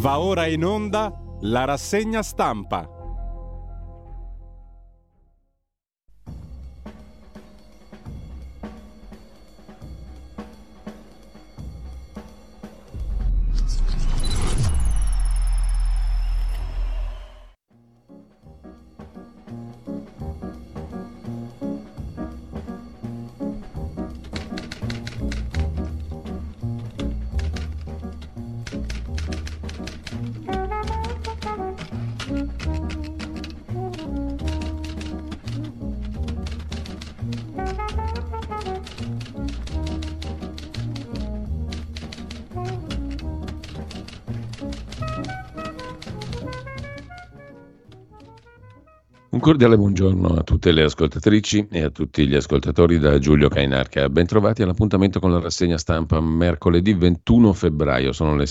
Va ora in onda la rassegna stampa. Un cordiale buongiorno a tutte le ascoltatrici e a tutti gli ascoltatori da Giulio Cainarca. Bentrovati all'appuntamento con la rassegna stampa mercoledì 21 febbraio. Sono le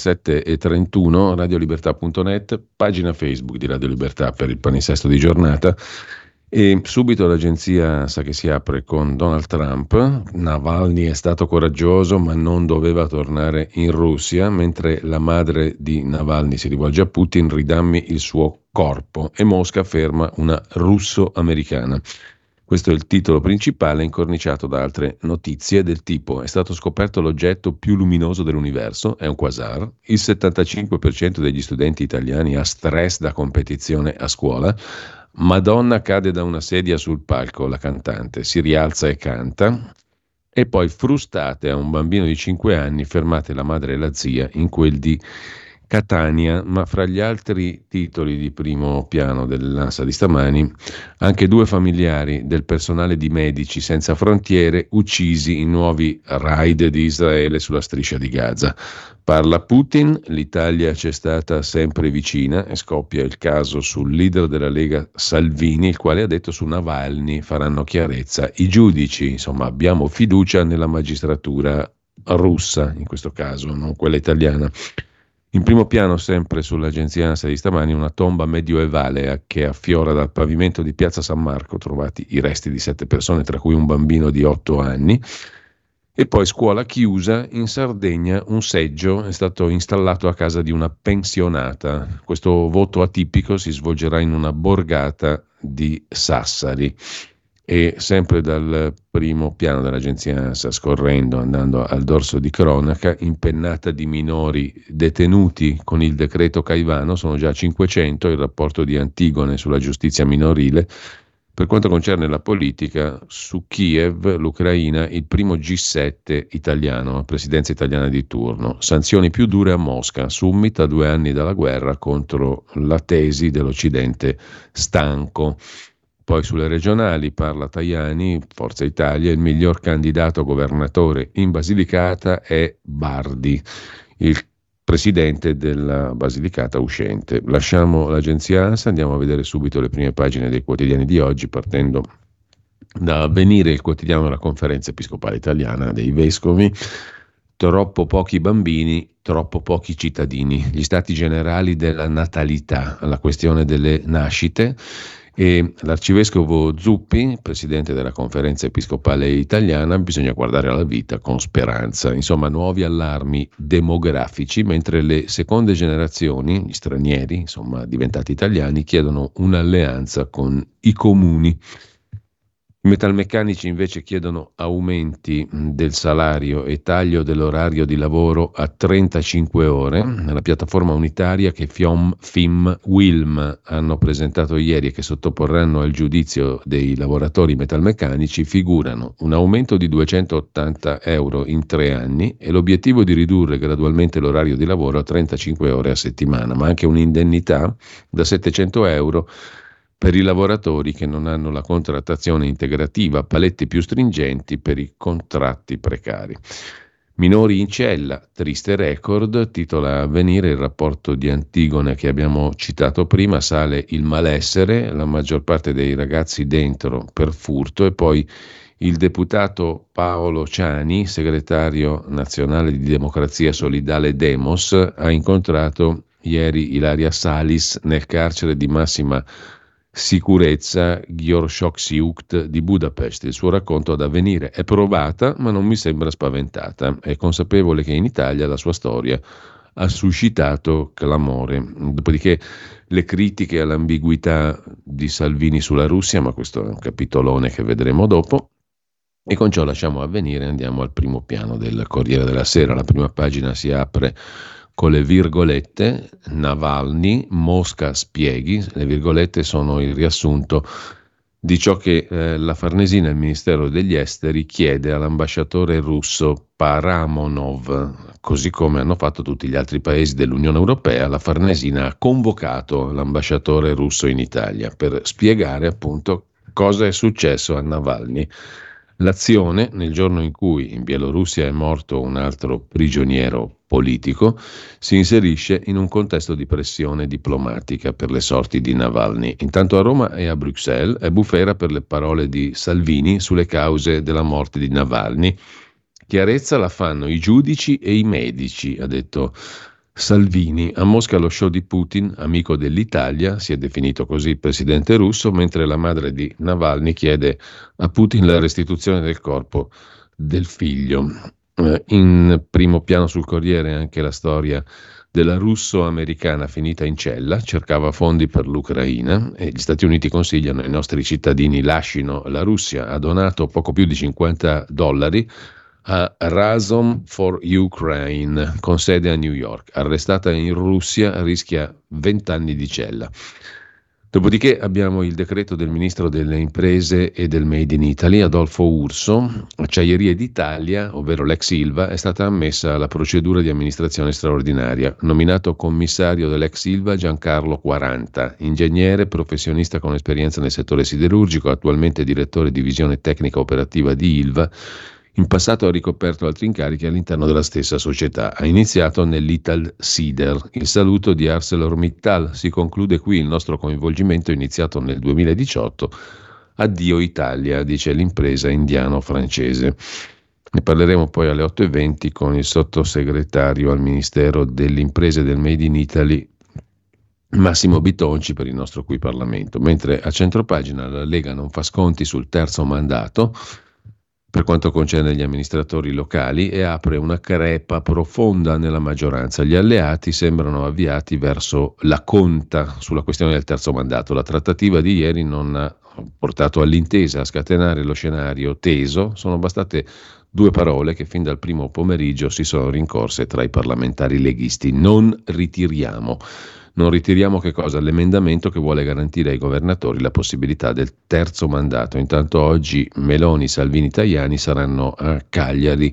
7:31, radiolibertà.net, pagina Facebook di Radio Libertà per il palinsesto di giornata. E subito l'agenzia sa che si apre con Donald Trump. Navalny è stato coraggioso ma non doveva tornare in Russia, mentre la madre di Navalny si rivolge a Putin: ridammi il suo corpo, e Mosca ferma una russo-americana. Questo è il titolo principale, incorniciato da altre notizie del tipo: è stato scoperto l'oggetto più luminoso dell'universo, è un quasar, il 75% degli studenti italiani ha stress da competizione a scuola, Madonna cade da una sedia sul palco, la cantante si rialza e canta, e poi frustate a un bambino di 5 anni, fermate la madre e la zia in quel di Catania. Ma fra gli altri titoli di primo piano dell'ANSA di stamani, anche 2 familiari del personale di Medici Senza Frontiere uccisi in nuovi raid di Israele sulla striscia di Gaza. Parla Putin, l'Italia c'è stata sempre vicina, e scoppia il caso sul leader della Lega Salvini, il quale ha detto su Navalny faranno chiarezza i giudici. Insomma, abbiamo fiducia nella magistratura russa, in questo caso, non quella italiana. In primo piano, sempre sull'agenzia ANSA di stamani, una tomba medioevale che affiora dal pavimento di Piazza San Marco, trovati i resti di 7 persone, tra cui un bambino di 8 anni. E poi scuola chiusa in Sardegna, un seggio è stato installato a casa di una pensionata. Questo voto atipico si svolgerà in una borgata di Sassari. E sempre dal primo piano dell'agenzia ANSA, scorrendo, andando al dorso di cronaca, impennata di minori detenuti con il decreto Caivano, sono già 500, il rapporto di Antigone sulla giustizia minorile. Per quanto concerne la politica, su Kiev, l'Ucraina, il primo G7 italiano, presidenza italiana di turno. Sanzioni più dure a Mosca, summit a 2 anni dalla guerra contro la tesi dell'Occidente stanco. Poi sulle regionali parla Tajani, Forza Italia, il miglior candidato governatore in Basilicata è Bardi, il presidente della Basilicata uscente. Lasciamo l'agenzia ANSA, andiamo a vedere subito le prime pagine dei quotidiani di oggi, partendo da Avvenire, il quotidiano della Conferenza Episcopale Italiana dei Vescovi. Troppo pochi bambini, troppo pochi cittadini. Gli stati generali della natalità, la questione delle nascite. E l'arcivescovo Zuppi, presidente della Conferenza Episcopale Italiana: bisogna guardare alla vita con speranza. Insomma, nuovi allarmi demografici, mentre le seconde generazioni, gli stranieri, insomma diventati italiani, chiedono un'alleanza con i comuni. I metalmeccanici invece chiedono aumenti del salario e taglio dell'orario di lavoro a 35 ore. Nella piattaforma unitaria che FIOM, FIM, WILM hanno presentato ieri e che sottoporranno al giudizio dei lavoratori metalmeccanici figurano un aumento di 280 euro in 3 anni e l'obiettivo di ridurre gradualmente l'orario di lavoro a 35 ore a settimana, ma anche un'indennità da 700 euro per i lavoratori che non hanno la contrattazione integrativa, paletti più stringenti per i contratti precari. Minori in cella, triste record, titola Avvenire. Il rapporto di Antigone che abbiamo citato prima: sale il malessere, la maggior parte dei ragazzi dentro per furto. E poi il deputato Paolo Ciani, segretario nazionale di Democrazia Solidale Demos, ha incontrato ieri Ilaria Salis nel carcere di massima sicurezza György di Budapest. Il suo racconto ad Avvenire: è provata ma non mi sembra spaventata, è consapevole che in Italia la sua storia ha suscitato clamore. Dopodiché le critiche all'ambiguità di Salvini sulla Russia, ma questo è un capitolone che vedremo dopo. E con ciò lasciamo Avvenire e andiamo al primo piano del Corriere della Sera. La prima pagina si apre con le virgolette: Navalny, Mosca spieghi. Le virgolette sono il riassunto di ciò che la Farnesina, il Ministero degli Esteri, chiede all'ambasciatore russo Paramonov. Così come hanno fatto tutti gli altri paesi dell'Unione Europea, la Farnesina ha convocato l'ambasciatore russo in Italia per spiegare appunto cosa è successo a Navalny. L'azione, nel giorno in cui in Bielorussia è morto un altro prigioniero politico, si inserisce in un contesto di pressione diplomatica per le sorti di Navalny. Intanto a Roma e a Bruxelles è bufera per le parole di Salvini sulle cause della morte di Navalny. Chiarezza la fanno i giudici e i medici, ha detto Salvini. A Mosca lo show di Putin, amico dell'Italia, si è definito così il presidente russo, mentre la madre di Navalny chiede a Putin la restituzione del corpo del figlio. In primo piano sul Corriere anche la storia della russo-americana finita in cella, cercava fondi per l'Ucraina e gli Stati Uniti consigliano ai nostri cittadini lascino la Russia. Ha donato poco più di $50 a Razom for Ukraine, con sede a New York. Arrestata in Russia, rischia 20 anni di cella. Dopodiché abbiamo il decreto del ministro delle imprese e del Made in Italy, Adolfo Urso. Acciaierie d'Italia, ovvero l'ex Ilva, è stata ammessa alla procedura di amministrazione straordinaria. Nominato commissario dell'ex Ilva Giancarlo 40, ingegnere, professionista con esperienza nel settore siderurgico, attualmente direttore divisione tecnica operativa di Ilva. In passato ha ricoperto altri incarichi all'interno della stessa società. Ha iniziato nell'Ital Sider. Il saluto di ArcelorMittal. Si conclude qui il nostro coinvolgimento iniziato nel 2018. Addio Italia, dice l'impresa indiano-francese. Ne parleremo poi alle 8:20 con il sottosegretario al Ministero delle Imprese del Made in Italy, Massimo Bitonci, per il nostro qui Parlamento. Mentre a centropagina la Lega non fa sconti sul terzo mandato per quanto concerne gli amministratori locali e apre una crepa profonda nella maggioranza. Gli alleati sembrano avviati verso la conta sulla questione del terzo mandato. La trattativa di ieri non ha portato all'intesa. A scatenare lo scenario teso sono bastate due parole che fin dal primo pomeriggio si sono rincorse tra i parlamentari leghisti: non ritiriamo. Non ritiriamo che cosa? L'emendamento che vuole garantire ai governatori la possibilità del terzo mandato. Intanto oggi Meloni, Salvini, Tajani saranno a Cagliari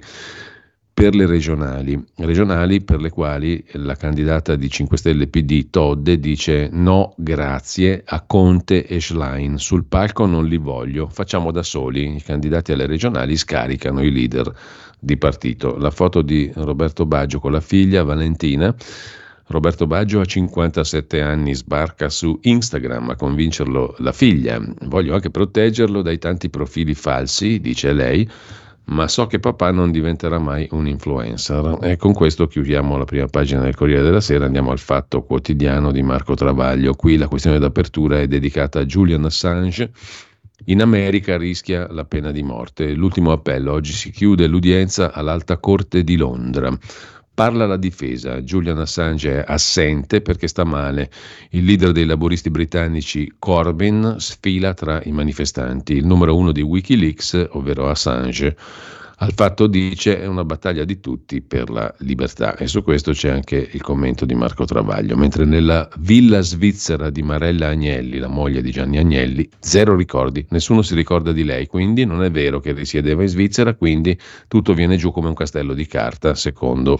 per le regionali per le quali la candidata di 5 Stelle PD Todde dice no grazie a Conte e Schlein. Sul palco non li voglio, facciamo da soli. I candidati alle regionali scaricano i leader di partito. La foto di Roberto Baggio con la figlia Valentina. Roberto Baggio a 57 anni sbarca su Instagram a convincerlo la figlia. Voglio anche proteggerlo dai tanti profili falsi, dice lei, ma so che papà non diventerà mai un influencer. E con questo chiudiamo la prima pagina del Corriere della Sera, andiamo al Fatto Quotidiano di Marco Travaglio. Qui la questione d'apertura è dedicata a Julian Assange. In America rischia la pena di morte. L'ultimo appello, oggi si chiude l'udienza all'Alta Corte di Londra. Parla la difesa. Julian Assange è assente perché sta male. Il leader dei laburisti britannici Corbyn sfila tra i manifestanti. Il numero 1 di Wikileaks, ovvero Assange, al Fatto dice è una battaglia di tutti per la libertà. E su questo c'è anche il commento di Marco Travaglio. Mentre nella villa svizzera di Marella Agnelli, la moglie di Gianni Agnelli, zero ricordi, nessuno si ricorda di lei, quindi non è vero che risiedeva in Svizzera, quindi tutto viene giù come un castello di carta, secondo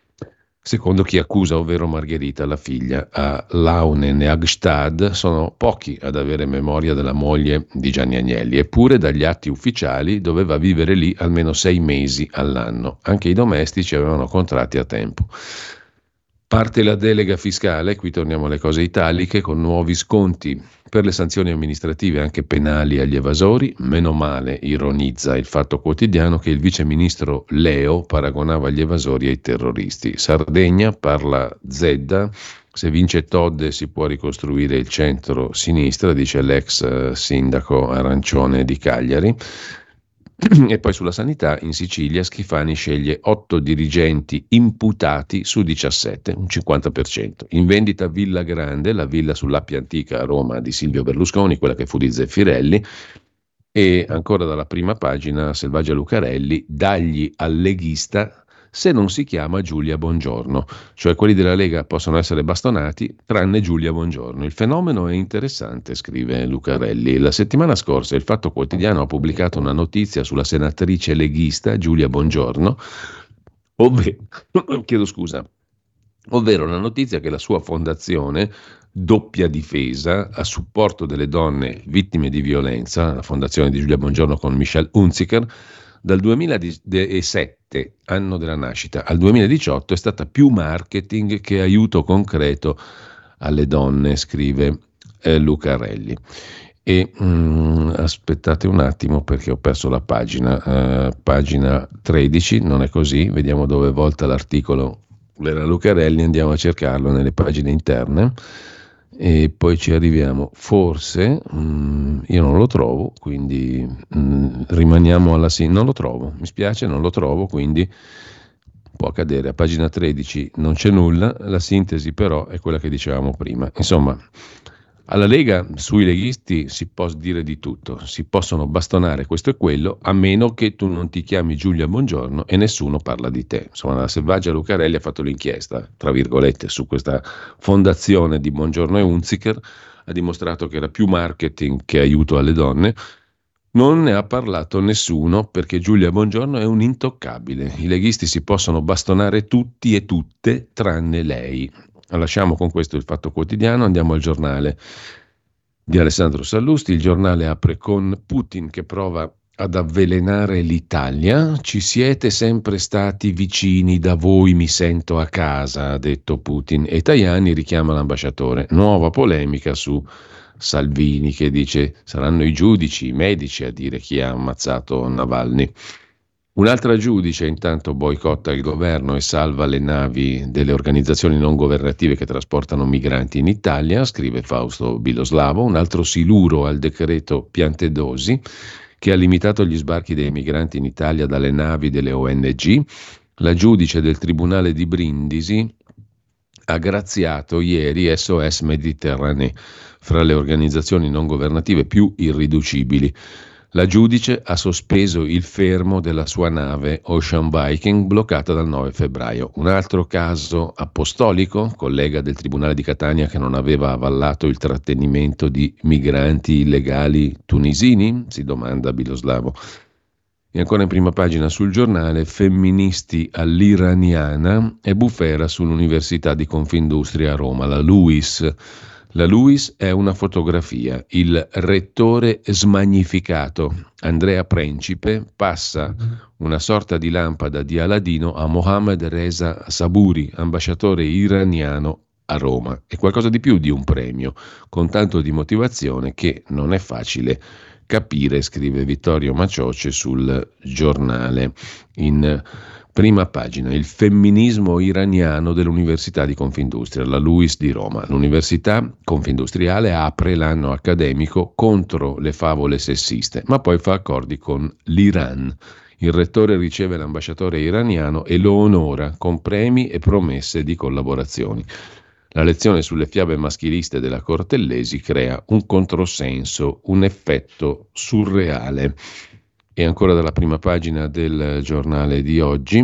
chi accusa, ovvero Margherita, la figlia. A Launen e Agstad sono pochi ad avere memoria della moglie di Gianni Agnelli, eppure dagli atti ufficiali doveva vivere lì almeno 6 mesi all'anno. Anche i domestici avevano contratti a tempo. Parte la delega fiscale, qui torniamo alle cose italiche, con nuovi sconti per le sanzioni amministrative anche penali agli evasori. Meno male, ironizza il Fatto Quotidiano, che il viceministro Leo paragonava gli evasori ai terroristi. Sardegna, parla Zedda, se vince Todde si può ricostruire il centro-sinistra, dice l'ex sindaco arancione di Cagliari. E poi sulla sanità in Sicilia Schifani sceglie 8 dirigenti imputati su 17, un 50%. In vendita Villa Grande, la villa sull'Appia Antica a Roma di Silvio Berlusconi, quella che fu di Zeffirelli. E ancora dalla prima pagina Selvaggia Lucarelli, dagli al leghista se non si chiama Giulia Bongiorno, cioè quelli della Lega possono essere bastonati tranne Giulia Bongiorno. Il fenomeno è interessante, scrive Lucarelli. La settimana scorsa il Fatto Quotidiano ha pubblicato una notizia sulla senatrice leghista Giulia Bongiorno, ovvero la notizia che la sua fondazione Doppia Difesa a supporto delle donne vittime di violenza, la fondazione di Giulia Bongiorno con Michel Hunziker, dal 2007, anno della nascita, al 2018 è stata più marketing che aiuto concreto alle donne, scrive Lucarelli. E aspettate un attimo perché ho perso la pagina, pagina 13, non è così, vediamo dove è volta l'articolo della Lucarelli, andiamo a cercarlo nelle pagine interne e poi ci arriviamo. Forse io non lo trovo, quindi rimaniamo alla non lo trovo, mi spiace, non lo trovo, quindi può accadere. A pagina 13 non c'è nulla, la sintesi però è quella che dicevamo prima. Insomma, alla Lega, sui leghisti si può dire di tutto, si possono bastonare questo e quello, a meno che tu non ti chiami Giulia Bongiorno e nessuno parla di te. Insomma, la Selvaggia Lucarelli ha fatto l'inchiesta, tra virgolette, su questa fondazione di Bongiorno e Hunziker, ha dimostrato che era più marketing che aiuto alle donne. Non ne ha parlato nessuno perché Giulia Bongiorno è un intoccabile. I leghisti si possono bastonare tutti e tutte tranne lei. Lasciamo con questo il Fatto Quotidiano, andiamo al Giornale di Alessandro Sallusti. Il Giornale apre con Putin che prova ad avvelenare l'Italia. Ci siete sempre stati vicini, da voi mi sento a casa, ha detto Putin. E Tajani richiama l'ambasciatore. Nuova polemica su Salvini che dice saranno i giudici, i medici a dire chi ha ammazzato Navalny. Un'altra giudice intanto boicotta il governo e salva le navi delle organizzazioni non governative che trasportano migranti in Italia, scrive Fausto Biloslavo. Un altro siluro al decreto Piantedosi che ha limitato gli sbarchi dei migranti in Italia dalle navi delle ONG. La giudice del Tribunale di Brindisi ha graziato ieri SOS Mediterranee, fra le organizzazioni non governative più irriducibili. La giudice ha sospeso il fermo della sua nave Ocean Viking bloccata dal 9 febbraio. Un altro caso apostolico, collega del Tribunale di Catania che non aveva avallato il trattenimento di migranti illegali tunisini? Si domanda Biloslavo. E ancora in prima pagina sul Giornale, femministi all'iraniana e bufera sull'Università di Confindustria a Roma, la LUIS. La LUIS è una fotografia, il rettore smagnificato. Andrea Principe passa una sorta di lampada di Aladino a Mohammad Reza Saburi, ambasciatore iraniano a Roma. È qualcosa di più di un premio, con tanto di motivazione che non è facile capire, scrive Vittorio Macioce sul Giornale. In prima pagina, il femminismo iraniano dell'Università di Confindustria, la LUIS di Roma. L'Università Confindustriale apre l'anno accademico contro le favole sessiste, ma poi fa accordi con l'Iran. Il rettore riceve l'ambasciatore iraniano e lo onora con premi e promesse di collaborazioni. La lezione sulle fiabe maschiliste della Cortellesi crea un controsenso, un effetto surreale. E ancora dalla prima pagina del Giornale di oggi,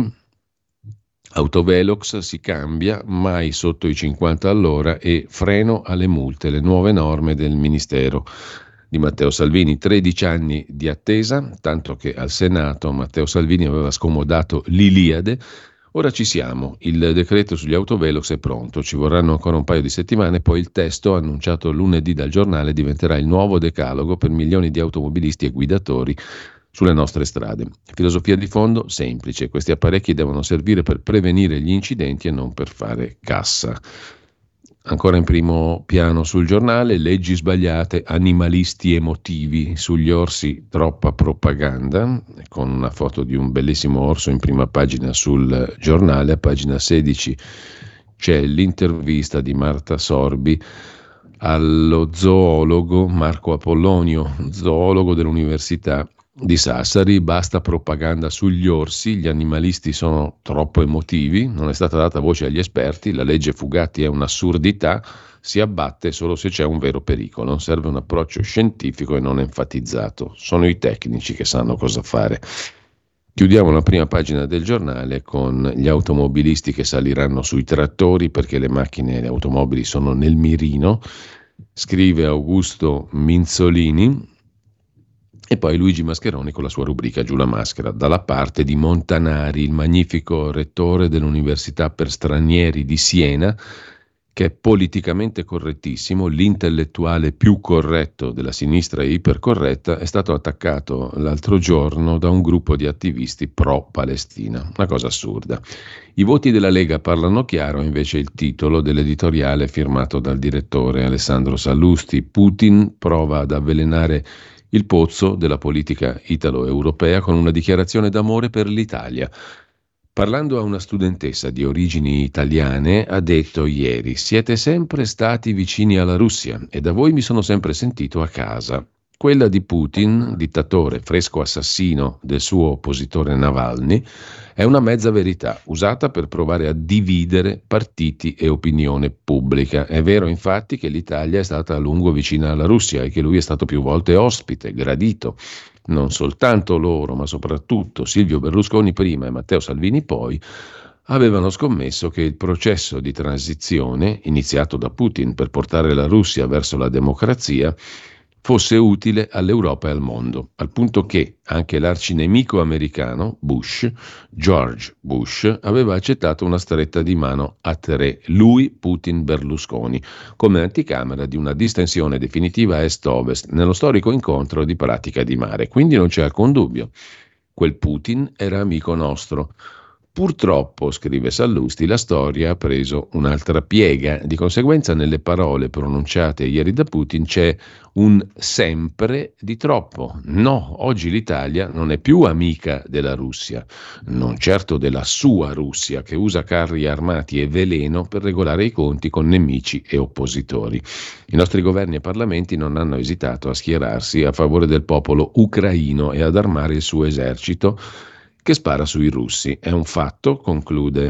Autovelox si cambia, mai sotto i 50 all'ora e freno alle multe, le nuove norme del Ministero di Matteo Salvini. 13 anni di attesa, tanto che al Senato Matteo Salvini aveva scomodato l'Iliade. Ora ci siamo, il decreto sugli autovelox è pronto, ci vorranno ancora un paio di settimane, poi il testo annunciato lunedì dal Giornale diventerà il nuovo decalogo per milioni di automobilisti e guidatori sulle nostre strade. Filosofia di fondo semplice, questi apparecchi devono servire per prevenire gli incidenti e non per fare cassa. Ancora in primo piano sul Giornale, leggi sbagliate, animalisti emotivi, sugli orsi troppa propaganda, con una foto di un bellissimo orso in prima pagina sul Giornale. A pagina 16 c'è l'intervista di Marta Sorbi allo zoologo Marco Apollonio, zoologo dell'Università di Sassari, basta propaganda sugli orsi, gli animalisti sono troppo emotivi, non è stata data voce agli esperti, la legge Fugatti è un'assurdità, si abbatte solo se c'è un vero pericolo, serve un approccio scientifico e non enfatizzato, sono i tecnici che sanno cosa fare. Chiudiamo la prima pagina del giornale con gli automobilisti che saliranno sui trattori perché le macchine e le automobili sono nel mirino, scrive Augusto Minzolini. E poi Luigi Mascheroni con la sua rubrica Giù la maschera, dalla parte di Montanari, il magnifico rettore dell'Università per Stranieri di Siena, che è politicamente correttissimo, l'intellettuale più corretto della sinistra e ipercorretta, è stato attaccato l'altro giorno da un gruppo di attivisti pro-Palestina. Una cosa assurda. I voti della Lega parlano chiaro, invece il titolo dell'editoriale firmato dal direttore Alessandro Sallusti. Putin prova ad avvelenare il pozzo della politica italo-europea con una dichiarazione d'amore per l'Italia. Parlando a una studentessa di origini italiane, ha detto ieri: siete sempre stati vicini alla Russia e da voi mi sono sempre sentito a casa. Quella di Putin, dittatore fresco assassino del suo oppositore Navalny, è una mezza verità usata per provare a dividere partiti e opinione pubblica. È vero infatti che l'Italia è stata a lungo vicina alla Russia e che lui è stato più volte ospite, gradito. Non soltanto loro, ma soprattutto Silvio Berlusconi prima e Matteo Salvini poi, avevano scommesso che il processo di transizione, iniziato da Putin per portare la Russia verso la democrazia, fosse utile all'Europa e al mondo, al punto che anche l'arcinemico americano, Bush, George Bush, aveva accettato una stretta di mano a tre, lui, Putin, Berlusconi, come anticamera di una distensione definitiva est-ovest nello storico incontro di Pratica di Mare. Quindi non c'è alcun dubbio, quel Putin era amico nostro. Purtroppo, scrive Sallusti, la storia ha preso un'altra piega. Di conseguenza, nelle parole pronunciate ieri da Putin c'è un sempre di troppo. No, oggi l'Italia non è più amica della Russia, non certo della sua Russia, che usa carri armati e veleno per regolare i conti con nemici e oppositori. I nostri governi e parlamenti non hanno esitato a schierarsi a favore del popolo ucraino e ad armare il suo esercito, che spara sui russi. È un fatto, conclude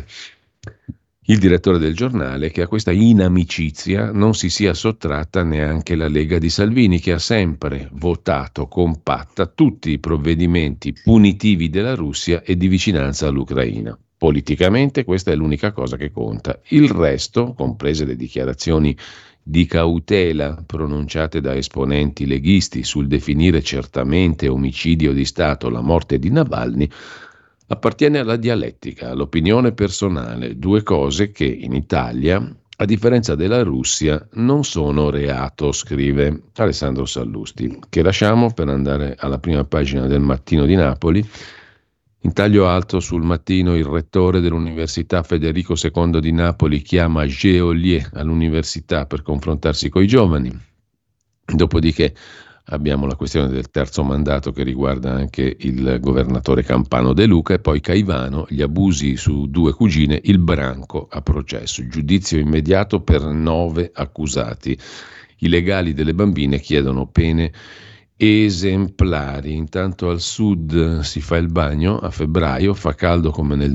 il direttore del giornale, che a questa inimicizia non si sia sottratta neanche la Lega di Salvini, che ha sempre votato compatta tutti i provvedimenti punitivi della Russia e di vicinanza all'Ucraina. Politicamente questa è l'unica cosa che conta. Il resto, comprese le dichiarazioni di cautela pronunciate da esponenti leghisti sul definire certamente omicidio di Stato la morte di Navalny, appartiene alla dialettica, all'opinione personale, due cose che in Italia, a differenza della Russia, non sono reato, scrive Alessandro Sallusti, che lasciamo per andare alla prima pagina del Mattino di Napoli. In taglio alto sul Mattino il rettore dell'Università Federico II di Napoli chiama Geolier all'università per confrontarsi coi giovani. Dopodiché abbiamo la questione del terzo mandato che riguarda anche il governatore campano De Luca e poi Caivano, gli abusi su due cugine, il branco a processo, giudizio immediato per 9 accusati. I legali delle bambine chiedono pene esemplari. Intanto al sud si fa il bagno a febbraio, fa caldo come nel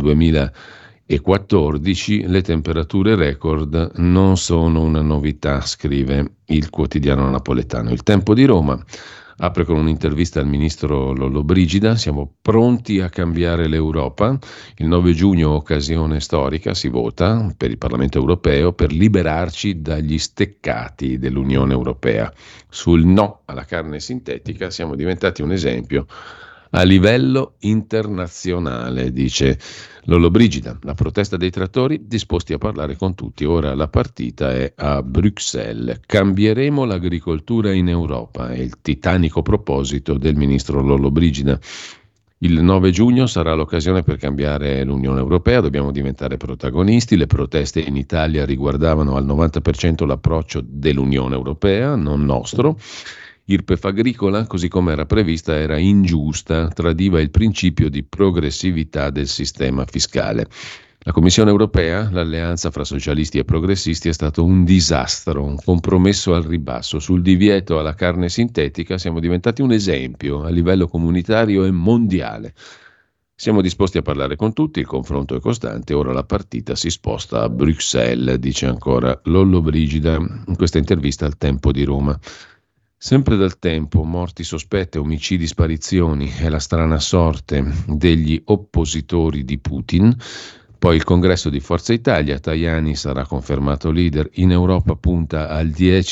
2014, le temperature record non sono una novità, scrive il quotidiano napoletano. Il Tempo di Roma apre con un'intervista al ministro Lollobrigida: siamo pronti a cambiare l'Europa. Il 9 giugno, occasione storica, si vota per il Parlamento europeo per liberarci dagli steccati dell'Unione Europea. Sul no alla carne sintetica siamo diventati un esempio a livello internazionale, dice Lollobrigida. La protesta dei trattori, disposti a parlare con tutti. Ora la partita è a Bruxelles. Cambieremo l'agricoltura in Europa, è il titanico proposito del ministro Lollobrigida. Il 9 giugno sarà l'occasione per cambiare l'Unione Europea, dobbiamo diventare protagonisti. Le proteste in Italia riguardavano al 90% l'approccio dell'Unione Europea, non nostro. Irpef agricola, così come era prevista, era ingiusta, tradiva il principio di progressività del sistema fiscale. La Commissione europea, l'alleanza fra socialisti e progressisti, è stato un disastro, un compromesso al ribasso. Sul divieto alla carne sintetica siamo diventati un esempio a livello comunitario e mondiale. Siamo disposti a parlare con tutti, il confronto è costante, ora la partita si sposta a Bruxelles, dice ancora Lollobrigida in questa intervista al Tempo di Roma. Sempre dal Tempo, morti sospette, omicidi, sparizioni e la strana sorte degli oppositori di Putin. Poi il congresso di Forza Italia, Tajani sarà confermato leader, in Europa punta al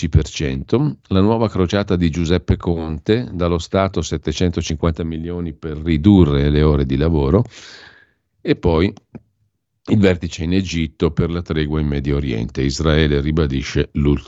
10%, la nuova crociata di Giuseppe Conte, dallo Stato 750 milioni per ridurre le ore di lavoro, e poi il vertice in Egitto per la tregua in Medio Oriente. Israele ribadisce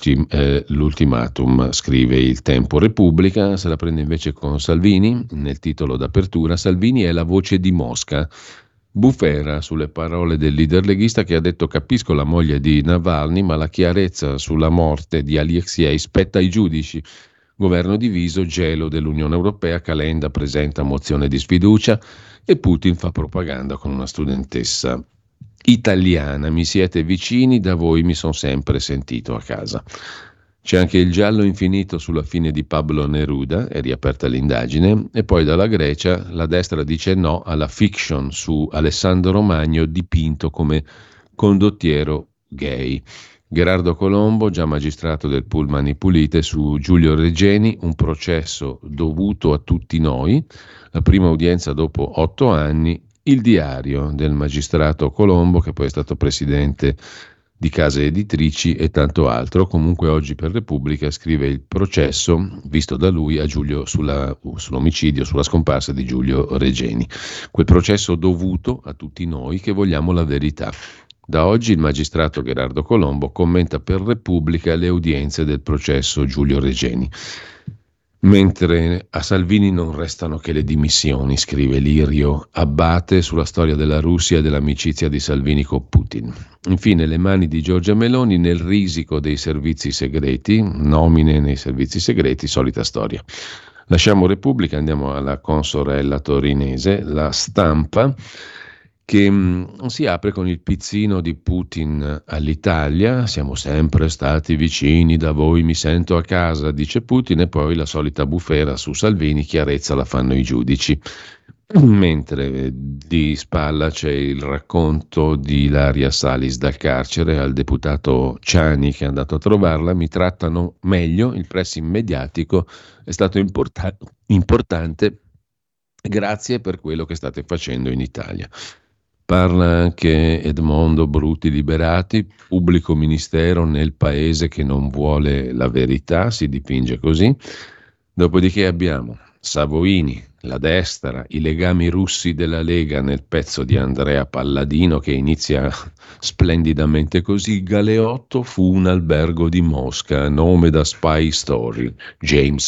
l'ultimatum, scrive il Tempo. Repubblica se la prende invece con Salvini, nel titolo d'apertura, Salvini è la voce di Mosca. Bufera sulle parole del leader leghista che ha detto: capisco la moglie di Navalny, ma la chiarezza sulla morte di Alexei spetta ai giudici. Governo diviso, gelo dell'Unione Europea, Calenda presenta mozione di sfiducia e Putin fa propaganda con una studentessa italiana. Mi siete vicini, da voi mi sono sempre sentito a casa. C'è anche il giallo infinito sulla fine di Pablo Neruda, è riaperta l'indagine, e poi dalla Grecia la destra dice no alla fiction su Alessandro Magno dipinto come condottiero gay. Gherardo Colombo, già magistrato del pool Mani Pulite, su Giulio Regeni, un processo dovuto a tutti noi, la prima udienza dopo 8 anni, il diario del magistrato Colombo, che poi è stato presidente di case editrici e tanto altro. Comunque oggi per Repubblica scrive il processo visto da lui a Giulio sull'omicidio, sulla scomparsa di Giulio Regeni. Quel processo dovuto a tutti noi che vogliamo la verità. Da oggi il magistrato Gherardo Colombo commenta per Repubblica le udienze del processo Giulio Regeni. Mentre a Salvini non restano che le dimissioni, scrive Lirio Abbate sulla storia della Russia e dell'amicizia di Salvini con Putin. Infine le mani di Giorgia Meloni nel risico dei servizi segreti, nomine nei servizi segreti, solita storia. Lasciamo Repubblica, andiamo alla consorella torinese, La Stampa, che si apre con il pizzino di Putin all'Italia: siamo sempre stati vicini, da voi mi sento a casa, dice Putin, e poi la solita bufera su Salvini, chiarezza la fanno i giudici. Mentre di spalla c'è il racconto di Ilaria Salis dal carcere al deputato Ciani che è andato a trovarla: mi trattano meglio, il pressing mediatico è stato importante, grazie per quello che state facendo in Italia. Parla anche Edmondo Bruti Liberati, pubblico ministero nel paese che non vuole la verità, si dipinge così. Dopodiché abbiamo Savoini, la destra, i legami russi della Lega nel pezzo di Andrea Palladino che inizia splendidamente così: Galeotto fu un albergo di Mosca, nome da spy story, James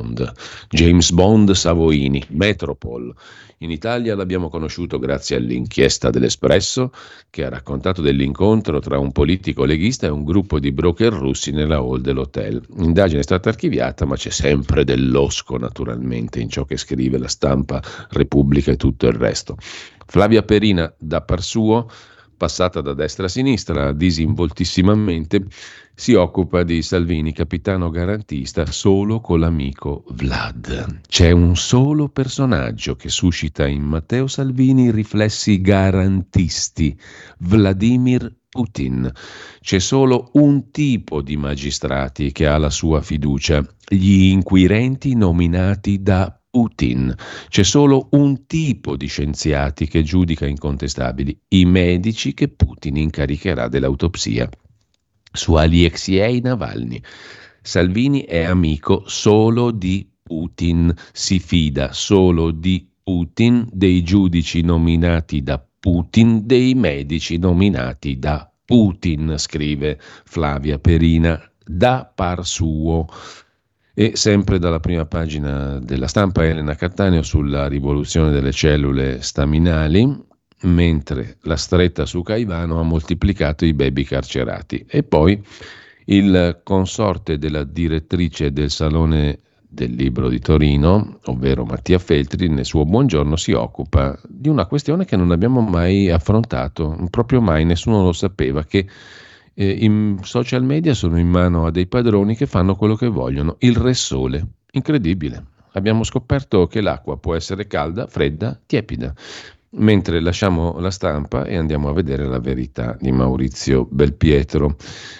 Bond Savoini, Metropol. In Italia l'abbiamo conosciuto grazie all'inchiesta dell'Espresso che ha raccontato dell'incontro tra un politico leghista e un gruppo di broker russi nella hall dell'hotel. L'indagine è stata archiviata, ma c'è sempre del losco naturalmente in ciò che scrive La Stampa, Repubblica e tutto il resto. Flavia Perina, da par suo, passata da destra a sinistra disinvoltissimamente, si occupa di Salvini, capitano garantista, solo con l'amico Vlad. C'è un solo personaggio che suscita in Matteo Salvini riflessi garantisti: Vladimir Putin. C'è solo un tipo di magistrati che ha la sua fiducia: gli inquirenti nominati da Putin. C'è solo un tipo di scienziati che giudica incontestabili: i medici che Putin incaricherà dell'autopsia su Alexei Navalny. Salvini è amico solo di Putin, si fida solo di Putin, dei giudici nominati da Putin, dei medici nominati da Putin, scrive Flavia Perina, da par suo. E sempre dalla prima pagina della Stampa Elena Cattaneo sulla rivoluzione delle cellule staminali, mentre la stretta su Caivano ha moltiplicato i baby carcerati. E poi il consorte della direttrice del Salone del Libro di Torino, ovvero Mattia Feltri, nel suo Buongiorno si occupa di una questione che non abbiamo mai affrontato, proprio mai, nessuno lo sapeva, che i social media sono in mano a dei padroni che fanno quello che vogliono, il Re Sole, incredibile. Abbiamo scoperto che l'acqua può essere calda, fredda, tiepida, mentre lasciamo la stampa e andiamo a vedere la verità di Maurizio Belpietro.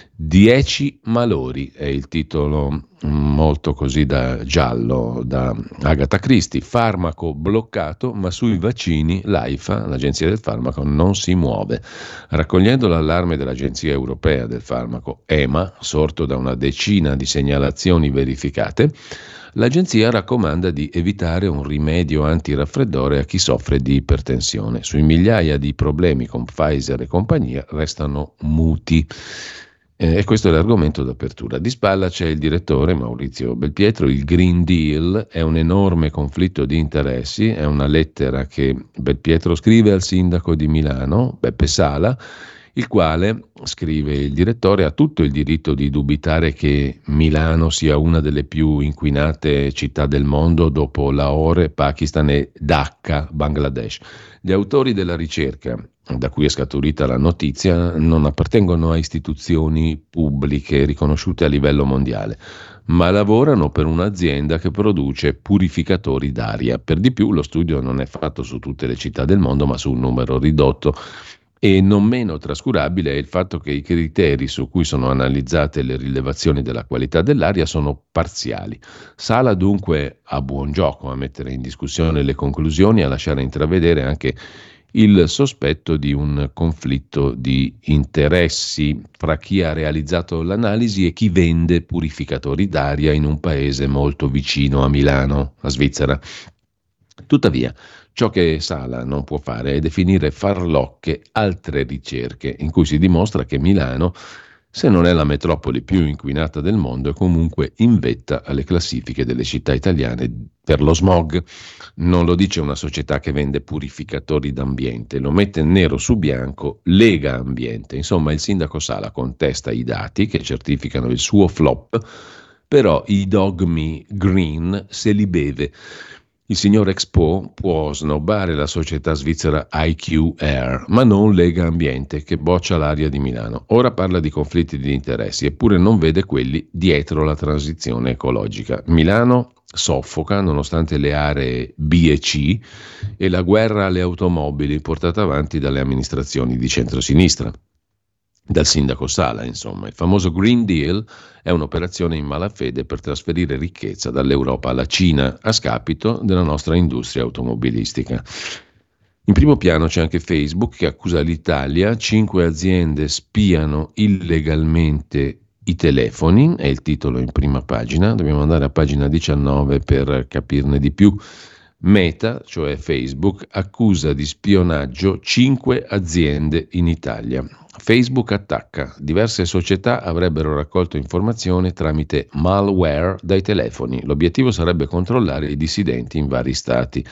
10 malori è il titolo, molto così da giallo, da Agatha Christie. Farmaco bloccato, ma sui vaccini l'AIFA, l'Agenzia del Farmaco, non si muove. Raccogliendo l'allarme dell'Agenzia Europea del Farmaco, EMA, sorto da una decina di segnalazioni verificate, l'agenzia raccomanda di evitare un rimedio antiraffreddore a chi soffre di ipertensione. Sui migliaia di problemi con Pfizer e compagnia restano muti. E questo è l'argomento d'apertura. Di spalla c'è il direttore Maurizio Belpietro. Il Green Deal è un enorme conflitto di interessi, è una lettera che Belpietro scrive al sindaco di Milano, Beppe Sala, il quale, scrive il direttore, ha tutto il diritto di dubitare che Milano sia una delle più inquinate città del mondo dopo Lahore, Pakistan e Dhaka, Bangladesh. Gli autori della ricerca da cui è scaturita la notizia non appartengono a istituzioni pubbliche riconosciute a livello mondiale, ma lavorano per un'azienda che produce purificatori d'aria. Per di più, lo studio non è fatto su tutte le città del mondo, ma su un numero ridotto. E non meno trascurabile è il fatto che i criteri su cui sono analizzate le rilevazioni della qualità dell'aria sono parziali. Sala dunque ha buon gioco a mettere in discussione le conclusioni e a lasciare intravedere anche il sospetto di un conflitto di interessi fra chi ha realizzato l'analisi e chi vende purificatori d'aria in un paese molto vicino a Milano, la Svizzera. Tuttavia, ciò che Sala non può fare è definire farlocche altre ricerche in cui si dimostra che Milano, se non è la metropoli più inquinata del mondo, è comunque in vetta alle classifiche delle città italiane per lo smog. Non lo dice una società che vende purificatori d'ambiente, lo mette nero su bianco Lega Ambiente. Insomma, il sindaco Sala contesta i dati che certificano il suo flop, però i dogmi green se li beve. Il signor Expo può snobbare la società svizzera IQ Air, ma non Lega Ambiente, che boccia l'aria di Milano. Ora parla di conflitti di interessi, eppure non vede quelli dietro la transizione ecologica. Milano soffoca nonostante le aree B e C e la guerra alle automobili portata avanti dalle amministrazioni di centrosinistra. Dal sindaco Sala, insomma. Il famoso Green Deal è un'operazione in malafede per trasferire ricchezza dall'Europa alla Cina a scapito della nostra industria automobilistica. In primo piano c'è anche Facebook che accusa l'Italia, 5 aziende spiano illegalmente i telefoni, è il titolo in prima pagina, dobbiamo andare a pagina 19 per capirne di più. Meta, cioè Facebook, accusa di spionaggio 5 aziende in Italia. Facebook attacca. Diverse società avrebbero raccolto informazioni tramite malware dai telefoni. L'obiettivo sarebbe controllare i dissidenti in vari stati.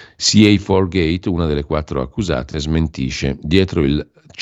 CA4Gate, una delle 4 accusate, smentisce. Dietro il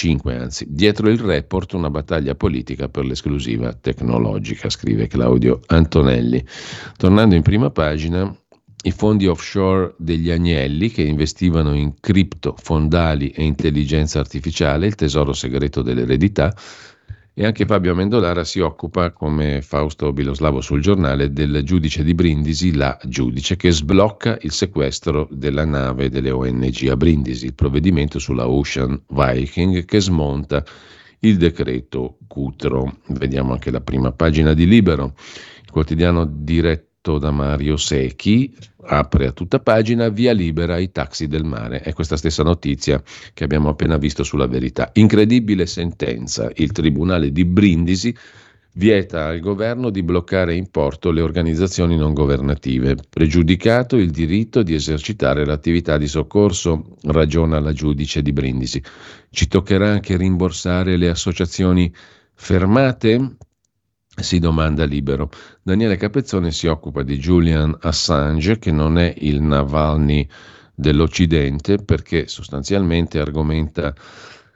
report una battaglia politica per l'esclusiva tecnologica, scrive Claudio Antonelli. Tornando in prima pagina, i fondi offshore degli Agnelli che investivano in cripto, fondali e intelligenza artificiale, il tesoro segreto dell'eredità, e anche Fabio Amendolara si occupa, come Fausto Biloslavo sul Giornale, del giudice di Brindisi, la giudice che sblocca il sequestro della nave delle ONG a Brindisi, il provvedimento sulla Ocean Viking che smonta il decreto Cutro. Vediamo anche la prima pagina di Libero, il quotidiano diretto da Mario Secchi, apre a tutta pagina, via libera ai taxi del mare. È questa stessa notizia che abbiamo appena visto sulla Verità. Incredibile sentenza. Il tribunale di Brindisi vieta al governo di bloccare in porto le organizzazioni non governative. Pregiudicato il diritto di esercitare l'attività di soccorso, ragiona la giudice di Brindisi. Ci toccherà anche rimborsare le associazioni fermate? Si domanda Libero. Daniele Capezzone si occupa di Julian Assange, che non è il Navalny dell'Occidente, perché sostanzialmente argomenta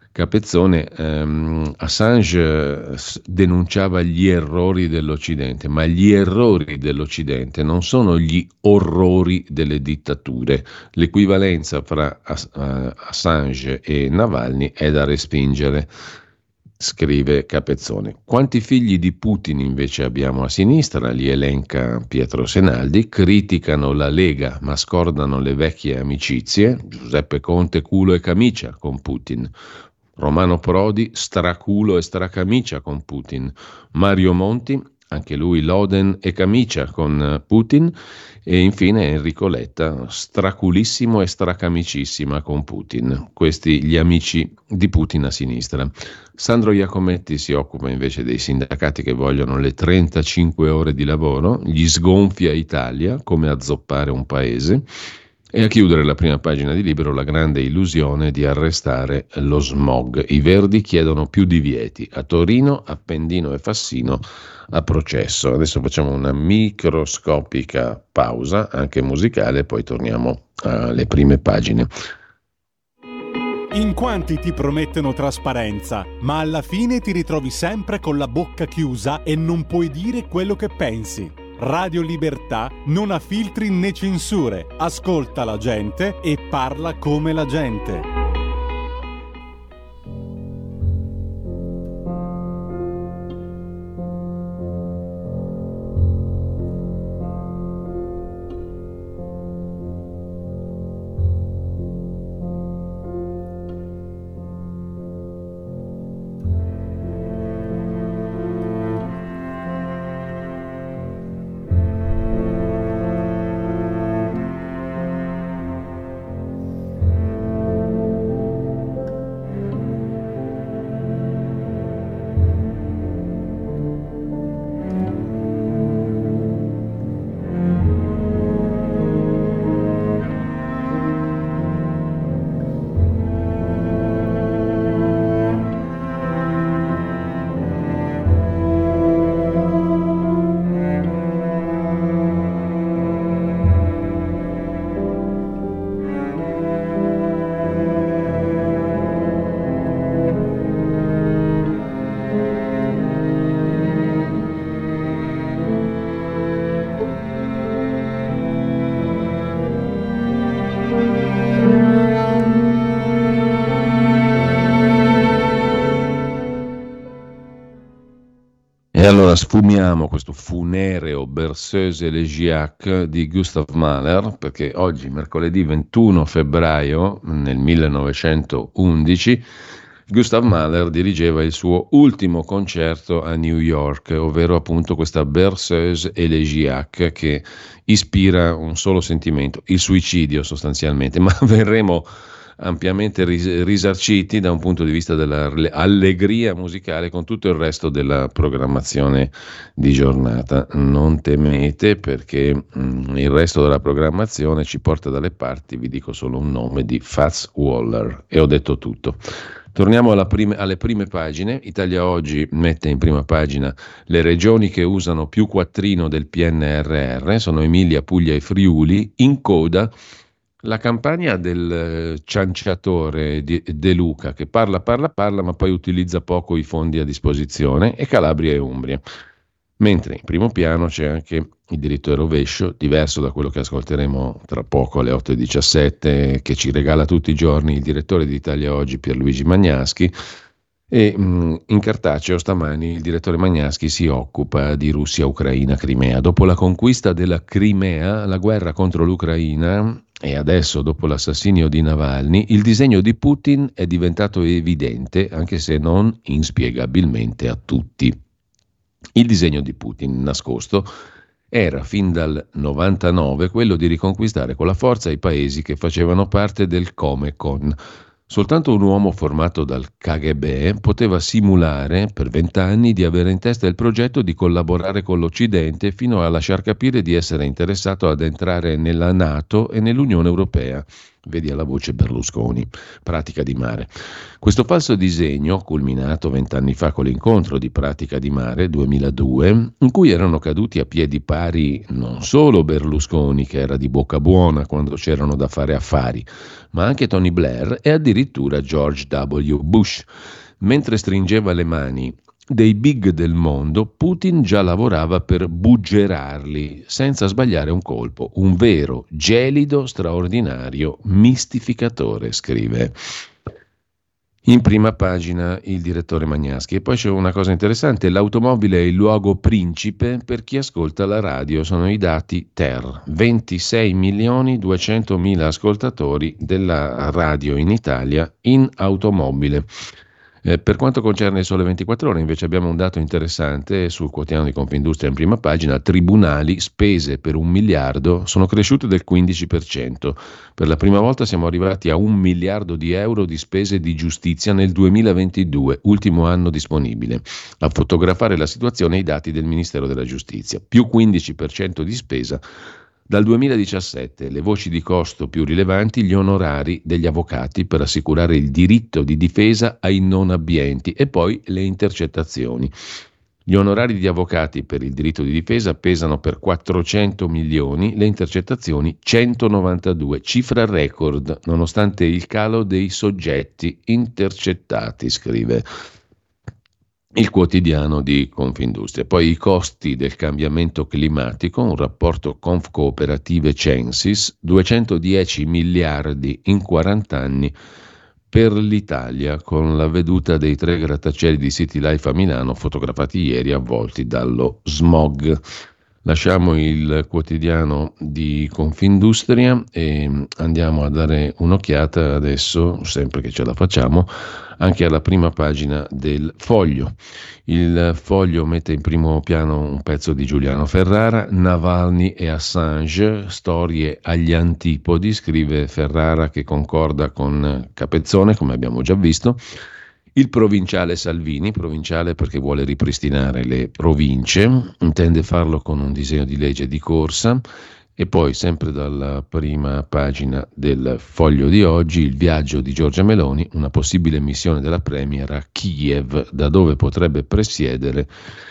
Capezzone, Assange denunciava gli errori dell'Occidente, ma gli errori dell'Occidente non sono gli orrori delle dittature. L'equivalenza fra Assange e Navalny è da respingere, scrive Capezzone. Quanti figli di Putin invece abbiamo a sinistra? Li elenca Pietro Senaldi. Criticano la Lega ma scordano le vecchie amicizie. Giuseppe Conte culo e camicia con Putin. Romano Prodi straculo e stracamicia con Putin. Mario Monti, anche lui loden e camicia con Putin. E infine Enrico Letta, straculissimo e stracamicissima con Putin. Questi gli amici di Putin a sinistra. Sandro Iacometti si occupa invece dei sindacati che vogliono le 35 ore di lavoro, gli sgonfia Italia, come azzoppare un paese. E a chiudere la prima pagina di Libero la grande illusione di arrestare lo smog. I Verdi chiedono più divieti. A Torino, Appendino e Fassino a processo. Adesso facciamo una microscopica pausa, anche musicale, poi torniamo alle prime pagine. In quanti ti promettono trasparenza, ma alla fine ti ritrovi sempre con la bocca chiusa e non puoi dire quello che pensi. Radio Libertà non ha filtri né censure, ascolta la gente e parla come la gente. E allora sfumiamo questo funereo Berceuse Elegiac di Gustav Mahler, perché oggi, mercoledì 21 febbraio, nel 1911, Gustav Mahler dirigeva il suo ultimo concerto a New York, ovvero appunto questa Berceuse Elegiac che ispira un solo sentimento, il suicidio sostanzialmente, ma verremo ampiamente risarciti da un punto di vista dell'allegria musicale con tutto il resto della programmazione di giornata. Non temete, perché il resto della programmazione ci porta dalle parti, vi dico solo un nome, di Fats Waller, e ho detto tutto. Torniamo alle prime pagine. Italia Oggi mette in prima pagina le regioni che usano più quattrino del PNRR, sono Emilia, Puglia e Friuli. In coda la campagna del cianciatore De Luca, che parla, ma poi utilizza poco i fondi a disposizione, e Calabria e Umbria. Mentre in primo piano c'è anche il diritto al rovescio, diverso da quello che ascolteremo tra poco alle 8:17, che ci regala tutti i giorni il direttore di Italia Oggi, Pierluigi Magnaschi. E in cartaceo stamani il direttore Magnaschi si occupa di Russia, Ucraina, Crimea. Dopo la conquista della Crimea, la guerra contro l'Ucraina, e adesso dopo l'assassinio di Navalny, il disegno di Putin è diventato evidente, anche se non inspiegabilmente a tutti. Il disegno di Putin, nascosto, era fin dal 99 quello di riconquistare con la forza i paesi che facevano parte del Comecon. Soltanto un uomo formato dal KGB poteva simulare per 20 anni di avere in testa il progetto di collaborare con l'Occidente, fino a lasciar capire di essere interessato ad entrare nella NATO e nell'Unione Europea. Vedi alla voce Berlusconi, Pratica di Mare. Questo falso disegno, culminato 20 anni fa con l'incontro di Pratica di Mare 2002, in cui erano caduti a piedi pari non solo Berlusconi, che era di bocca buona quando c'erano da fare affari, ma anche Tony Blair e addirittura George W. Bush. Mentre stringeva le mani dei big del mondo, Putin già lavorava per buggerarli senza sbagliare un colpo. Un vero, gelido, straordinario mistificatore, scrive in prima pagina il direttore Magnaschi. E poi c'è una cosa interessante: l'automobile è il luogo principe per chi ascolta la radio, sono i dati TER, 26.200.000 ascoltatori della radio in Italia in automobile. Per quanto concerne il Sole 24 Ore, invece, abbiamo un dato interessante sul quotidiano di Confindustria in prima pagina. Tribunali, spese per 1 miliardo, sono cresciute del 15%. Per la prima volta siamo arrivati a 1 miliardo di euro di spese di giustizia nel 2022, ultimo anno disponibile. A fotografare la situazione i dati del Ministero della Giustizia. Più 15% di spesa dal 2017, le voci di costo più rilevanti, gli onorari degli avvocati per assicurare il diritto di difesa ai non abbienti e poi le intercettazioni. Gli onorari di avvocati per il diritto di difesa pesano per 400 milioni, le intercettazioni 192, cifra record nonostante il calo dei soggetti intercettati, scrive il quotidiano di Confindustria. Poi i costi del cambiamento climatico, un rapporto Confcooperative Censis, 210 miliardi in 40 anni per l'Italia, con la veduta dei 3 grattacieli di City Life a Milano fotografati ieri avvolti dallo smog. Lasciamo il quotidiano di Confindustria e andiamo a dare un'occhiata adesso, sempre che ce la facciamo, anche alla prima pagina del Foglio. Il Foglio mette in primo piano un pezzo di Giuliano Ferrara, Navalny e Assange, storie agli antipodi, scrive Ferrara, che concorda con Capezzone, come abbiamo già visto. Il provinciale Salvini, provinciale perché vuole ripristinare le province, intende farlo con un disegno di legge di corsa. E poi, sempre dalla prima pagina del Foglio di oggi, il viaggio di Giorgia Meloni, una possibile missione della Premier a Kiev, da dove potrebbe presiedere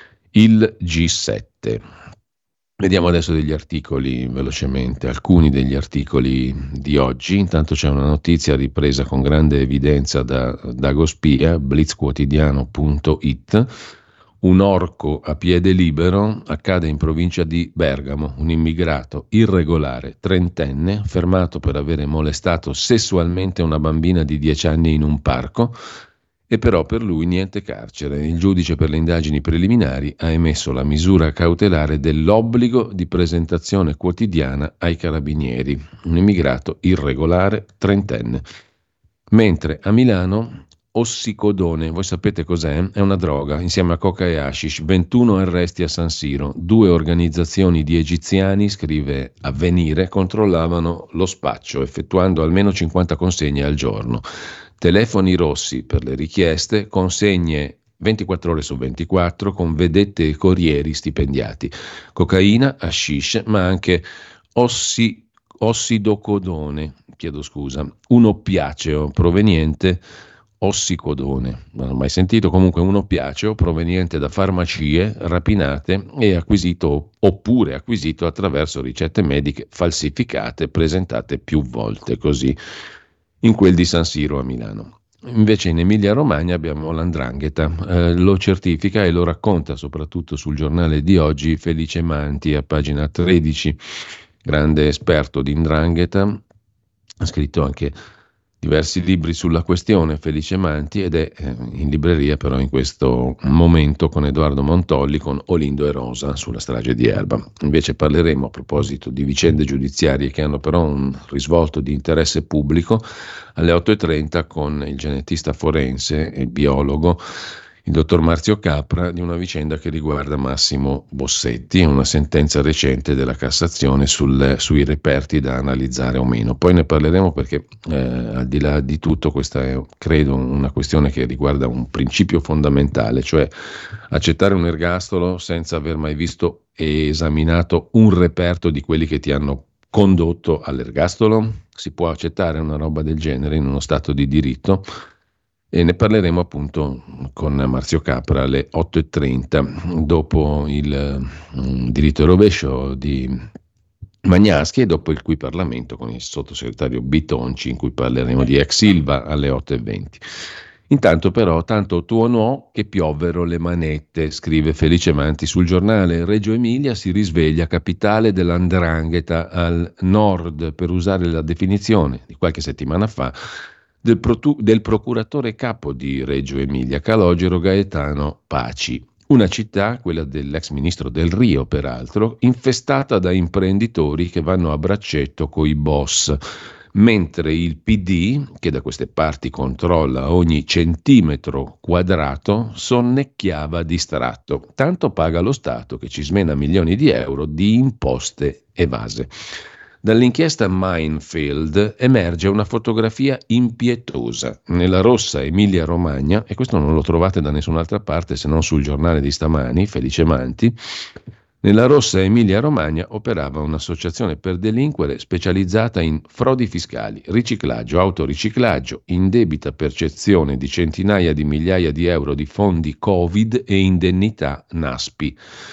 il G7. Vediamo adesso degli articoli velocemente, alcuni degli articoli di oggi. Intanto c'è una notizia ripresa con grande evidenza da Dago Spia, blitzquotidiano.it. Un orco a piede libero accade in provincia di Bergamo. Un immigrato irregolare, trentenne, fermato per avere molestato sessualmente una bambina di 10 anni in un parco, e però per lui niente carcere. Il giudice per le indagini preliminari ha emesso la misura cautelare dell'obbligo di presentazione quotidiana ai carabinieri. Un immigrato irregolare, trentenne. Mentre a Milano, ossicodone, voi sapete cos'è? È una droga, insieme a coca e hashish, 21 arresti a San Siro. 2 organizzazioni di egiziani, scrive Avvenire, controllavano lo spaccio, effettuando almeno 50 consegne al giorno. Telefoni rossi per le richieste, consegne 24 ore su 24 con vedette e corrieri stipendiati. Cocaina, hashish, ma anche ossidocodone, un oppiaceo proveniente, ossicodone, non ho mai sentito, comunque un oppiaceo proveniente da farmacie rapinate e acquisito attraverso ricette mediche falsificate presentate più volte, così in quel di San Siro a Milano. Invece in Emilia-Romagna abbiamo l''ndrangheta, lo certifica e lo racconta soprattutto sul giornale di oggi Felice Manti a pagina 13, grande esperto di 'ndrangheta, ha scritto anche diversi libri sulla questione Felice Manti ed è in libreria però in questo momento con Edoardo Montolli con Olindo e Rosa sulla strage di Erba. Invece parleremo, a proposito di vicende giudiziarie che hanno però un risvolto di interesse pubblico, alle 8.30 con il genetista forense e biologo il dottor Marzio Capra, di una vicenda che riguarda Massimo Bossetti, una sentenza recente della Cassazione sui reperti da analizzare o meno. Poi ne parleremo perché al di là di tutto questa è, credo, una questione che riguarda un principio fondamentale, cioè accettare un ergastolo senza aver mai visto e esaminato un reperto di quelli che ti hanno condotto all'ergastolo? Si può accettare una roba del genere in uno Stato di diritto? E ne parleremo appunto con Marzio Capra alle 8:30, dopo il diritto e rovescio di Magnaschi e dopo il Qui Parlamento con il sottosegretario Bitonci, in cui parleremo di ex Ilva alle 8:20. Intanto però, tanto tuo no che piovvero le manette, scrive Felice Manti sul giornale. Reggio Emilia si risveglia capitale dell''ndrangheta al nord, per usare la definizione di qualche settimana fa del procuratore capo di Reggio Emilia, Calogero Gaetano Paci. Una città, quella dell'ex ministro Del Rio peraltro, infestata da imprenditori che vanno a braccetto coi boss, mentre il PD, che da queste parti controlla ogni centimetro quadrato, sonnecchiava distratto. Tanto paga lo Stato che ci smena milioni di euro di imposte evase. Dall'inchiesta Minefield emerge una fotografia impietosa. Nella rossa Emilia-Romagna, e questo non lo trovate da nessun'altra parte se non sul giornale di stamani, Felice Manti, nella rossa Emilia-Romagna operava un'associazione per delinquere specializzata in frodi fiscali, riciclaggio, autoriciclaggio, indebita percezione di centinaia di migliaia di euro di fondi Covid e indennità NASPI.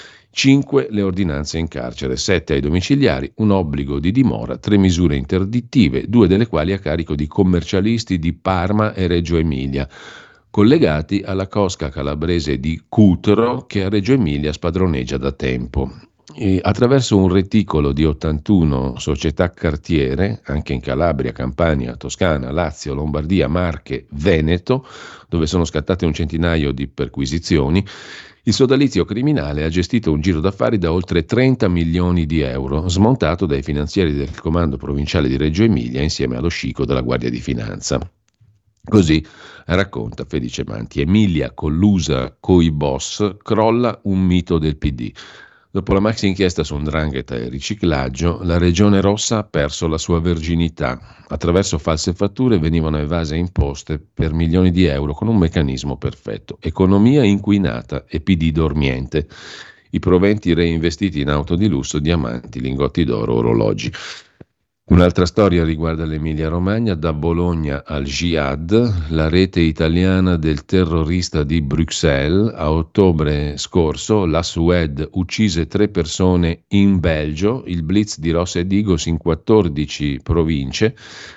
5 le ordinanze in carcere, 7 ai domiciliari, un obbligo di dimora, 3 misure interdittive, 2 delle quali a carico di commercialisti di Parma e Reggio Emilia, collegati alla cosca calabrese di Cutro che a Reggio Emilia spadroneggia da tempo. E attraverso un reticolo di 81 società cartiere, anche in Calabria, Campania, Toscana, Lazio, Lombardia, Marche, Veneto, dove sono scattate un centinaio di perquisizioni, il sodalizio criminale ha gestito un giro d'affari da oltre 30 milioni di euro, smontato dai finanzieri del Comando Provinciale di Reggio Emilia insieme allo scicco della Guardia di Finanza. Così racconta Felice Manti. Emilia collusa coi boss, crolla un mito del PD. Dopo la maxi inchiesta su 'ndrangheta e riciclaggio, la Regione Rossa ha perso la sua verginità. Attraverso false fatture venivano evase imposte per milioni di euro con un meccanismo perfetto. Economia inquinata e PD dormiente. I proventi reinvestiti in auto di lusso, diamanti, lingotti d'oro, orologi. Un'altra storia riguarda l'Emilia-Romagna, da Bologna al Jihad, la rete italiana del terrorista di Bruxelles. A ottobre scorso la Sued uccise 3 persone in Belgio, il blitz di Rossa e Digos in 14 province,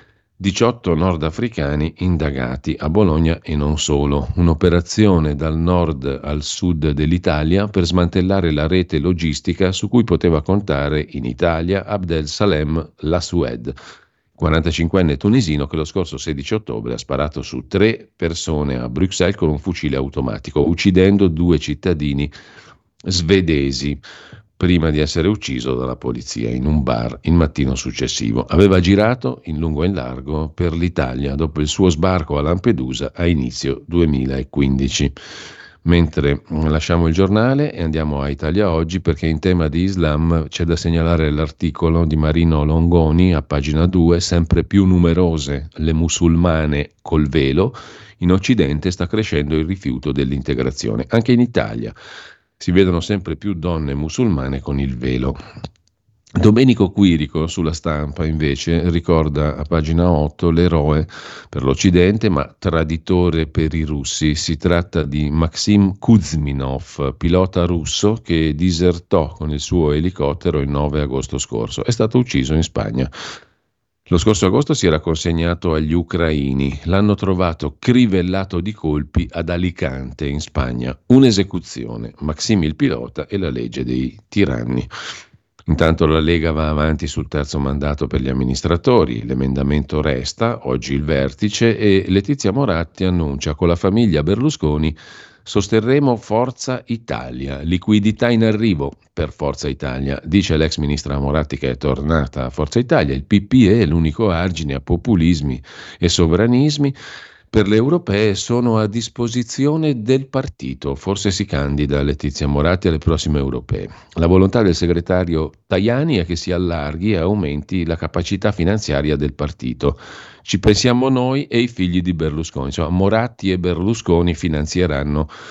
18 nordafricani indagati a Bologna e non solo. Un'operazione dal nord al sud dell'Italia per smantellare la rete logistica su cui poteva contare in Italia Abdel Salem Lassued, 45enne tunisino che lo scorso 16 ottobre ha sparato su 3 persone a Bruxelles con un fucile automatico, uccidendo 2 cittadini svedesi, prima di essere ucciso dalla polizia in un bar il mattino successivo. Aveva girato in lungo e in largo per l'Italia dopo il suo sbarco a Lampedusa a inizio 2015. Mentre lasciamo il giornale e andiamo a Italia Oggi, perché in tema di Islam c'è da segnalare l'articolo di Marino Longoni a pagina 2, sempre più numerose le musulmane col velo, in Occidente sta crescendo il rifiuto dell'integrazione. Anche in Italia si vedono sempre più donne musulmane con il velo. Domenico Quirico sulla Stampa invece ricorda a pagina 8 l'eroe per l'Occidente ma traditore per i russi. Si tratta di Maxim Kuzminov, pilota russo che disertò con il suo elicottero il 9 agosto scorso. È stato ucciso in Spagna. Lo scorso agosto si era consegnato agli ucraini, l'hanno trovato crivellato di colpi ad Alicante in Spagna. Un'esecuzione, Maxim il pilota e la legge dei tiranni. Intanto la Lega va avanti sul terzo mandato per gli amministratori, l'emendamento resta, oggi il vertice, e Letizia Moratti annuncia: con la famiglia Berlusconi sosterremo Forza Italia, liquidità in arrivo per Forza Italia. Dice l'ex ministra Moratti che è tornata a Forza Italia, il PPE è l'unico argine a populismi e sovranismi. Per le europee sono a disposizione del partito, forse si candida Letizia Moratti alle prossime europee. La volontà del segretario Tajani è che si allarghi e aumenti la capacità finanziaria del partito. Ci pensiamo noi e i figli di Berlusconi, insomma Moratti e Berlusconi finanzieranno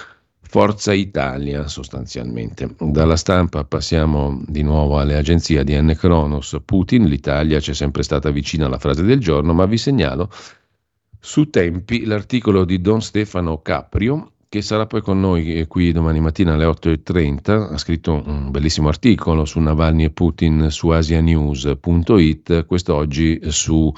Forza Italia sostanzialmente. Dalla Stampa passiamo di nuovo alle agenzie ADN Kronos. Putin, l'Italia c'è sempre stata vicina alla frase del giorno, ma vi segnalo su Tempi l'articolo di Don Stefano Caprio, che sarà poi con noi qui domani mattina alle 8:30. Ha scritto un bellissimo articolo su Navalny e Putin su asianews.it, quest'oggi su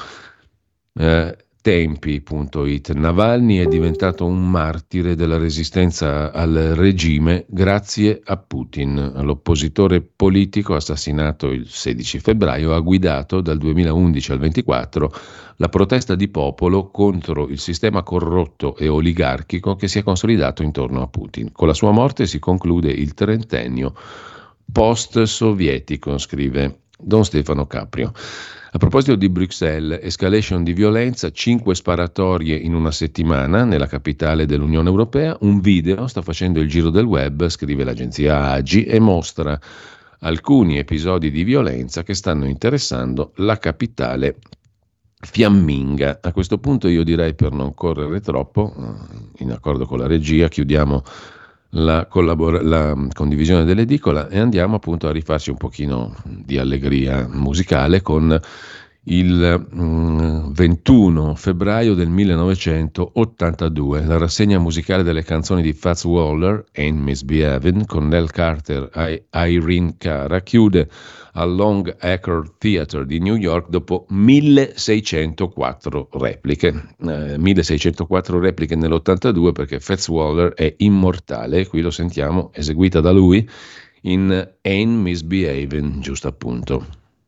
Tempi.it. Navalny è diventato un martire della resistenza al regime grazie a Putin. L'oppositore politico assassinato il 16 febbraio ha guidato dal 2011 al 24 la protesta di popolo contro il sistema corrotto e oligarchico che si è consolidato intorno a Putin. Con la sua morte si conclude il trentennio post-sovietico, scrive Don Stefano Caprio. A proposito di Bruxelles, escalation di violenza, 5 sparatorie in una settimana nella capitale dell'Unione Europea. Un video sta facendo il giro del web, scrive l'agenzia AGI, e mostra alcuni episodi di violenza che stanno interessando la capitale fiamminga. A questo punto io direi, per non correre troppo, in accordo con la regia, chiudiamo la condivisione dell'edicola e andiamo appunto a rifarci un pochino di allegria musicale con il 21 febbraio del 1982, la rassegna musicale delle canzoni di Fats Waller, Ain't Misbehavin', con Nell Carter e Irene Cara, chiude al Long Acre Theatre di New York dopo 1604 repliche. 1604 repliche nell'82, perché Fats Waller è immortale, qui lo sentiamo eseguita da lui in Ain't Misbehavin', giusto appunto.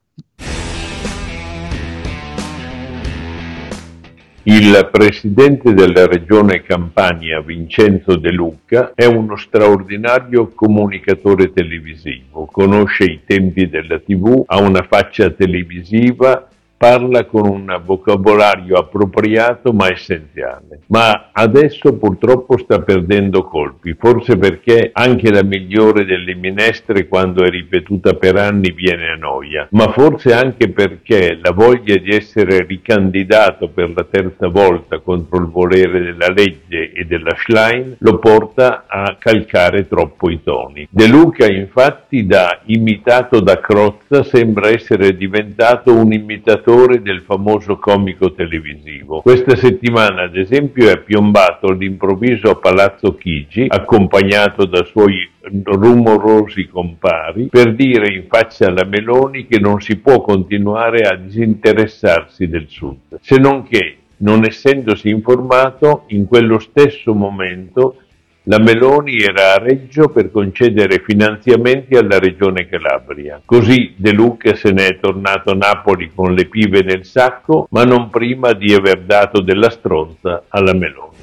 Il presidente della regione Campania, Vincenzo De Luca, è uno straordinario comunicatore televisivo, conosce i tempi della TV, ha una faccia televisiva, parla con un vocabolario appropriato ma essenziale. Ma adesso purtroppo sta perdendo colpi, forse perché anche la migliore delle minestre, quando è ripetuta per anni, viene a noia, ma forse anche perché la voglia di essere ricandidato per la terza volta contro il volere della legge e della Schlein lo porta a calcare troppo i toni. De Luca, infatti, da imitato da Crozza sembra essere diventato un imitatore del famoso comico televisivo. Questa settimana, ad esempio, è piombato all'improvviso a Palazzo Chigi, accompagnato da suoi rumorosi compari, per dire in faccia alla Meloni che non si può continuare a disinteressarsi del Sud, se non che, non essendosi informato, in quello stesso momento la Meloni era a Reggio per concedere finanziamenti alla regione Calabria. Così De Luca se ne è tornato a Napoli con le pive nel sacco, ma non prima di aver dato della stronza alla Meloni.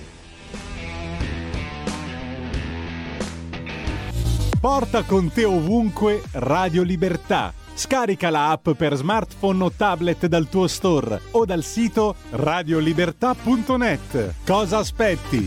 Porta con te ovunque Radio Libertà. Scarica la app per smartphone o tablet dal tuo store o dal sito radiolibertà.net. Cosa aspetti?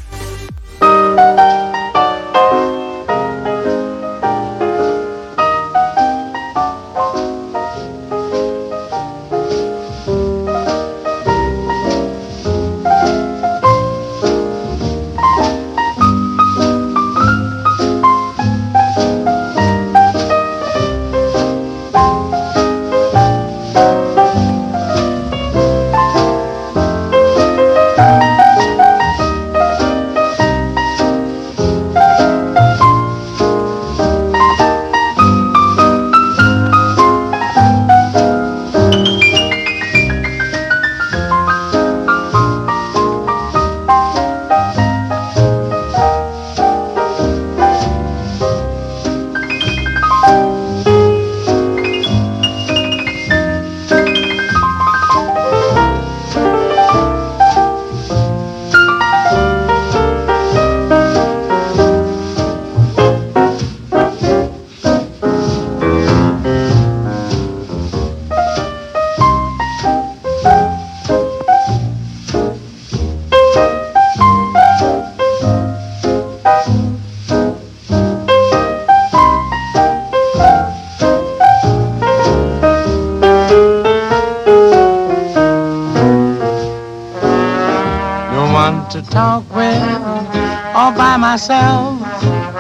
To talk with all by myself,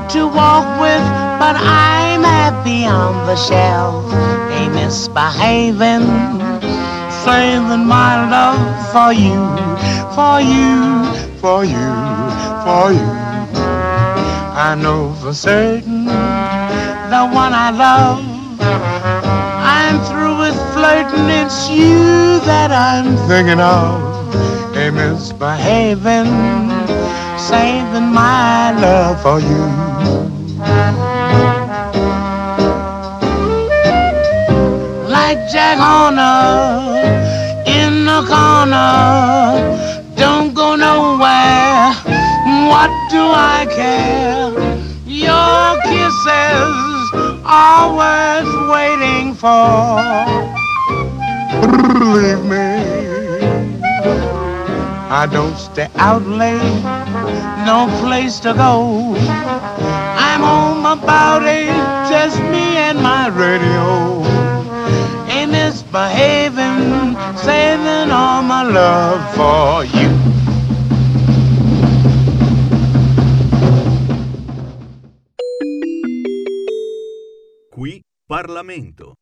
to walk with, but I'm happy on the shelf. Ain't misbehaving, saving my love for you, for you, for you, for you. I know for certain the one I love. I'm through with flirting, it's you that I'm thinking of. Ain't misbehaving, saving my love for you. Like Jack Horner in the corner, don't go nowhere, what do I care? Your kisses are worth waiting for. Believe me, I don't stay out late, no place to go. I'm home about 8, just me and my radio. Ain't misbehaving, saving all my love for you. Qui Parlamento.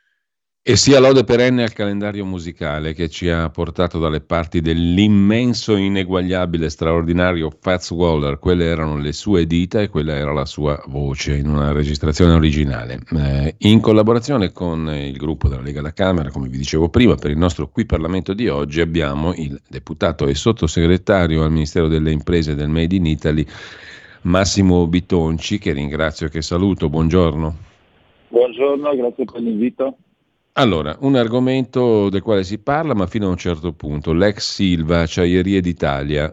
E sia lode perenne al calendario musicale che ci ha portato dalle parti dell'immenso, ineguagliabile, straordinario Fats Waller. Quelle erano le sue dita e quella era la sua voce in una registrazione originale. In collaborazione con il gruppo della Lega alla Camera, come vi dicevo prima, per il nostro Qui Parlamento di oggi abbiamo il deputato e sottosegretario al Ministero delle Imprese e del Made in Italy, Massimo Bitonci, che ringrazio e che saluto. Buongiorno. Buongiorno, grazie per l'invito. Allora, un argomento del quale si parla, ma fino a un certo punto, l'ex Silva, Acciaierie d'Italia,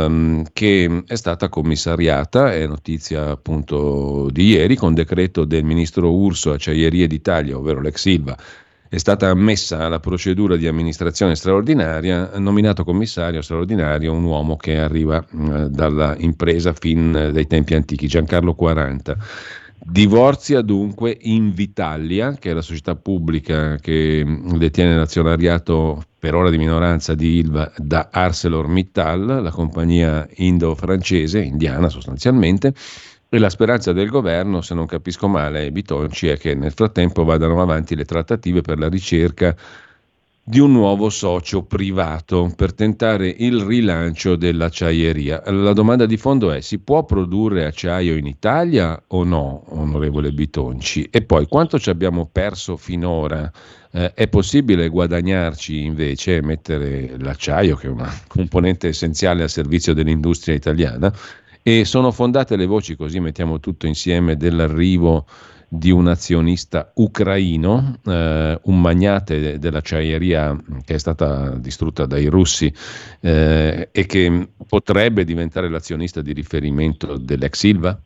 che è stata commissariata, è notizia appunto di ieri, con decreto del ministro Urso. Acciaierie d'Italia, ovvero l'ex Silva, è stata ammessa alla procedura di amministrazione straordinaria, nominato commissario straordinario un uomo che arriva dalla impresa fin dai tempi antichi, Giancarlo 40. Divorzia dunque Invitalia, che è la società pubblica che detiene l'azionariato per ora di minoranza di Ilva, da ArcelorMittal, la compagnia indo-francese, indiana sostanzialmente, e la speranza del governo, se non capisco male, Bitonci, è che nel frattempo vadano avanti le trattative per la ricerca di un nuovo socio privato per tentare il rilancio dell'acciaieria. La domanda di fondo è: si può produrre acciaio in Italia o no, onorevole Bitonci? E poi, quanto ci abbiamo perso finora? È possibile guadagnarci invece e mettere l'acciaio, che è una componente essenziale al servizio dell'industria italiana? E sono fondate le voci, così mettiamo tutto insieme, dell'arrivo di un azionista ucraino, un magnate dell'acciaieria che è stata distrutta dai russi e che potrebbe diventare l'azionista di riferimento dell'ex Silva?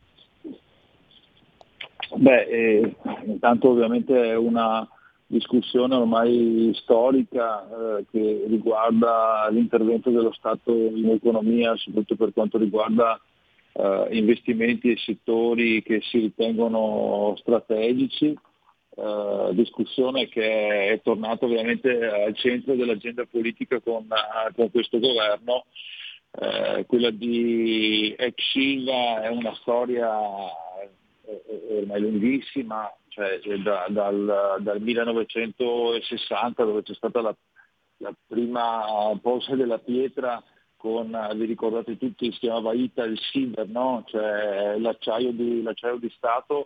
Intanto ovviamente è una discussione ormai storica che riguarda l'intervento dello Stato in economia, soprattutto per quanto riguarda investimenti e settori che si ritengono strategici, discussione che è tornata ovviamente al centro dell'agenda politica con questo governo. Quella di ex Silva è una storia ormai lunghissima, cioè dal 1960, dove c'è stata la prima posa della pietra con, vi ricordate tutti, si chiamava Ital Silver, no? Cioè l'acciaio di Stato,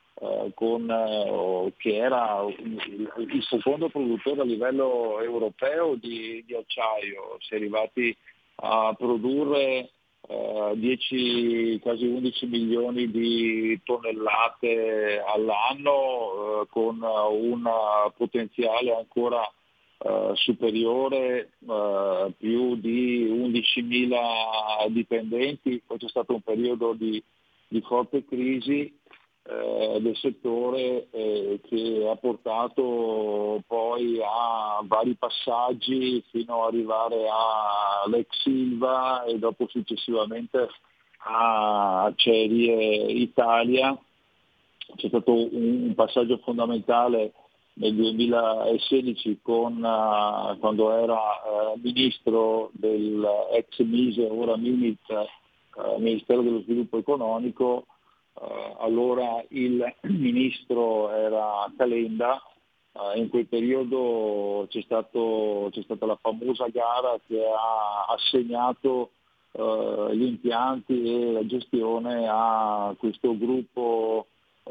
che era il secondo produttore a livello europeo di acciaio. Si è arrivati a produrre 10, quasi 11 milioni di tonnellate all'anno, con un potenziale ancora superiore, più di 11.000 dipendenti. Poi c'è stato un periodo di forte crisi del settore che ha portato poi a vari passaggi fino ad arrivare all'ex Silva e dopo successivamente a Acciaierie Italia. C'è stato un passaggio fondamentale nel 2016 quando era ministro dell'ex Mise, ora Mimit, Ministero dello Sviluppo Economico, allora il ministro era Calenda. In quel periodo c'è stata la famosa gara che ha assegnato gli impianti e la gestione a questo gruppo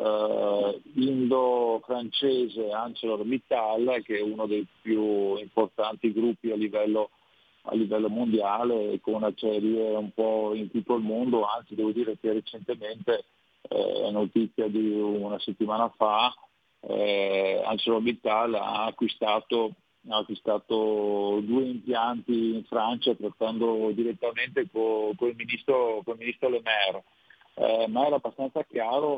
indo-francese ArcelorMittal, che è uno dei più importanti gruppi a livello mondiale, con acciaierie un po' in tutto il mondo. Anzi, devo dire che recentemente, notizia di una settimana fa, ArcelorMittal ha acquistato 2 impianti in Francia, trattando direttamente con il ministro Le Maire. Ma era abbastanza chiaro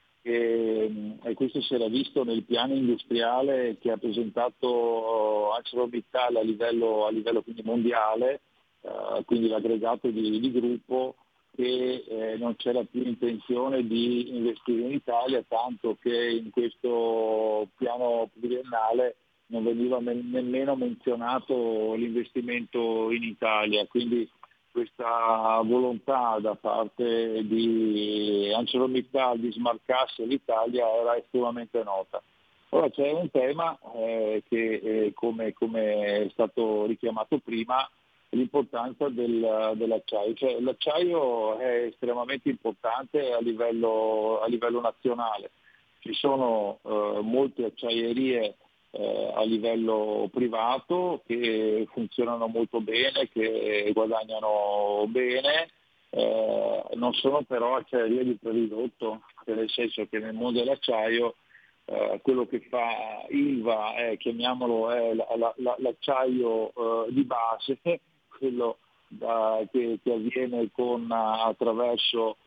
e questo si era visto nel piano industriale che ha presentato ArcelorMittal a livello quindi mondiale, quindi l'aggregato di gruppo, che non c'era più intenzione di investire in Italia, tanto che in questo piano pluriennale non veniva nemmeno menzionato l'investimento in Italia. Quindi questa volontà da parte di ArcelorMittal di smarcarsi l'Italia era estremamente nota. Ora c'è un tema che come è stato richiamato prima, l'importanza dell'acciaio. Cioè, l'acciaio è estremamente importante a livello nazionale. Ci sono molte acciaierie a livello privato che funzionano molto bene, che guadagnano bene, non sono però acciaierie di preridotto, nel senso che nel mondo dell'acciaio quello che fa Ilva chiamiamolo, l'acciaio di base, quello che avviene attraverso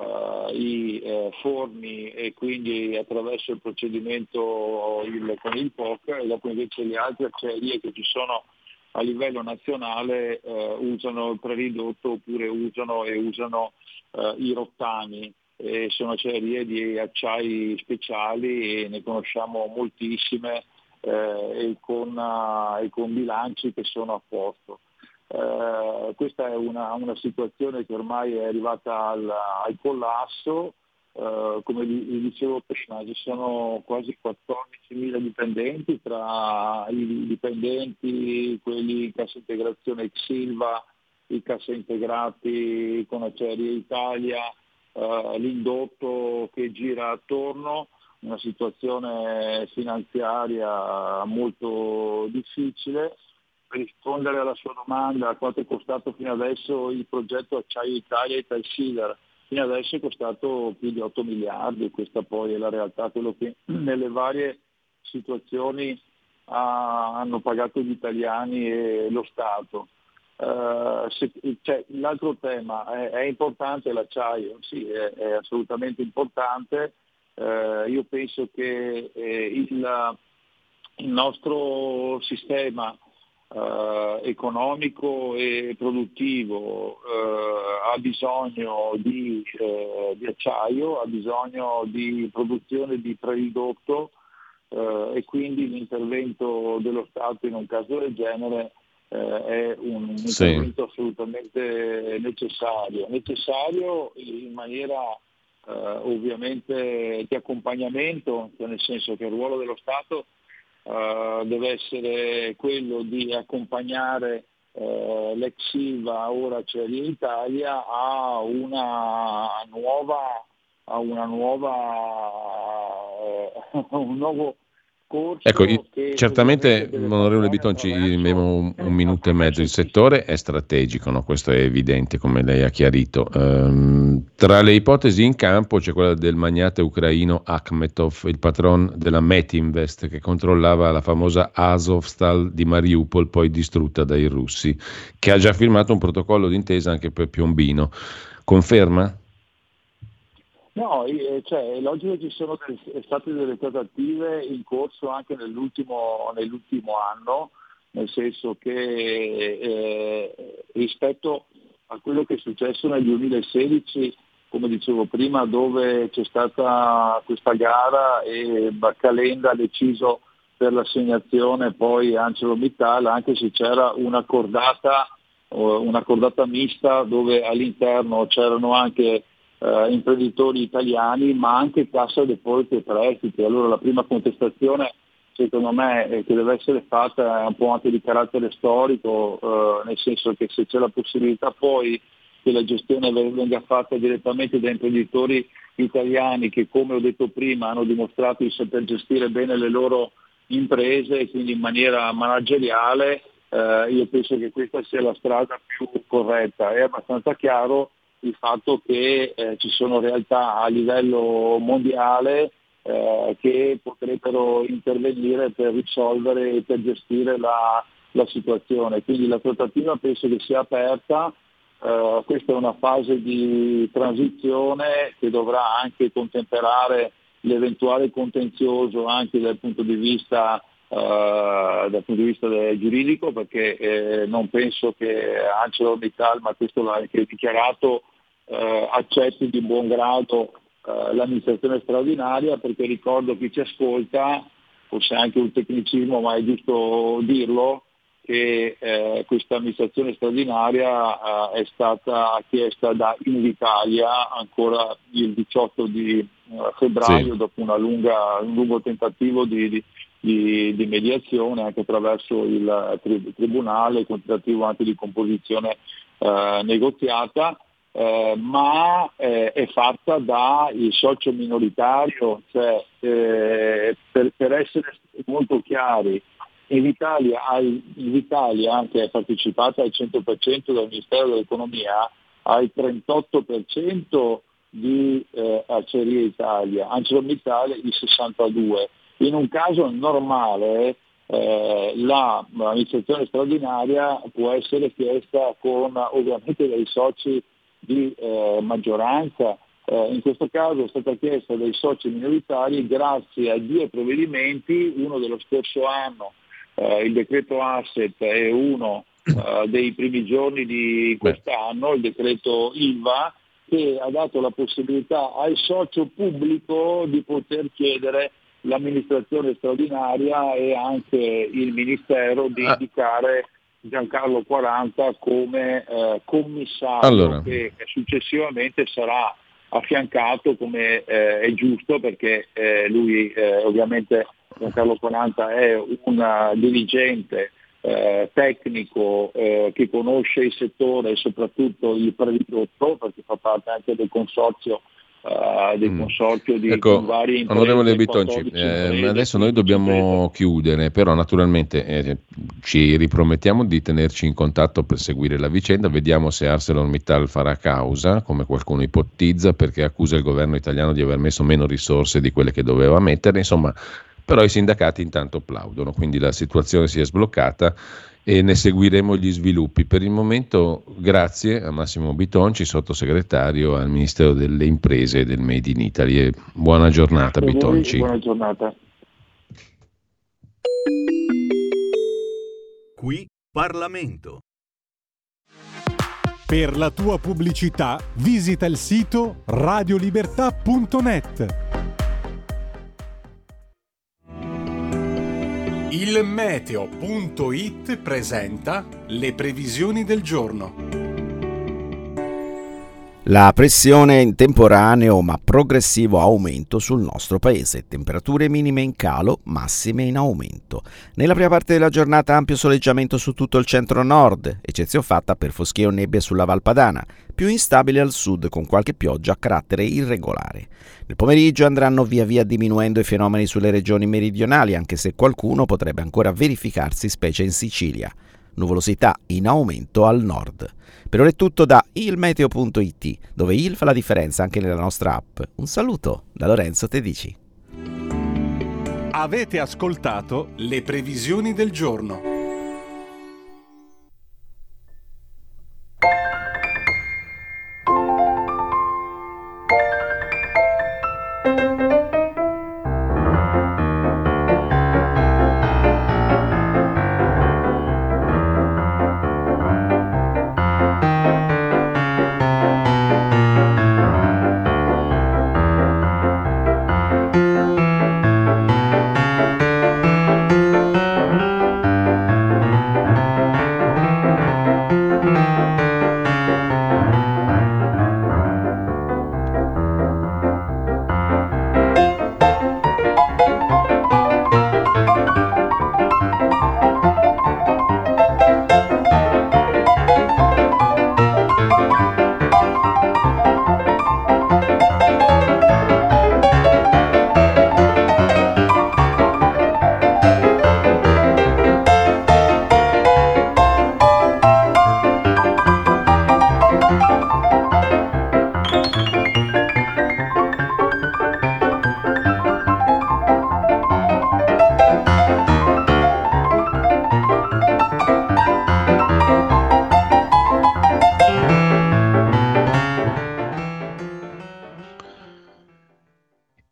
i forni e quindi attraverso il procedimento con il POC, e dopo invece le altre acciaierie che ci sono a livello nazionale usano il preridotto oppure usano i rottami. Sono acciaierie di acciai speciali e ne conosciamo moltissime e con bilanci che sono a posto. Questa è una situazione che ormai è arrivata al collasso. Come vi dicevo prima, ci sono quasi 14.000 dipendenti, tra i dipendenti, quelli in cassa integrazione ex Ilva, i cassa integrati con Acciaierie Italia, l'indotto che gira attorno, una situazione finanziaria molto difficile. Per rispondere alla sua domanda, quanto è costato fino adesso il progetto Acciaio Italia e Italsider? Fino adesso è costato più di 8 miliardi, questa poi è la realtà, quello che nelle varie situazioni hanno pagato gli italiani e lo Stato. L'altro tema è importante l'acciaio, sì, è assolutamente importante. Io penso che il nostro sistema economico e produttivo ha bisogno di acciaio, ha bisogno di produzione di preridotto e quindi l'intervento dello Stato in un caso del genere è un intervento assolutamente necessario in maniera ovviamente di accompagnamento, nel senso che il ruolo dello Stato deve essere quello di accompagnare l'ex Ilva, ora Acciaierie Italia, a un nuovo corso. Ecco, certamente, onorevole Bitonci, abbiamo un minuto e mezzo. Il settore è strategico, no? Questo è evidente, come lei ha chiarito. Tra le ipotesi in campo c'è quella del magnate ucraino Akhmetov, il patron della Metinvest, che controllava la famosa Azovstal di Mariupol, poi distrutta dai russi, che ha già firmato un protocollo d'intesa anche per Piombino. Conferma? No, è logico che ci sono state delle trattative in corso anche nell'ultimo anno, nel senso che rispetto a quello che è successo nel 2016, come dicevo prima, dove c'è stata questa gara e Calenda ha deciso per l'assegnazione poi ArcelorMittal, anche se c'era un'accordata mista dove all'interno c'erano anche imprenditori italiani, ma anche Cassa Depositi e Prestiti. Allora la prima contestazione secondo me che deve essere fatta è un po' anche di carattere storico, nel senso che se c'è la possibilità poi che la gestione venga fatta direttamente da imprenditori italiani che, come ho detto prima, hanno dimostrato di saper gestire bene le loro imprese e quindi in maniera manageriale, io penso che questa sia la strada più corretta. È abbastanza chiaro il fatto che ci sono realtà a livello mondiale che potrebbero intervenire per risolvere e per gestire la situazione. Quindi la trattativa penso che sia aperta. Questa è una fase di transizione che dovrà anche contemperare l'eventuale contenzioso anche dal punto di vista giuridico, perché non penso che ArcelorMittal, ma questo l'ha anche dichiarato, accetti di buon grado l'amministrazione straordinaria, perché ricordo chi ci ascolta, forse anche un tecnicismo ma è giusto dirlo, che questa amministrazione straordinaria è stata chiesta da Invitalia ancora il 18 di febbraio, sì, dopo un lungo tentativo di mediazione anche attraverso il tribunale, con tentativo anche di composizione negoziata, ma è fatta da il socio minoritario, cioè per essere molto chiari, Invitalia che è partecipata al 100% dal Ministero dell'Economia, ha il 38% di Acciaierie Italia, ArcelorMittal il 62%. In un caso normale l'amministrazione straordinaria può essere chiesta con ovviamente dei soci di maggioranza. In questo caso è stata chiesta dai soci minoritari grazie a 2 provvedimenti, uno dello scorso anno, il decreto asset, e uno dei primi giorni di quest'anno, il decreto ILVA, che ha dato la possibilità al socio pubblico di poter chiedere l'amministrazione straordinaria e anche il Ministero di indicare Giancarlo Quaranta come commissario, che successivamente sarà affiancato, come è giusto, perché lui ovviamente Giancarlo Quaranta è un dirigente tecnico che conosce il settore e soprattutto il prodotto, perché fa parte anche del consorzio di varie imprese. Onorevole Bitonci, adesso noi dobbiamo chiudere, però naturalmente ci ripromettiamo di tenerci in contatto per seguire la vicenda. Vediamo se ArcelorMittal farà causa, come qualcuno ipotizza, perché accusa il governo italiano di aver messo meno risorse di quelle che doveva mettere. Insomma, però i sindacati intanto plaudono, quindi la situazione si è sbloccata e ne seguiremo gli sviluppi. Per il momento grazie a Massimo Bitonci, sottosegretario al Ministero delle Imprese e del Made in Italy, e buona giornata Bitonci. Buona giornata. Qui Parlamento. Per la tua pubblicità visita il sito radiolibertà.net. Il meteo.it presenta le previsioni del giorno. La pressione è in temporaneo ma progressivo aumento sul nostro paese, temperature minime in calo, massime in aumento. Nella prima parte della giornata ampio soleggiamento su tutto il centro-nord, eccezione fatta per foschie o nebbie sulla Val Padana, più instabile al sud con qualche pioggia a carattere irregolare. Nel pomeriggio andranno via via diminuendo i fenomeni sulle regioni meridionali, anche se qualcuno potrebbe ancora verificarsi, specie in Sicilia. Nuvolosità in aumento al nord. Per ora è tutto da ilmeteo.it, dove il fa la differenza anche nella nostra app. Un saluto da Lorenzo Tedici. Avete ascoltato le previsioni del giorno.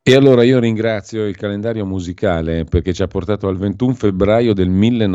E allora io ringrazio il calendario musicale perché ci ha portato al 21 febbraio del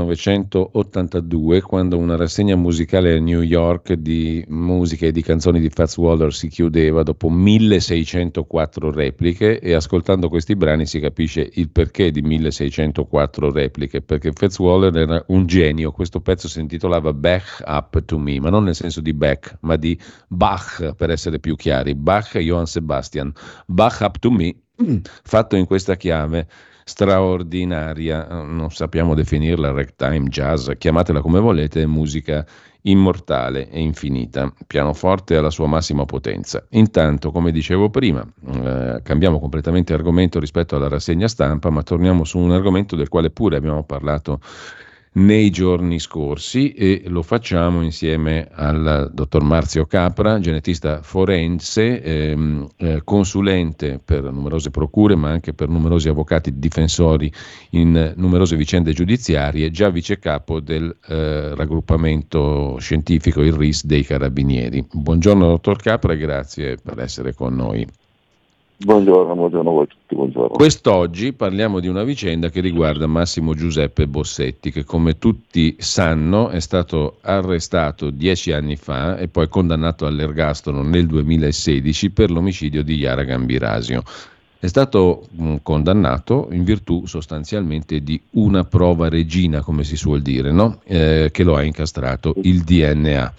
1982, quando una rassegna musicale a New York di musica e di canzoni di Fats Waller si chiudeva dopo 1604 repliche, e ascoltando questi brani si capisce il perché di 1604 repliche, perché Fats Waller era un genio. Questo pezzo si intitolava Back Up to Me, ma non nel senso di Beck, ma di Bach, per essere più chiari. Bach e Johann Sebastian. Back Up to Me, fatto in questa chiave straordinaria, non sappiamo definirla, ragtime, jazz, chiamatela come volete, musica immortale e infinita, pianoforte alla sua massima potenza. Intanto, come dicevo prima, cambiamo completamente argomento rispetto alla rassegna stampa, ma torniamo su un argomento del quale pure abbiamo parlato nei giorni scorsi, e lo facciamo insieme al dottor Marzio Capra, genetista forense, consulente per numerose procure ma anche per numerosi avvocati difensori in numerose vicende giudiziarie, già vice capo del raggruppamento scientifico, il RIS dei Carabinieri. Buongiorno dottor Capra e grazie per essere con noi. Buongiorno a voi tutti, buongiorno. Quest'oggi parliamo di una vicenda che riguarda Massimo Giuseppe Bossetti, che come tutti sanno è stato arrestato 10 anni fa e poi condannato all'ergastolo nel 2016 per l'omicidio di Yara Gambirasio. È stato condannato in virtù sostanzialmente di una prova regina, come si suol dire, no? Che lo ha incastrato il DNA.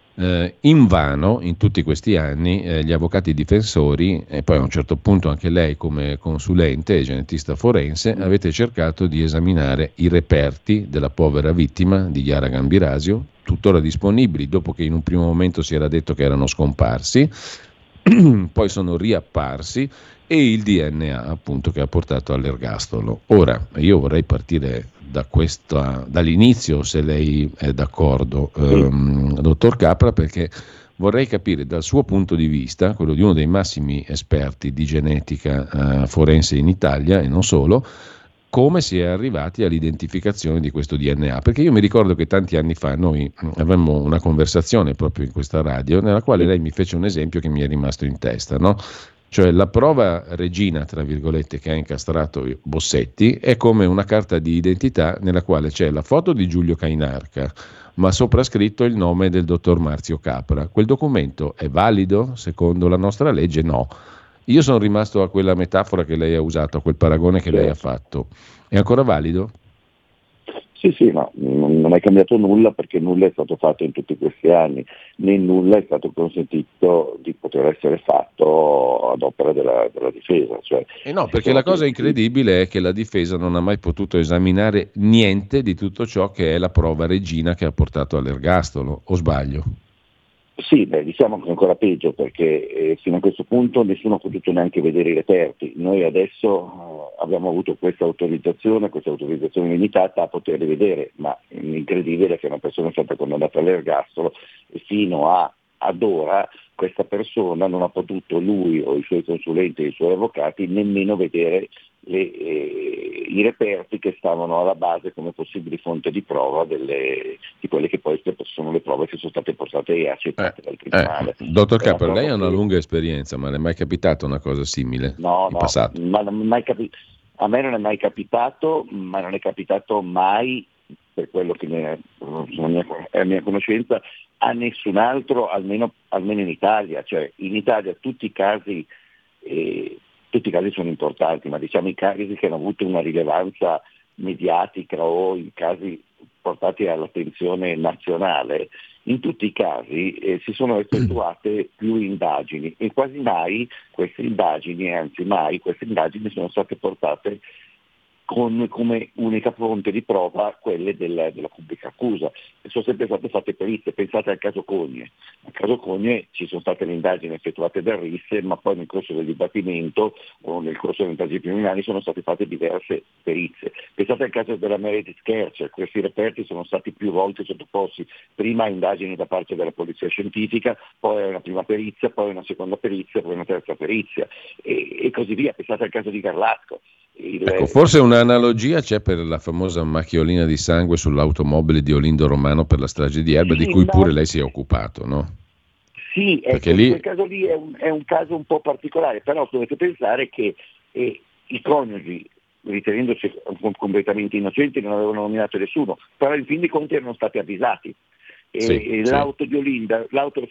Invano in tutti questi anni gli avvocati difensori, e poi a un certo punto anche lei come consulente e genetista forense, avete cercato di esaminare i reperti della povera vittima di Yara Gambirasio, tuttora disponibili dopo che in un primo momento si era detto che erano scomparsi, poi sono riapparsi, e il DNA appunto che ha portato all'ergastolo. Ora io vorrei partire dall'inizio, se lei è d'accordo, dottor Capra, perché vorrei capire dal suo punto di vista, quello di uno dei massimi esperti di genetica forense in Italia e non solo, come si è arrivati all'identificazione di questo DNA. Perché io mi ricordo che tanti anni fa noi avevamo una conversazione proprio in questa radio nella quale lei mi fece un esempio che mi è rimasto in testa, no? Cioè la prova regina, tra virgolette, che ha incastrato Bossetti è come una carta di identità nella quale c'è la foto di Giulio Cainarca, ma soprascritto il nome del dottor Marzio Capra. Quel documento è valido? Secondo la nostra legge no. Io sono rimasto a quella metafora che lei ha usato, a quel paragone che lei ha fatto. È ancora valido? Sì, no, non è cambiato nulla, perché nulla è stato fatto in tutti questi anni, né nulla è stato consentito di poter essere fatto ad opera della difesa. Cioè, no, perché la cosa incredibile è che la difesa non ha mai potuto esaminare niente di tutto ciò che è la prova regina che ha portato all'ergastolo, o sbaglio? Sì, diciamo che è ancora peggio, perché fino a questo punto nessuno ha potuto neanche vedere i reperti. Noi adesso abbiamo avuto questa autorizzazione limitata a poterli vedere, ma l'incredibile è che una persona è stata condannata all'ergastolo e fino ad ora questa persona non ha potuto, lui o i suoi consulenti e i suoi avvocati, nemmeno vedere i reperti che stavano alla base come possibili fonti di prova di quelle che poi sono le prove che sono state portate e accettate dal tribunale. Dottor Capra, lei ha una lunga esperienza, ma le è mai capitata una cosa simile in passato? Ma non mai a me non è mai capitato, ma non è capitato mai, per quello che è mia conoscenza, a nessun altro, almeno in Italia. Cioè in Italia tutti i casi sono importanti, ma diciamo i casi che hanno avuto una rilevanza mediatica o i casi portati all'attenzione nazionale, in tutti i casi si sono effettuate più indagini e quasi mai queste indagini sono state portate come unica fonte di prova quelle della pubblica accusa. Sono sempre state fatte perizie. Pensate al caso Cogne. Nel caso Cogne ci sono state le indagini effettuate dal RIS, ma poi nel corso del dibattimento o nel corso delle indagini preliminari sono state fatte diverse perizie. Pensate al caso della Meredith Kercher. Questi reperti sono stati più volte sottoposti prima a indagini da parte della polizia scientifica, poi a una prima perizia, poi a una seconda perizia, poi a una terza perizia e così via. Pensate al caso di Garlasco. Ecco, forse un'analogia c'è per la famosa macchiolina di sangue sull'automobile di Olindo Romano per la strage di Erba, di cui pure lei si è occupato, no? Sì, perché quel caso lì è un caso un po' particolare, però dovete pensare che e i coniugi, ritenendosi completamente innocenti, non avevano nominato nessuno, però in fin dei conti erano stati avvisati. E l'auto di Olinda, l'auto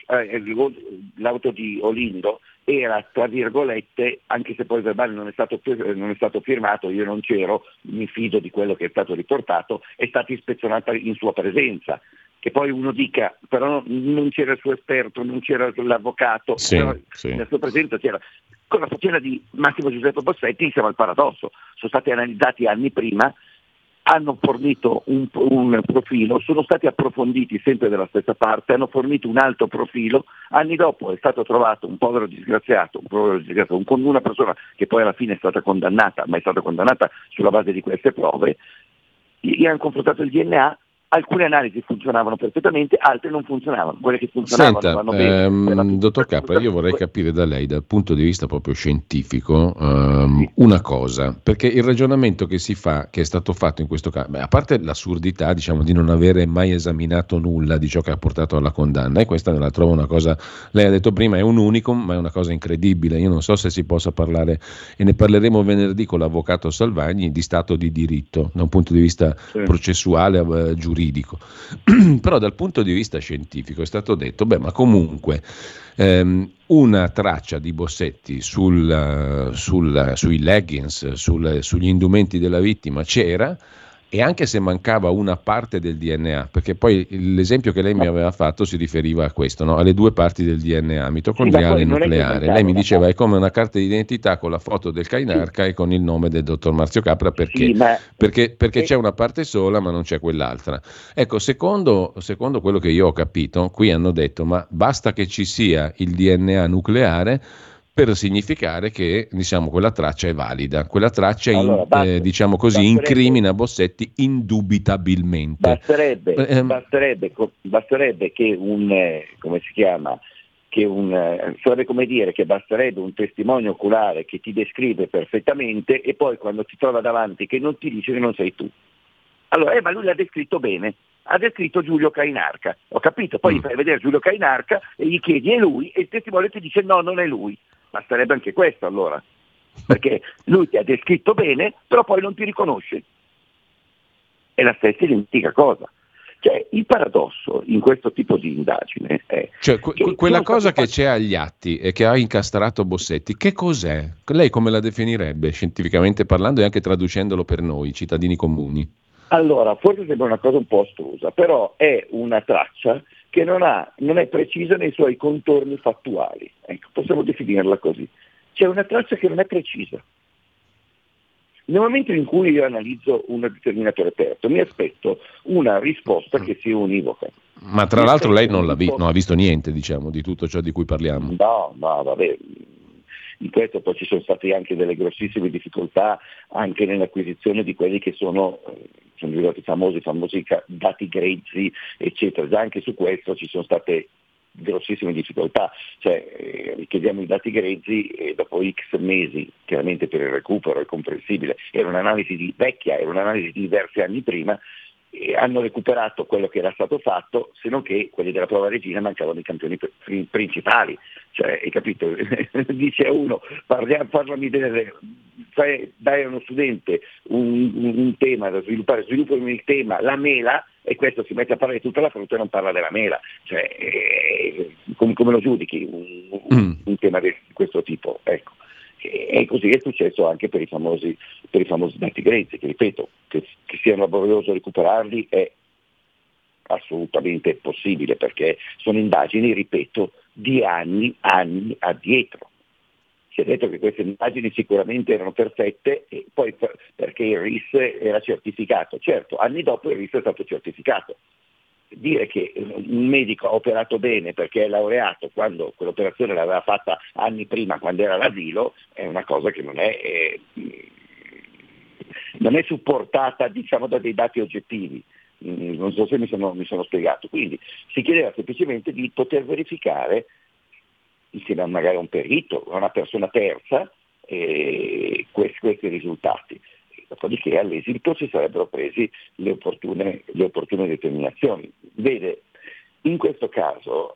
di Olindo era, tra virgolette, anche se poi il verbale non è stato firmato, io non c'ero, mi fido di quello che è stato riportato, è stata ispezionata in sua presenza. Che poi uno dica, però non c'era il suo esperto, non c'era l'avvocato, però nella sua presenza c'era. Con la faccenda di Massimo Giuseppe Bossetti siamo al paradosso, sono stati analizzati anni prima, hanno fornito un profilo, sono stati approfonditi sempre dalla stessa parte, hanno fornito un altro profilo, anni dopo è stato trovato un povero disgraziato, con una persona che poi alla fine è stata condannata, ma è stata condannata sulla base di queste prove, gli hanno confrontato il DNA. Alcune analisi funzionavano perfettamente, altre non funzionavano. Quelle che funzionavano vanno bene. Dottor Capra, io vorrei capire da lei, dal punto di vista proprio scientifico, una cosa, perché il ragionamento che si fa, che è stato fatto in questo caso, a parte l'assurdità, diciamo, di non avere mai esaminato nulla di ciò che ha portato alla condanna, e questa la trovo una cosa, lei ha detto prima, è un unicum, ma è una cosa incredibile. Io non so se si possa parlare, e ne parleremo venerdì con l'avvocato Salvagni, di stato di diritto, da un punto di vista processuale, giuridico. Però dal punto di vista scientifico è stato detto, ma comunque una traccia di Bossetti sui leggings, sugli indumenti della vittima c'era, e anche se mancava una parte del DNA, perché poi l'esempio che lei mi aveva fatto si riferiva a questo, no? Alle due parti del DNA, mitocondriale e nucleare. Lei mi diceva è come una carta d'identità con la foto del Cainarca e con il nome del dottor Marzio Capra, perché? Perché c'è una parte sola ma non c'è quell'altra. Ecco, secondo quello che io ho capito, qui hanno detto ma basta che ci sia il DNA nucleare per significare che, diciamo, quella traccia è valida, quella traccia diciamo così, incrimina Bossetti indubitabilmente. Basterebbe che sarebbe come dire che basterebbe un testimone oculare che ti descrive perfettamente e poi quando ti trova davanti che non ti dice che non sei tu. Allora, ma lui l'ha descritto bene, ha descritto Giulio Cainarca, ho capito, poi gli fai vedere Giulio Cainarca e gli chiedi è lui e il testimone ti dice no, non è lui. Basterebbe anche questo allora, perché lui ti ha descritto bene, però poi non ti riconosce. È la stessa identica cosa. Cioè, il paradosso in questo tipo di indagine è... Cioè, quella cosa che c'è agli atti e che ha incastrato Bossetti, che cos'è? Lei come la definirebbe, scientificamente parlando e anche traducendolo per noi, cittadini comuni? Allora, forse sembra una cosa un po' astrusa, però è una traccia che non è precisa nei suoi contorni fattuali. Ecco, possiamo definirla così. C'è una traccia che non è precisa. Nel momento in cui io analizzo un determinato reperto, mi aspetto una risposta che sia univoca. Ma tra l'altro lei non ha visto niente, diciamo, di tutto ciò di cui parliamo. No, vabbè. In questo poi ci sono state anche delle grossissime difficoltà anche nell'acquisizione di quelli che sono diventati famosi dati grezzi, eccetera. Già anche su questo ci sono state grossissime difficoltà, cioè richiediamo i dati grezzi e dopo X mesi, chiaramente per il recupero è comprensibile, era un'analisi vecchia, era un'analisi di diversi anni prima, e hanno recuperato quello che era stato fatto, se non che quelli della prova regina mancavano i campioni principali, cioè hai capito? Dice a uno parlami dai a uno studente un tema da sviluppare, sviluppami il tema, la mela, e questo si mette a parlare di tutta la frutta e non parla della mela, cioè come lo giudichi un tema di questo tipo, ecco. E così è successo anche per i famosi dati grezzi, che ripeto, che sia laborioso recuperarli è assolutamente possibile, perché sono indagini, ripeto, di anni addietro. Si è detto che queste indagini sicuramente erano perfette, e poi perché il RIS era certificato. Certo, anni dopo il RIS è stato certificato. Dire che un medico ha operato bene perché è laureato quando quell'operazione l'aveva fatta anni prima, quando era all'asilo, è una cosa che non è supportata, diciamo, da dei dati oggettivi. Non so se mi sono spiegato. Quindi si chiedeva semplicemente di poter verificare, insieme a magari a un perito, a una persona terza, questi risultati. Dopodiché all'esito si sarebbero presi le opportune determinazioni. Vede, in questo caso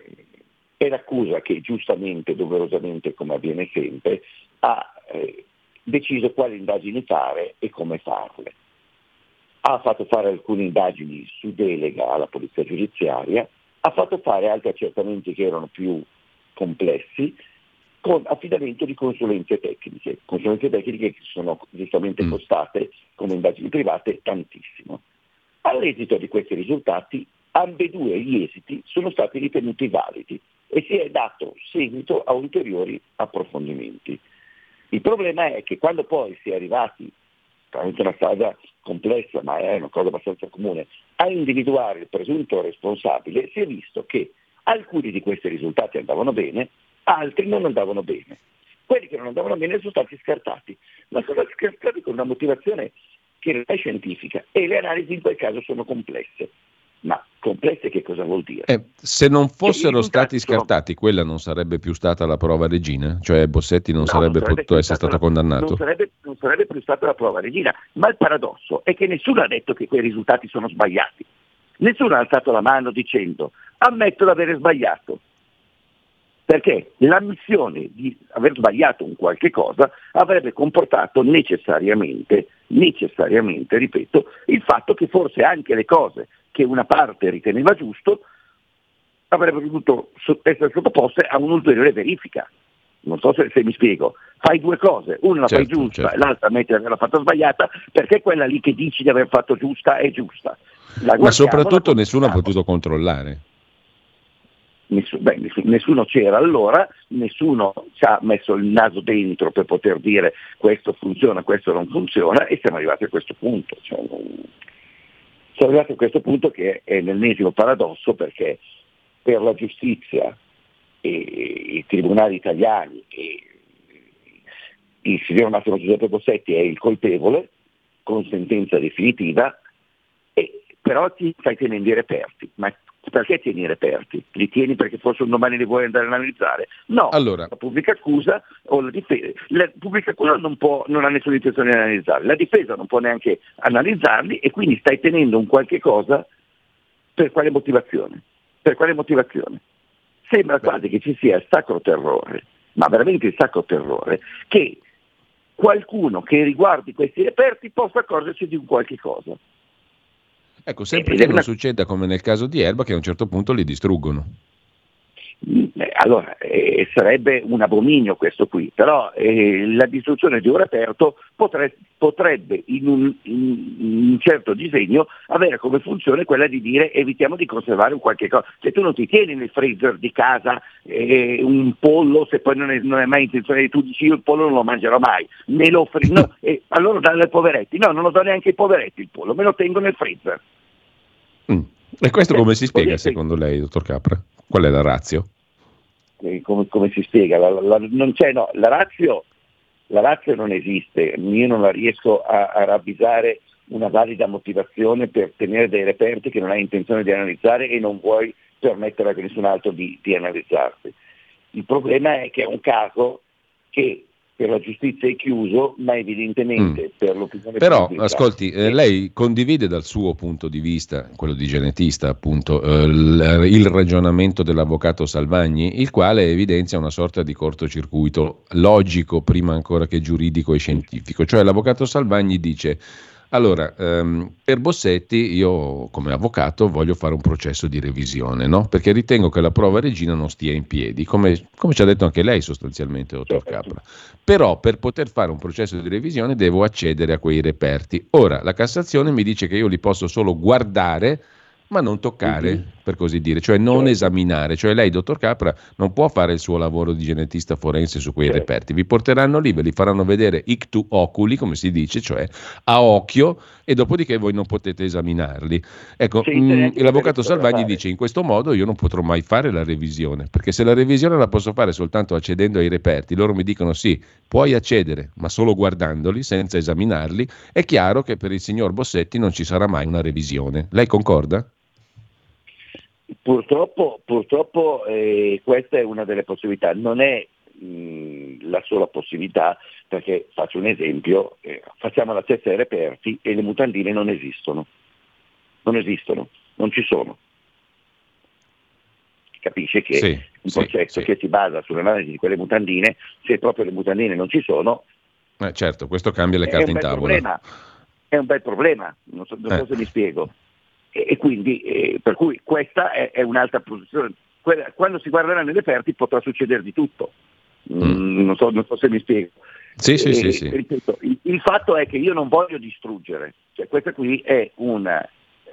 è l'accusa che giustamente, doverosamente, come avviene sempre, ha deciso quali indagini fare e come farle. Ha fatto fare alcune indagini su delega alla polizia giudiziaria, ha fatto fare altri accertamenti che erano più complessi con affidamento di consulenze tecniche che sono giustamente costate come indagini private tantissimo. All'esito di questi risultati, ambedue gli esiti sono stati ritenuti validi e si è dato seguito a ulteriori approfondimenti. Il problema è che quando poi si è arrivati, veramente una strada complessa, ma è una cosa abbastanza comune, a individuare il presunto responsabile, si è visto che alcuni di questi risultati andavano bene, altri non andavano bene. Quelli che non andavano bene sono stati scartati, ma sono stati scartati con una motivazione che non è scientifica e le analisi in quel caso sono complesse. Ma complesse che cosa vuol dire? Se non fossero stati scartati, quella non sarebbe più stata la prova regina? Cioè Bossetti non sarebbe potuto essere stato condannato? Non sarebbe più stata la prova regina, ma il paradosso è che nessuno ha detto che quei risultati sono sbagliati. Nessuno ha alzato la mano dicendo ammetto di avere sbagliato. Perché l'ammissione di aver sbagliato un qualche cosa avrebbe comportato necessariamente, ripeto, il fatto che forse anche le cose che una parte riteneva giusto avrebbero dovuto essere sottoposte a un'ulteriore verifica. Non so se mi spiego. Fai due cose, una la fai giusta e l'altra ammetti di averla fatta sbagliata, perché quella lì che dici di aver fatto giusta è giusta. Ma soprattutto nessuno ha potuto controllare. Nessuno c'era allora, nessuno ci ha messo il naso dentro per poter dire questo funziona, questo non funziona, e siamo arrivati a questo punto. Siamo arrivati a questo punto che è l'ennesimo paradosso, perché per la giustizia e i tribunali italiani e il signor Massimo Giuseppe Bossetti è il colpevole con sentenza definitiva, però ti stai tenendo i reperti. Ma perché tieni i reperti? Li tieni perché forse un domani li vuoi andare a analizzare? No, allora, la pubblica accusa o la difesa, la pubblica accusa non ha nessuna intenzione di analizzarli, la difesa non può neanche analizzarli, e quindi stai tenendo un qualche cosa per quale motivazione? Per quale motivazione? Sembra quasi che ci sia il sacro terrore, ma veramente il sacro terrore, che qualcuno che riguardi questi reperti possa accorgersi di un qualche cosa. Ecco, sempre che non succeda come nel caso di Erba, che a un certo punto li distruggono. Allora, sarebbe un abominio questo qui, però la distruzione di un reperto potrebbe in un certo disegno avere come funzione quella di dire evitiamo di conservare un qualche cosa. Se tu non ti tieni nel freezer di casa un pollo, se poi non è mai intenzione di tu dici io il pollo non lo mangerò mai, me lo allora dallo ai poveretti, no, non lo do neanche ai poveretti il pollo, me lo tengo nel freezer. E questo come si spiega secondo lei, dottor Capra? Qual è la ratio? Come si spiega? La ratio non esiste, io non la riesco a ravvisare una valida motivazione per tenere dei reperti che non hai intenzione di analizzare e non vuoi permettere a nessun altro di analizzarli. Il problema è che è un caso che per la giustizia è chiuso, ma evidentemente per l'opinione pubblica. Però, ascolti, lei condivide dal suo punto di vista, quello di genetista appunto, il ragionamento dell'avvocato Salvagni, il quale evidenzia una sorta di cortocircuito logico prima ancora che giuridico e scientifico. Cioè l'avvocato Salvagni dice: allora, per Bossetti io come avvocato voglio fare un processo di revisione, no? Perché ritengo che la prova regina non stia in piedi, come ci ha detto anche lei sostanzialmente, dottor Capra. Però per poter fare un processo di revisione devo accedere a quei reperti. Ora, la Cassazione mi dice che io li posso solo guardare, ma non toccare, per così dire, cioè non esaminare. Cioè lei, dottor Capra, non può fare il suo lavoro di genetista forense su quei reperti. Vi porteranno lì, ve li faranno vedere ictu oculi, come si dice, cioè a occhio, e dopodiché voi non potete esaminarli. Ecco, l'avvocato Salvagni dice: in questo modo io non potrò mai fare la revisione, perché se la revisione la posso fare soltanto accedendo ai reperti, loro mi dicono sì, puoi accedere, ma solo guardandoli, senza esaminarli, è chiaro che per il signor Bossetti non ci sarà mai una revisione. Lei concorda? Purtroppo questa è una delle possibilità, non è la sola possibilità, perché faccio un esempio, facciamo l'accesso ai reperti e le mutandine non esistono, non ci sono. Capisce che un processo che si basa sull'analisi di quelle mutandine, se proprio le mutandine non ci sono, Certo, questo cambia le carte in tavola. È un bel problema, non so se mi spiego. E quindi, per cui questa è un'altra posizione. Quando si guarderà nelle reperti potrà succedere di tutto. Non so se mi spiego. Sì. Ripeto, il fatto è che io non voglio distruggere, cioè questa qui è una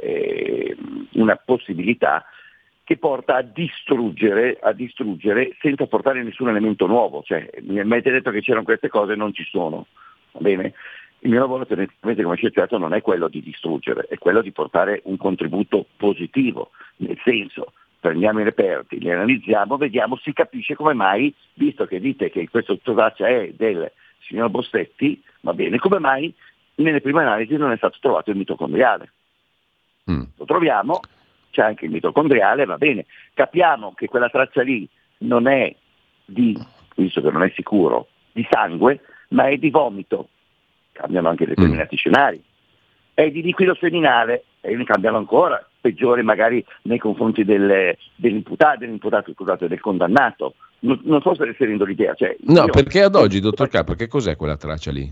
possibilità che porta a distruggere senza portare nessun elemento nuovo, cioè mi avete detto che c'erano queste cose, non ci sono, va bene? Il mio lavoro tendenzialmente come scienziato non è quello di distruggere, è quello di portare un contributo positivo, nel senso prendiamo i reperti, li analizziamo, vediamo, si capisce come mai, visto che dite che questa traccia è del signor Bossetti, va bene, come mai nelle prime analisi non è stato trovato il mitocondriale. Lo troviamo, c'è anche il mitocondriale, va bene, capiamo che quella traccia lì non è visto che non è sicuro, di sangue, ma è di vomito, cambiano anche determinati scenari, è di liquido seminale, e ne cambiano ancora, peggiore magari nei confronti dell'imputato, del condannato. Non so se le stai rendendo l'idea. Cioè, perché ad oggi, dottor Capra, che cos'è quella traccia lì?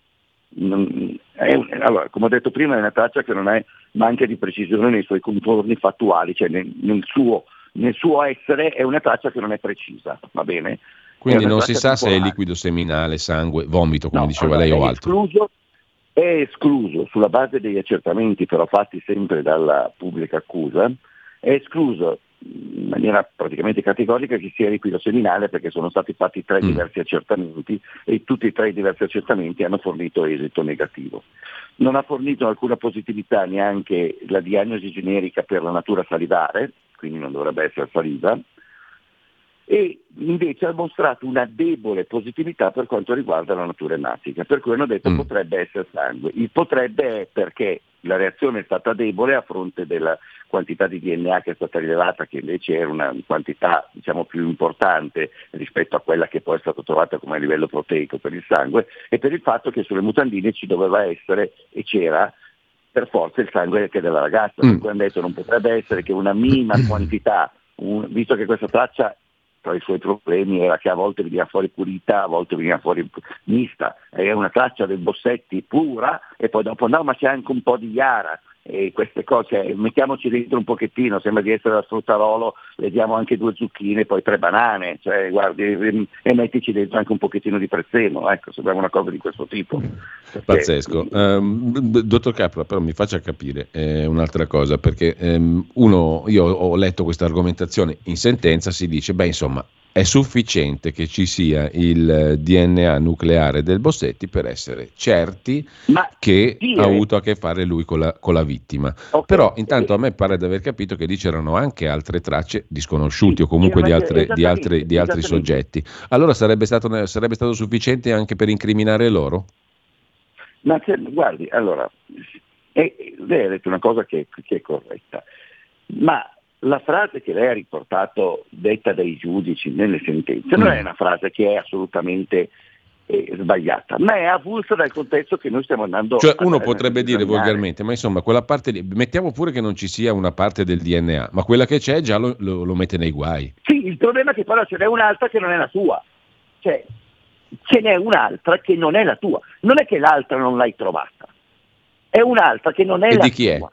Allora, come ho detto prima, è una traccia che non è manca di precisione nei suoi contorni fattuali, cioè nel suo essere è una traccia che non è precisa, va bene? Quindi non si sa se è liquido seminale, sangue, vomito, come diceva lei, o altro. È escluso sulla base degli accertamenti però fatti sempre dalla pubblica accusa, è escluso in maniera praticamente categorica che sia liquido seminale, perché sono stati fatti 3 diversi accertamenti e tutti i 3 diversi accertamenti hanno fornito esito negativo. Non ha fornito alcuna positività neanche la diagnosi generica per la natura salivare, quindi non dovrebbe essere saliva, e invece ha mostrato una debole positività per quanto riguarda la natura ematica, per cui hanno detto potrebbe essere sangue. Il potrebbe è perché la reazione è stata debole a fronte della quantità di DNA che è stata rilevata, che invece era una quantità diciamo più importante rispetto a quella che poi è stata trovata come livello proteico per il sangue, e per il fatto che sulle mutandine ci doveva essere e c'era per forza il sangue che della ragazza, per cui hanno detto non potrebbe essere che una minima quantità, visto che questa traccia tra i suoi problemi era che a volte veniva fuori pulita, a volte veniva fuori mista, era una traccia del Bossetti pura e poi dopo no, ma c'è anche un po' di Iara e queste cose, mettiamoci dentro un pochettino, sembra di essere da fruttarolo, le diamo anche 2 zucchine, poi 3 banane, cioè guardi, e mettici dentro anche un pochettino di prezzemolo, ecco, sembrava una cosa di questo tipo. Pazzesco. Dottor Capra, però mi faccia capire un'altra cosa, perché io ho letto questa argomentazione in sentenza, si dice, insomma, è sufficiente che ci sia il DNA nucleare del Bossetti per essere certi che ha avuto a che fare lui con la vittima. Okay. Però intanto a me pare di aver capito che lì c'erano anche altre tracce disconosciute o comunque di altri soggetti. Allora sarebbe stato sufficiente anche per incriminare loro? Ma guardi, allora, lei ha detto una cosa che è corretta, ma la frase che lei ha riportato detta dai giudici nelle sentenze non è una frase che è assolutamente sbagliata, ma è avulsa dal contesto che noi stiamo andando. Cioè uno potrebbe dire volgarmente, ma insomma quella parte lì, mettiamo pure che non ci sia una parte del DNA, ma quella che c'è già lo mette nei guai. Sì, il problema è che però ce n'è un'altra che non è la tua, cioè ce n'è un'altra che non è la tua, non è che l'altra non l'hai trovata, è un'altra che non è la tua. E di chi è?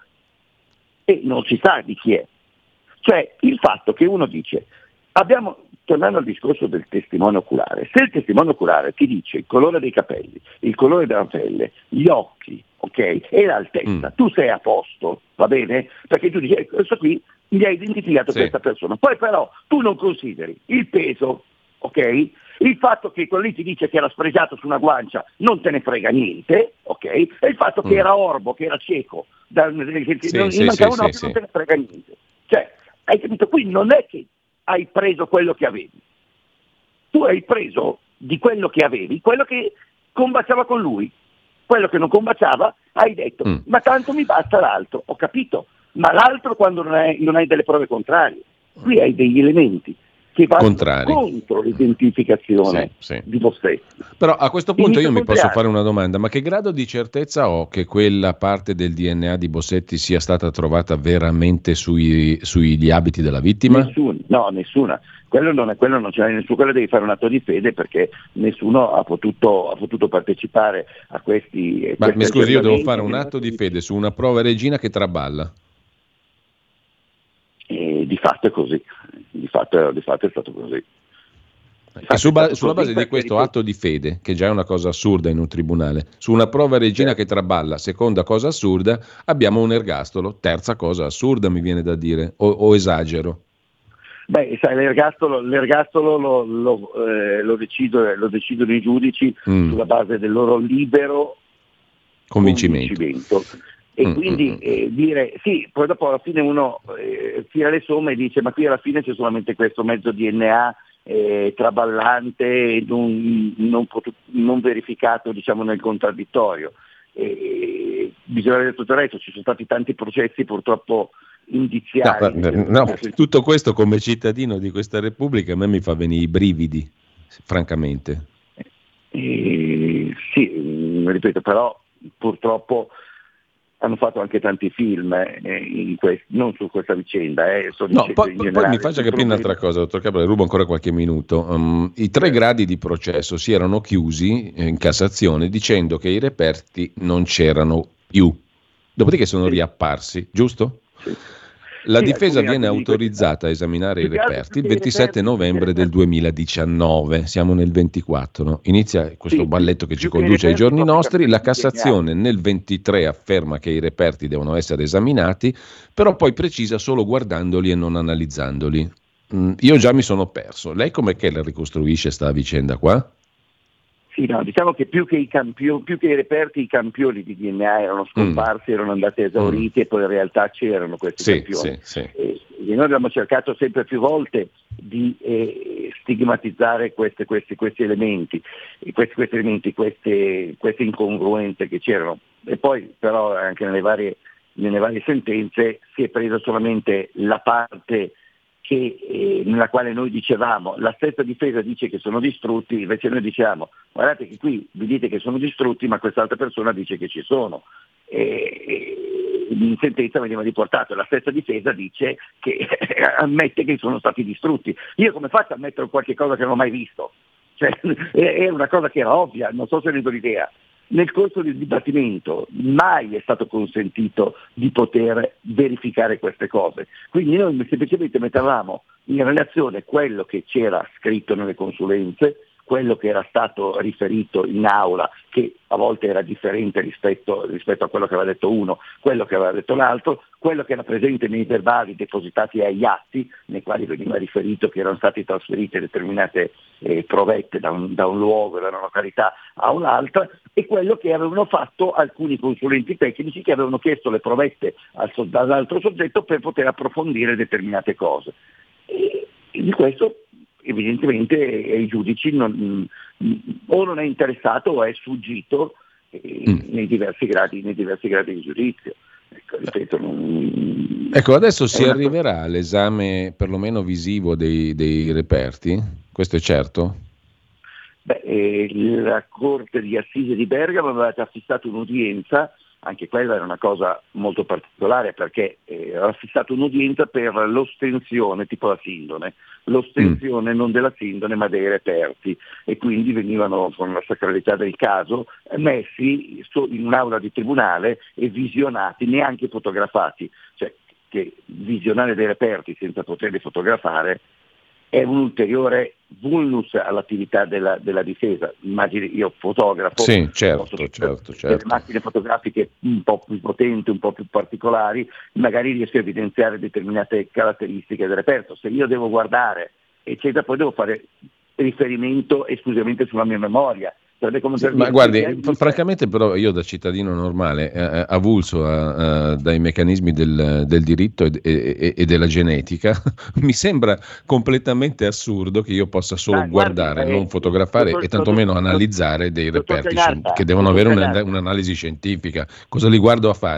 E non si sa di chi è. Cioè il fatto che uno dice, tornando al discorso del testimone oculare, se il testimone oculare ti dice il colore dei capelli, il colore della pelle, gli occhi, ok, e l'altezza, tu sei a posto, va bene? Perché tu dici, questo qui mi ha identificato questa persona, poi però tu non consideri il peso, ok? Il fatto che quello lì ti dice che era sfregiato su una guancia non te ne frega niente, ok? E il fatto che era orbo, che era cieco, non te ne frega niente. Cioè, hai capito? Qui non è che hai preso quello che avevi, tu hai preso di quello che avevi, quello che combaciava con lui, quello che non combaciava hai detto, ma tanto mi basta l'altro, ho capito, ma l'altro quando non hai delle prove contrarie, qui hai degli elementi che va contrari contro l'identificazione di Bossetti. Però a questo punto io mi posso fare una domanda: ma che grado di certezza ho che quella parte del DNA di Bossetti sia stata trovata veramente sugli abiti della vittima? Nessuna. Quello non ce n'è nessuno, quello devi fare un atto di fede, perché nessuno ha potuto partecipare a questi. Ma mi scusi, io devo fare un atto di fede su una prova regina che traballa? Di fatto è così, di fatto è stato così. E sulla base di questo atto di fede, che già è una cosa assurda in un tribunale, su una prova regina che traballa, seconda cosa assurda, abbiamo un ergastolo, terza cosa assurda mi viene da dire, o esagero? Beh, sai, l'ergastolo lo decidono i giudici sulla base del loro libero convincimento. E quindi dire sì, poi dopo alla fine uno tira le somme e dice ma qui alla fine c'è solamente questo mezzo DNA traballante, non verificato, diciamo, nel contraddittorio. Bisogna vedere tutto il resto, ci sono stati tanti processi purtroppo indiziari. No, tutto questo come cittadino di questa Repubblica a me mi fa venire i brividi, francamente. Sì, ripeto, però purtroppo hanno fatto anche tanti film non su questa vicenda. Poi mi faccia capire un'altra cosa, dottor Capra, rubo ancora qualche minuto. I 3 gradi di processo si erano chiusi in Cassazione dicendo che i reperti non c'erano più, dopodiché sono riapparsi, giusto? Sì. La difesa viene autorizzata a esaminare i reperti il 27 novembre del 2019, siamo nel 24, no? Inizia questo balletto che ci conduce ai giorni nostri. La Cassazione nel 23 afferma che i reperti devono essere esaminati, però poi precisa solo guardandoli e non analizzandoli. Io già mi sono perso. Lei com'è che la ricostruisce sta vicenda qua? Sì, no, diciamo che più che i reperti, i campioni di DNA erano scomparsi, erano andati esauriti e poi in realtà c'erano questi campioni. Sì. E noi abbiamo cercato sempre più volte di stigmatizzare questi elementi, queste incongruenze che c'erano. E poi però anche nelle varie sentenze si è presa solamente la parte nella quale noi dicevamo, la stessa difesa dice che sono distrutti, invece noi diciamo guardate che qui vi dite che sono distrutti ma quest'altra persona dice che ci sono, in sentenza veniva riportato, la stessa difesa dice che ammette che sono stati distrutti. Io come faccio a ammettere qualche cosa che non ho mai visto? Cioè, è una cosa che era ovvia, non so se ne do l'idea. Nel corso del dibattimento mai è stato consentito di poter verificare queste cose, quindi noi semplicemente mettevamo in relazione quello che c'era scritto nelle consulenze, quello che era stato riferito in aula, che a volte era differente rispetto a quello che aveva detto uno, quello che aveva detto l'altro, quello che era presente nei verbali depositati agli atti, nei quali veniva riferito che erano state trasferite determinate provette da un luogo, da una località a un'altra, e quello che avevano fatto alcuni consulenti tecnici che avevano chiesto le provette all'altro soggetto per poter approfondire determinate cose. E di questo evidentemente ai giudici o non è interessato o è sfuggito nei diversi gradi di giudizio. Ecco, adesso si arriverà all'esame perlomeno visivo dei reperti, questo è certo? La Corte di Assise di Bergamo aveva già fissato un'udienza, anche quella era una cosa molto particolare perché aveva fissato un'udienza per l'ostensione, tipo la sindone, l'ostensione non della sindone ma dei reperti, e quindi venivano con la sacralità del caso messi in un'aula di tribunale e visionati, neanche fotografati, cioè che visionare dei reperti senza poterli fotografare è un ulteriore vulnus all'attività della difesa. Immagini, io fotografo, sì, certo. delle macchine fotografiche un po' più potenti, un po' più particolari, magari riesco a evidenziare determinate caratteristiche del reperto. Se io devo guardare, eccetera, poi devo fare riferimento esclusivamente sulla mia memoria. Ma guardi, francamente però io da cittadino normale, avulso dai meccanismi del diritto e della genetica, mi sembra completamente assurdo che io possa solo guardare, non fotografare e tantomeno analizzare dei reperti che devono avere un'analisi scientifica. Cosa li guardo a fare?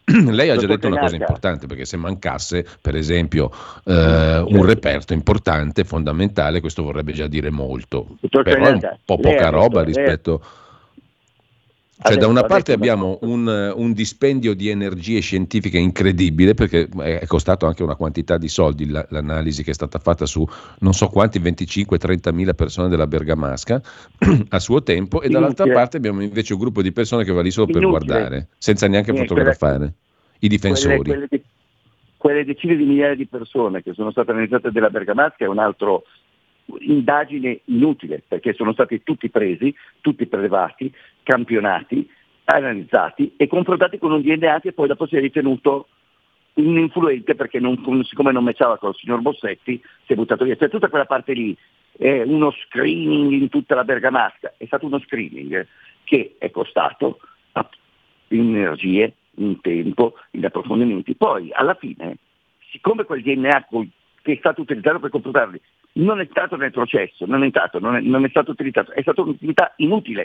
Lei ha già detto una cosa importante, perché se mancasse, per esempio, un reperto importante, fondamentale, questo vorrebbe già dire molto. Però è un po' poca roba rispetto... Cioè, da una parte abbiamo un dispendio di energie scientifiche incredibile, perché è costato anche una quantità di soldi l'analisi che è stata fatta su non so quanti 25-30 mila persone della Bergamasca a suo tempo, e dall'altra parte abbiamo invece un gruppo di persone che va lì solo per guardare, senza neanche fotografare i difensori. Quelle decine di migliaia di persone che sono state analizzate della Bergamasca è un altro indagine inutile, perché sono stati tutti presi, tutti prelevati, campionati, analizzati e confrontati con un DNA che poi dopo si è ritenuto ininfluente, perché siccome non matchava con il signor Bossetti si è buttato via. Cioè, tutta quella parte lì è uno screening in tutta la Bergamasca, è stato uno screening che è costato in energie, in tempo, in approfondimenti. Poi alla fine, siccome quel DNA che è stato utilizzato per confrontarli non è stato nel processo, non è stato utilizzato, è stata un'attività inutile.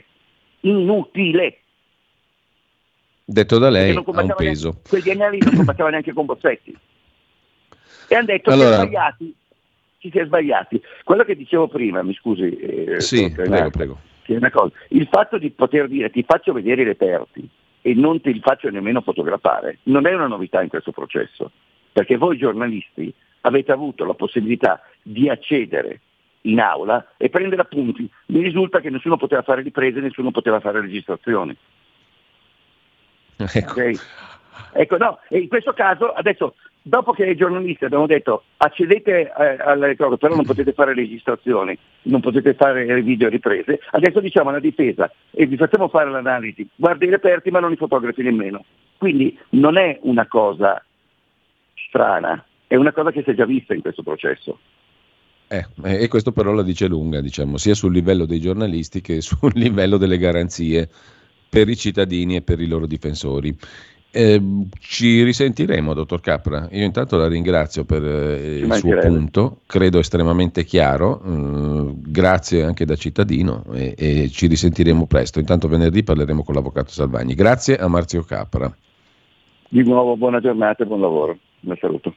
Detto da lei, ha un peso. Quel DNA lì non combatteva neanche con Bossetti. E hanno detto ci si è sbagliati. Quello che dicevo prima, mi scusi. Sì, prego. Che è una cosa. Il fatto di poter dire ti faccio vedere i reperti e non ti li faccio nemmeno fotografare non è una novità in questo processo, perché voi giornalisti avete avuto la possibilità di accedere in aula e prendere appunti. Mi risulta che nessuno poteva fare riprese, nessuno poteva fare registrazioni. Ecco. Okay? Ecco, no, e in questo caso adesso, dopo che i giornalisti abbiamo detto accedete alle cose, però non potete fare registrazioni, non potete fare video riprese, adesso diciamo alla difesa e vi facciamo fare l'analisi, guarda i reperti ma non i fotografi nemmeno. Quindi non è una cosa strana, è una cosa che si è già vista in questo processo. E questo però la dice lunga, diciamo, sia sul livello dei giornalisti che sul livello delle garanzie per i cittadini e per i loro difensori. Ci risentiremo, dottor Capra. Io intanto la ringrazio per il suo punto, credo estremamente chiaro, grazie anche da cittadino, e ci risentiremo presto. Intanto venerdì parleremo con l'avvocato Salvagni. Grazie a Marzio Capra. Di nuovo buona giornata e buon lavoro. Un saluto.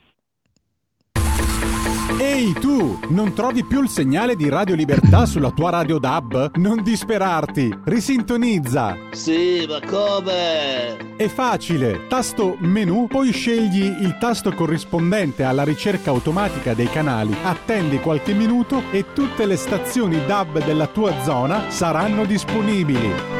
Ehi tu, non trovi più il segnale di Radio Libertà sulla tua radio DAB? Non disperarti, risintonizza. Sì, ma come? È facile, tasto menu, poi scegli il tasto corrispondente alla ricerca automatica dei canali, attendi qualche minuto e tutte le stazioni DAB della tua zona saranno disponibili.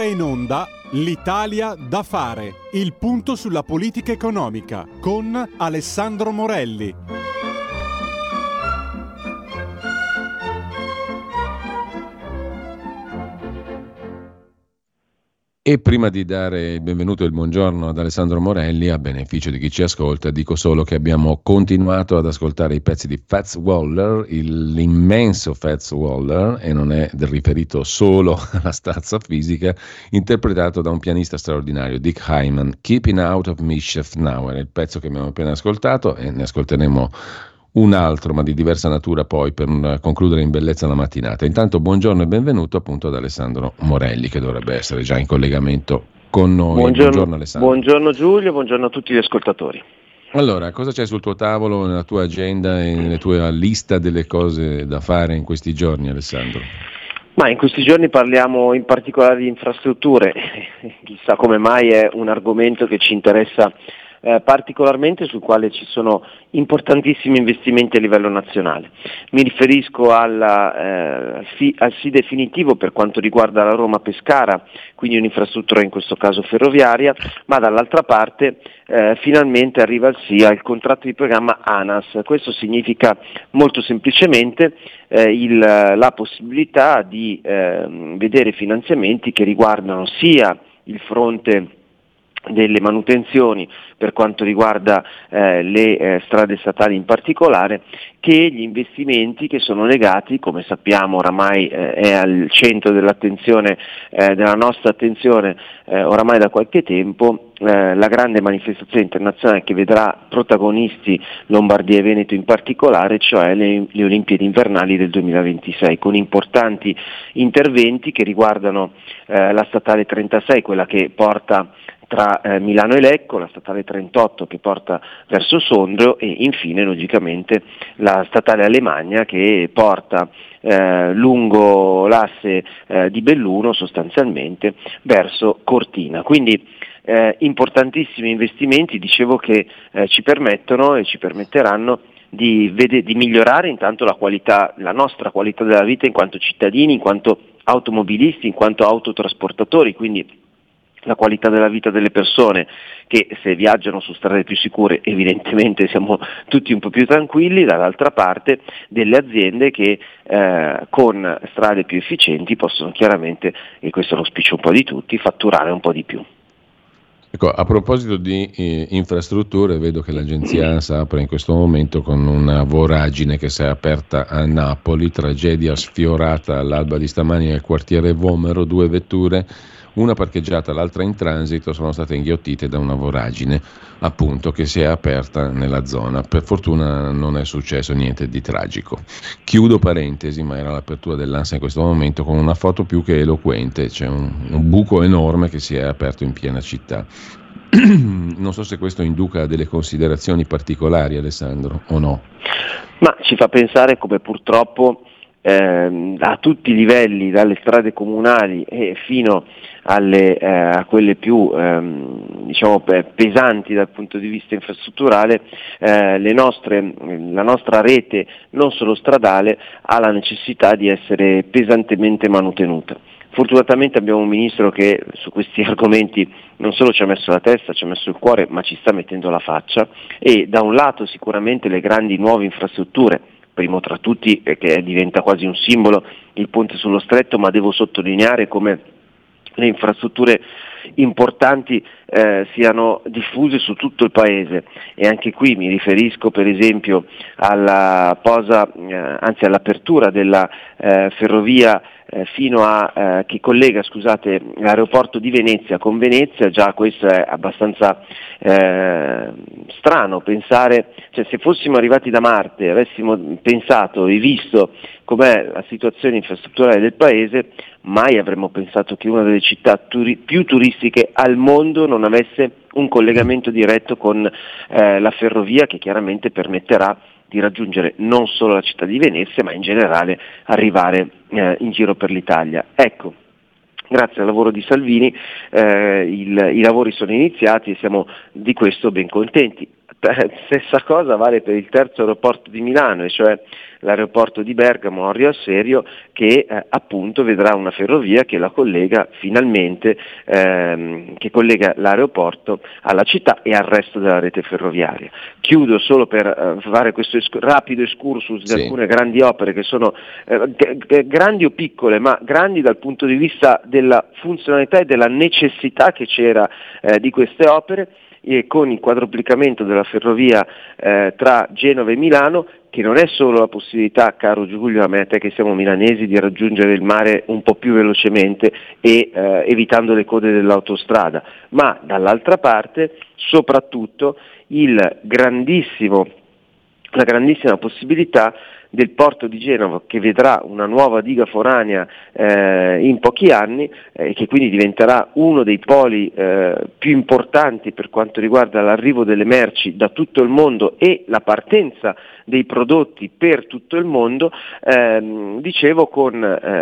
in onda L'Italia da fare, il punto sulla politica economica con Alessandro Morelli. E prima di dare il benvenuto e il buongiorno ad Alessandro Morelli, a beneficio di chi ci ascolta, dico solo che abbiamo continuato ad ascoltare i pezzi di Fats Waller, l'immenso Fats Waller, e non è riferito solo alla stazza fisica, interpretato da un pianista straordinario, Dick Hyman, Keeping Out of Mischief Now, era il pezzo che abbiamo appena ascoltato e ne ascolteremo un altro, ma di diversa natura poi, per concludere in bellezza la mattinata. Intanto buongiorno e benvenuto appunto ad Alessandro Morelli, che dovrebbe essere già in collegamento con noi. Buongiorno Alessandro. Buongiorno Giulio, buongiorno a tutti gli ascoltatori. Allora, cosa c'è sul tuo tavolo, nella tua agenda e nella tua lista delle cose da fare in questi giorni, Alessandro? Ma in questi giorni parliamo in particolare di infrastrutture, chissà come mai è un argomento che ci interessa particolarmente, sul quale ci sono importantissimi investimenti a livello nazionale. Mi riferisco al sì definitivo per quanto riguarda la Roma-Pescara, quindi un'infrastruttura in questo caso ferroviaria, ma dall'altra parte finalmente arriva il sì al contratto di programma ANAS. Questo significa molto semplicemente la possibilità di vedere finanziamenti che riguardano sia il fronte delle manutenzioni per quanto riguarda le strade statali in particolare, che gli investimenti che sono legati, come sappiamo oramai è al centro dell'attenzione, della nostra attenzione oramai da qualche tempo, la grande manifestazione internazionale che vedrà protagonisti Lombardia e Veneto in particolare, cioè le Olimpiadi invernali del 2026, con importanti interventi che riguardano la statale 36, quella che porta tra Milano e Lecco, la statale 38 che porta verso Sondrio e infine logicamente la statale Alemagna che porta lungo l'asse di Belluno sostanzialmente verso Cortina. Quindi importantissimi investimenti, dicevo, che ci permettono e ci permetteranno di migliorare intanto la nostra qualità della vita in quanto cittadini, in quanto automobilisti, in quanto autotrasportatori, quindi la qualità della vita delle persone che se viaggiano su strade più sicure evidentemente siamo tutti un po' più tranquilli, dall'altra parte delle aziende che con strade più efficienti possono chiaramente, e questo è l'auspicio un po' di tutti, fatturare un po' di più. Ecco, a proposito di infrastrutture, vedo che l'agenzia ANSA apre in questo momento con una voragine che si è aperta a Napoli, tragedia sfiorata all'alba di stamani nel quartiere Vomero, 2 vetture, una parcheggiata, l'altra in transito, sono state inghiottite da una voragine appunto che si è aperta nella zona. Per fortuna non è successo niente di tragico. Chiudo parentesi, ma era l'apertura dell'ANSA in questo momento con una foto più che eloquente, c'è un buco enorme che si è aperto in piena città. Non so se questo induca a delle considerazioni particolari, Alessandro, o no? Ma ci fa pensare come purtroppo a tutti i livelli, dalle strade comunali e fino a quelle più pesanti dal punto di vista infrastrutturale, la nostra rete non solo stradale ha la necessità di essere pesantemente manutenuta. Fortunatamente abbiamo un ministro che su questi argomenti non solo ci ha messo la testa, ci ha messo il cuore, ma ci sta mettendo la faccia, e da un lato sicuramente le grandi nuove infrastrutture, primo tra tutti che diventa quasi un simbolo il ponte sullo Stretto, ma devo sottolineare come le infrastrutture importanti siano diffuse su tutto il paese, e anche qui mi riferisco per esempio all'apertura della ferrovia fino a che collega l'aeroporto di Venezia con Venezia. Già questo è abbastanza strano pensare, cioè se fossimo arrivati da Marte e avessimo pensato e visto com'è la situazione infrastrutturale del paese, mai avremmo pensato che una delle città più turistiche al mondo non avesse un collegamento diretto con la ferrovia, che chiaramente permetterà di raggiungere non solo la città di Venezia, ma in generale arrivare in giro per l'Italia. Ecco, grazie al lavoro di Salvini i lavori sono iniziati e siamo di questo ben contenti. Stessa cosa vale per il terzo aeroporto di Milano, e cioè l'aeroporto di Bergamo Orio al Serio, che appunto vedrà una ferrovia che la collega finalmente, che collega l'aeroporto alla città e al resto della rete ferroviaria. Chiudo solo per fare questo rapido excursus di alcune grandi opere che sono grandi o piccole, ma grandi dal punto di vista della funzionalità e della necessità che c'era di queste opere, e con il quadruplicamento della ferrovia tra Genova e Milano, che non è solo la possibilità, caro Giulio, a me e a te che siamo milanesi, di raggiungere il mare un po' più velocemente e evitando le code dell'autostrada, ma dall'altra parte soprattutto la grandissima possibilità del porto di Genova, che vedrà una nuova diga foranea in pochi anni, e che quindi diventerà uno dei poli più importanti per quanto riguarda l'arrivo delle merci da tutto il mondo e la partenza dei prodotti per tutto il mondo, dicevo con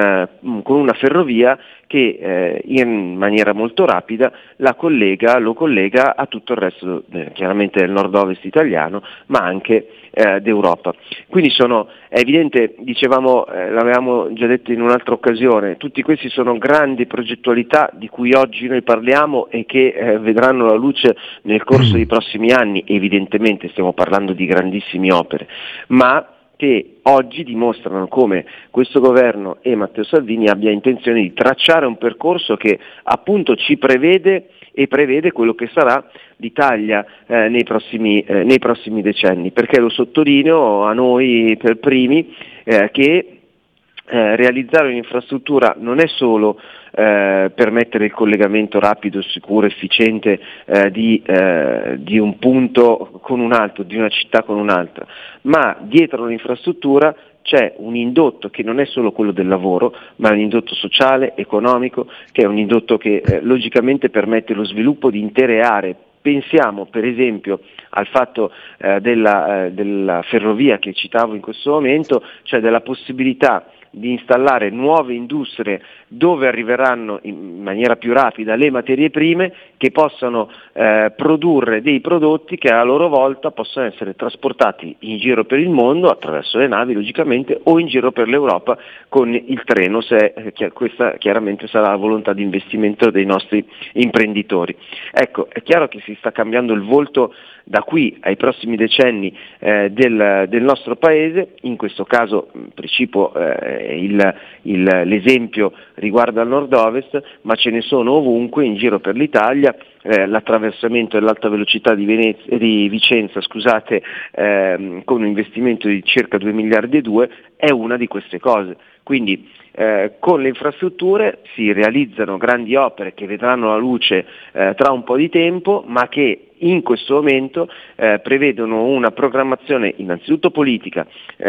una ferrovia che in maniera molto rapida lo collega a tutto il resto, chiaramente del nord-ovest italiano, ma anche d'Europa. Quindi è evidente, dicevamo, l'avevamo già detto in un'altra occasione, tutti questi sono grandi progettualità di cui oggi noi parliamo e che vedranno la luce nel corso dei prossimi anni. Evidentemente stiamo parlando di grandissime opere, ma che oggi dimostrano come questo governo e Matteo Salvini abbia intenzione di tracciare un percorso che appunto ci prevede quello che sarà l'Italia nei prossimi decenni, perché lo sottolineo a noi per primi che realizzare un'infrastruttura non è solo permettere il collegamento rapido, sicuro, efficiente di un punto con un altro, di una città con un'altra, ma dietro l'infrastruttura c'è un indotto che non è solo quello del lavoro, ma è un indotto sociale, economico, che è un indotto che logicamente permette lo sviluppo di intere aree. Pensiamo per esempio al fatto della ferrovia che citavo in questo momento, cioè della possibilità di installare nuove industrie dove arriveranno in maniera più rapida le materie prime, che possano produrre dei prodotti che a loro volta possono essere trasportati in giro per il mondo attraverso le navi logicamente, o in giro per l'Europa con il treno, se questa chiaramente sarà la volontà di investimento dei nostri imprenditori. Ecco, è chiaro che si sta cambiando il volto da qui ai prossimi decenni del nostro paese. In questo caso precipo l'esempio riguarda il nord-ovest, ma ce ne sono ovunque in giro per l'Italia. L'attraversamento dell'alta velocità di Vicenza, con un investimento di circa 2 miliardi e 2, è una di queste cose. Quindi con le infrastrutture si realizzano grandi opere che vedranno la luce tra un po' di tempo, ma che in questo momento prevedono una programmazione innanzitutto politica,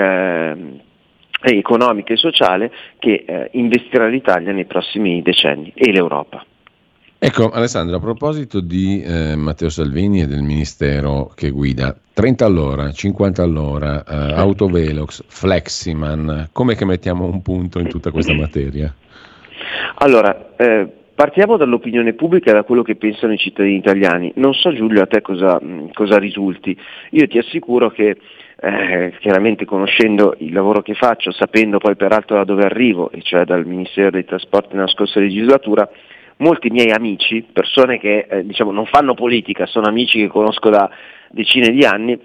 economica e sociale che investirà l'Italia nei prossimi decenni e l'Europa. Ecco Alessandro, a proposito di Matteo Salvini e del ministero che guida, 30 all'ora, 50 all'ora, autovelox, Fleximan, com'è che mettiamo un punto in tutta questa materia? Allora, partiamo dall'opinione pubblica e da quello che pensano i cittadini italiani. Non so Giulio a te cosa risulti, io ti assicuro che chiaramente conoscendo il lavoro che faccio, sapendo poi peraltro da dove arrivo, e cioè dal Ministero dei Trasporti nella scorsa legislatura, molti miei amici, persone che non fanno politica, sono amici che conosco da decine di anni,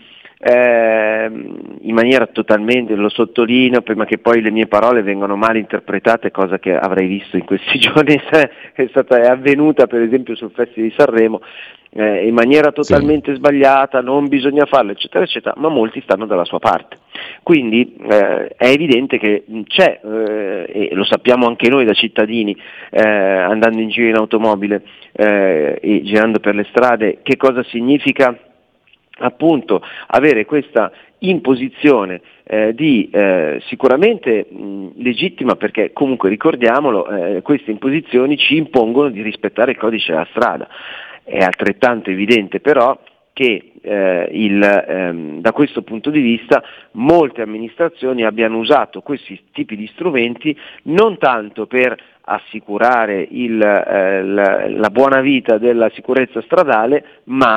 in maniera totalmente, lo sottolineo prima che poi le mie parole vengano male interpretate, cosa che avrei visto in questi giorni è avvenuta per esempio sul Festival di Sanremo, in maniera totalmente sbagliata, non bisogna farlo eccetera eccetera, ma molti stanno dalla sua parte. Quindi è evidente che c'è, e lo sappiamo anche noi da cittadini andando in giro in automobile e girando per le strade, che cosa significa appunto avere questa imposizione sicuramente legittima, perché comunque ricordiamolo, queste imposizioni ci impongono di rispettare il codice della strada. È altrettanto evidente però che da questo punto di vista molte amministrazioni abbiano usato questi tipi di strumenti non tanto per assicurare la buona vita della sicurezza stradale, ma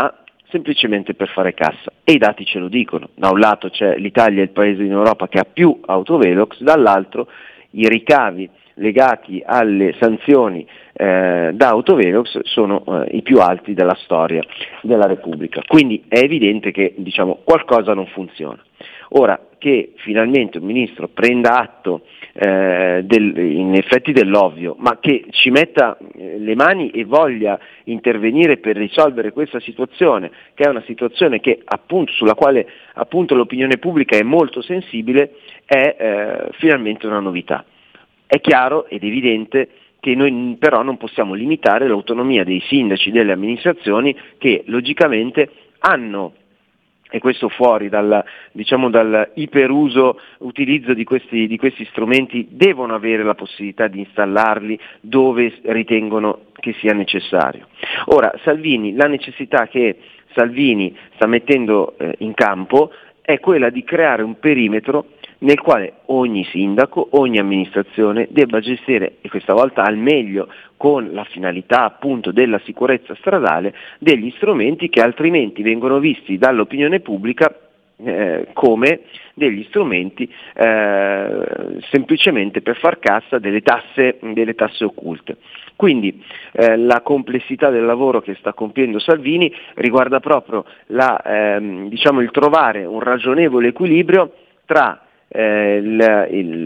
semplicemente per fare cassa, e i dati ce lo dicono. Da un lato c'è l'Italia, il paese in Europa che ha più autovelox, dall'altro i ricavi legati alle sanzioni da autovelox sono i più alti della storia della Repubblica. Quindi è evidente che qualcosa non funziona. Ora, che finalmente un ministro prenda atto in effetti dell'ovvio, ma che ci metta le mani e voglia intervenire per risolvere questa situazione, che è una situazione che sulla quale l'opinione pubblica è molto sensibile, è finalmente una novità. È chiaro ed evidente che noi però non possiamo limitare l'autonomia dei sindaci, delle amministrazioni, che logicamente hanno, e questo fuori dal iperuso utilizzo di questi strumenti, devono avere la possibilità di installarli dove ritengono che sia necessario. Ora, la necessità che Salvini sta mettendo in campo è quella di creare un perimetro nel quale ogni sindaco, ogni amministrazione debba gestire, e questa volta al meglio con la finalità appunto della sicurezza stradale, degli strumenti che altrimenti vengono visti dall'opinione pubblica come degli strumenti semplicemente per far cassa delle tasse occulte. Quindi la complessità del lavoro che sta compiendo Salvini riguarda proprio il trovare un ragionevole equilibrio tra la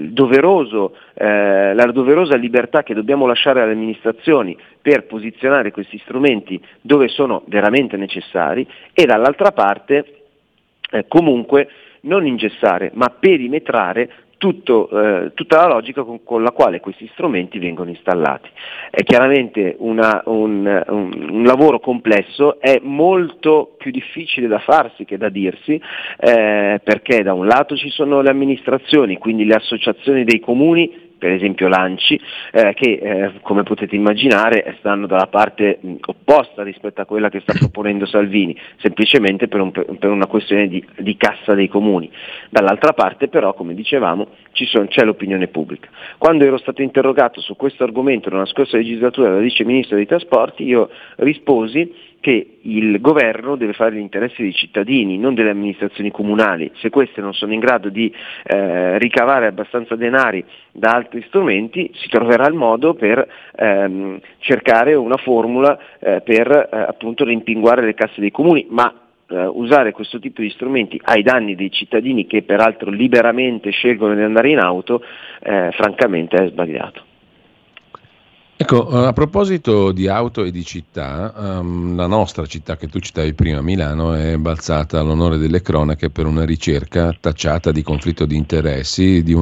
doverosa libertà che dobbiamo lasciare alle amministrazioni per posizionare questi strumenti dove sono veramente necessari, e dall'altra parte comunque non ingessare ma perimetrare tutta la logica con la quale questi strumenti vengono installati. È chiaramente un lavoro complesso, è molto più difficile da farsi che da dirsi, perché da un lato ci sono le amministrazioni, quindi le associazioni dei comuni, per esempio l'ANCI, che come potete immaginare stanno dalla parte opposta rispetto a quella che sta proponendo Salvini, semplicemente per una questione di cassa dei comuni. Dall'altra parte però, come dicevamo, c'è l'opinione pubblica. Quando ero stato interrogato su questo argomento nella scorsa legislatura dal Vice Ministro dei Trasporti, io risposi che il governo deve fare gli interessi dei cittadini, non delle amministrazioni comunali. Se queste non sono in grado di ricavare abbastanza denari da altri strumenti, si troverà il modo per cercare una formula per appunto rimpinguare le casse dei comuni, ma usare questo tipo di strumenti ai danni dei cittadini, che peraltro liberamente scelgono di andare in auto, francamente è sbagliato. Ecco, a proposito di auto e di città, la nostra città che tu citavi prima, Milano, è balzata all'onore delle cronache per una ricerca tacciata di conflitto di interessi di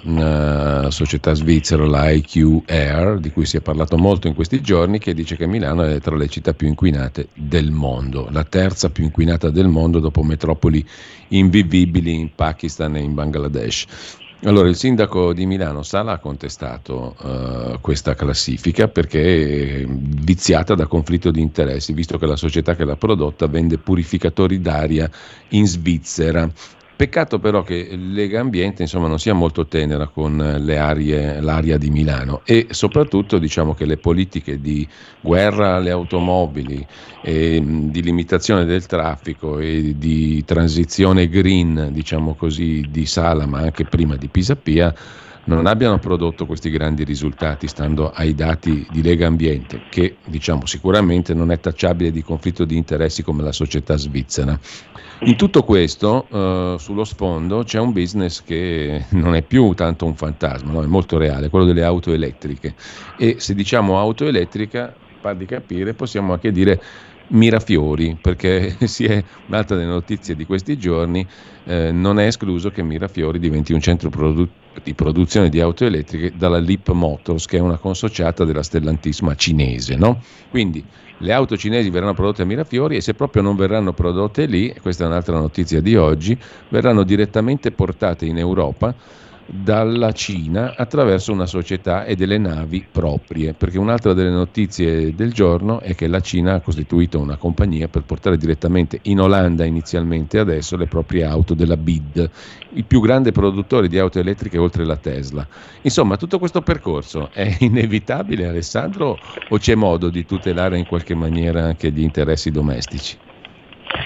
una società svizzera, la IQ Air, di cui si è parlato molto in questi giorni, che dice che Milano è tra le città più inquinate del mondo, la terza più inquinata del mondo dopo metropoli invivibili in Pakistan e in Bangladesh. Allora, il sindaco di Milano, Sala, ha contestato questa classifica perché è viziata da conflitto di interessi, visto che la società che l'ha prodotta vende purificatori d'aria in Svizzera. Peccato però che Lega Ambiente non sia molto tenera con l'aria di Milano, e soprattutto diciamo che le politiche di guerra alle automobili, e di limitazione del traffico e di transizione green, diciamo così, di Sala, ma anche prima di Pisapia, non abbiano prodotto questi grandi risultati, stando ai dati di Lega Ambiente, che sicuramente non è tacciabile di conflitto di interessi come la società svizzera. In tutto questo, sullo sfondo c'è un business che non è più tanto un fantasma, no? È molto reale, quello delle auto elettriche. E se diciamo auto elettrica, par di capire, possiamo anche dire Mirafiori, perché un'altra delle notizie di questi giorni, non è escluso che Mirafiori diventi un centro di produzione di auto elettriche dalla Leap Motors, che è una consociata della stellantissima cinese, no? Quindi le auto cinesi verranno prodotte a Mirafiori, e se proprio non verranno prodotte lì, e questa è un'altra notizia di oggi, verranno direttamente portate in Europa dalla Cina attraverso una società e delle navi proprie, perché un'altra delle notizie del giorno è che la Cina ha costituito una compagnia per portare direttamente in Olanda inizialmente, adesso, le proprie auto della BID, il più grande produttore di auto elettriche oltre la Tesla. Insomma, tutto questo percorso è inevitabile, Alessandro, o c'è modo di tutelare in qualche maniera anche gli interessi domestici?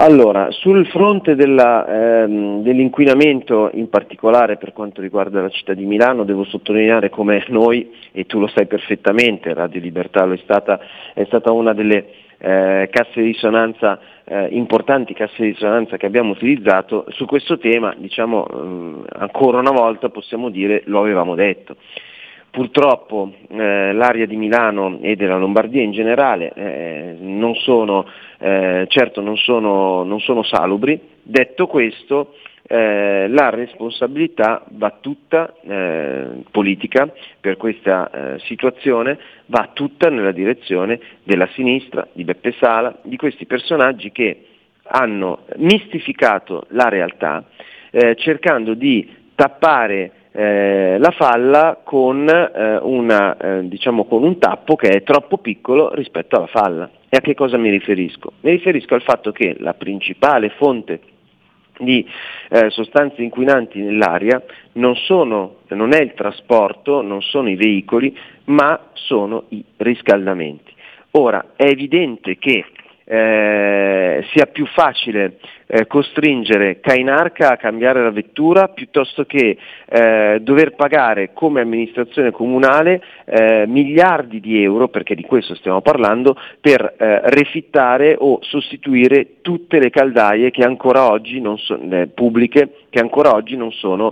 Allora, sul fronte dell'inquinamento, in particolare per quanto riguarda la città di Milano, devo sottolineare come noi, e tu lo sai perfettamente, Radio Libertà è stata una delle casse di risonanza importanti casse di risonanza che abbiamo utilizzato su questo tema. Diciamo, ancora una volta possiamo dire lo avevamo detto. Purtroppo l'area di Milano e della Lombardia in generale non sono salubri. Detto questo, la responsabilità va tutta politica per questa situazione, va tutta nella direzione della sinistra, di Beppe Sala, di questi personaggi che hanno mistificato la realtà cercando di tappare la falla con con un tappo che è troppo piccolo rispetto alla falla. E a che cosa mi riferisco? Mi riferisco al fatto che la principale fonte di sostanze inquinanti nell'aria non è il trasporto, non sono i veicoli, ma sono i riscaldamenti. Ora, è evidente che sia più facile costringere Cainarca a cambiare la vettura piuttosto che dover pagare come amministrazione comunale miliardi di euro, perché di questo stiamo parlando, per refittare o sostituire tutte le caldaie che ancora oggi pubbliche, che ancora oggi non sono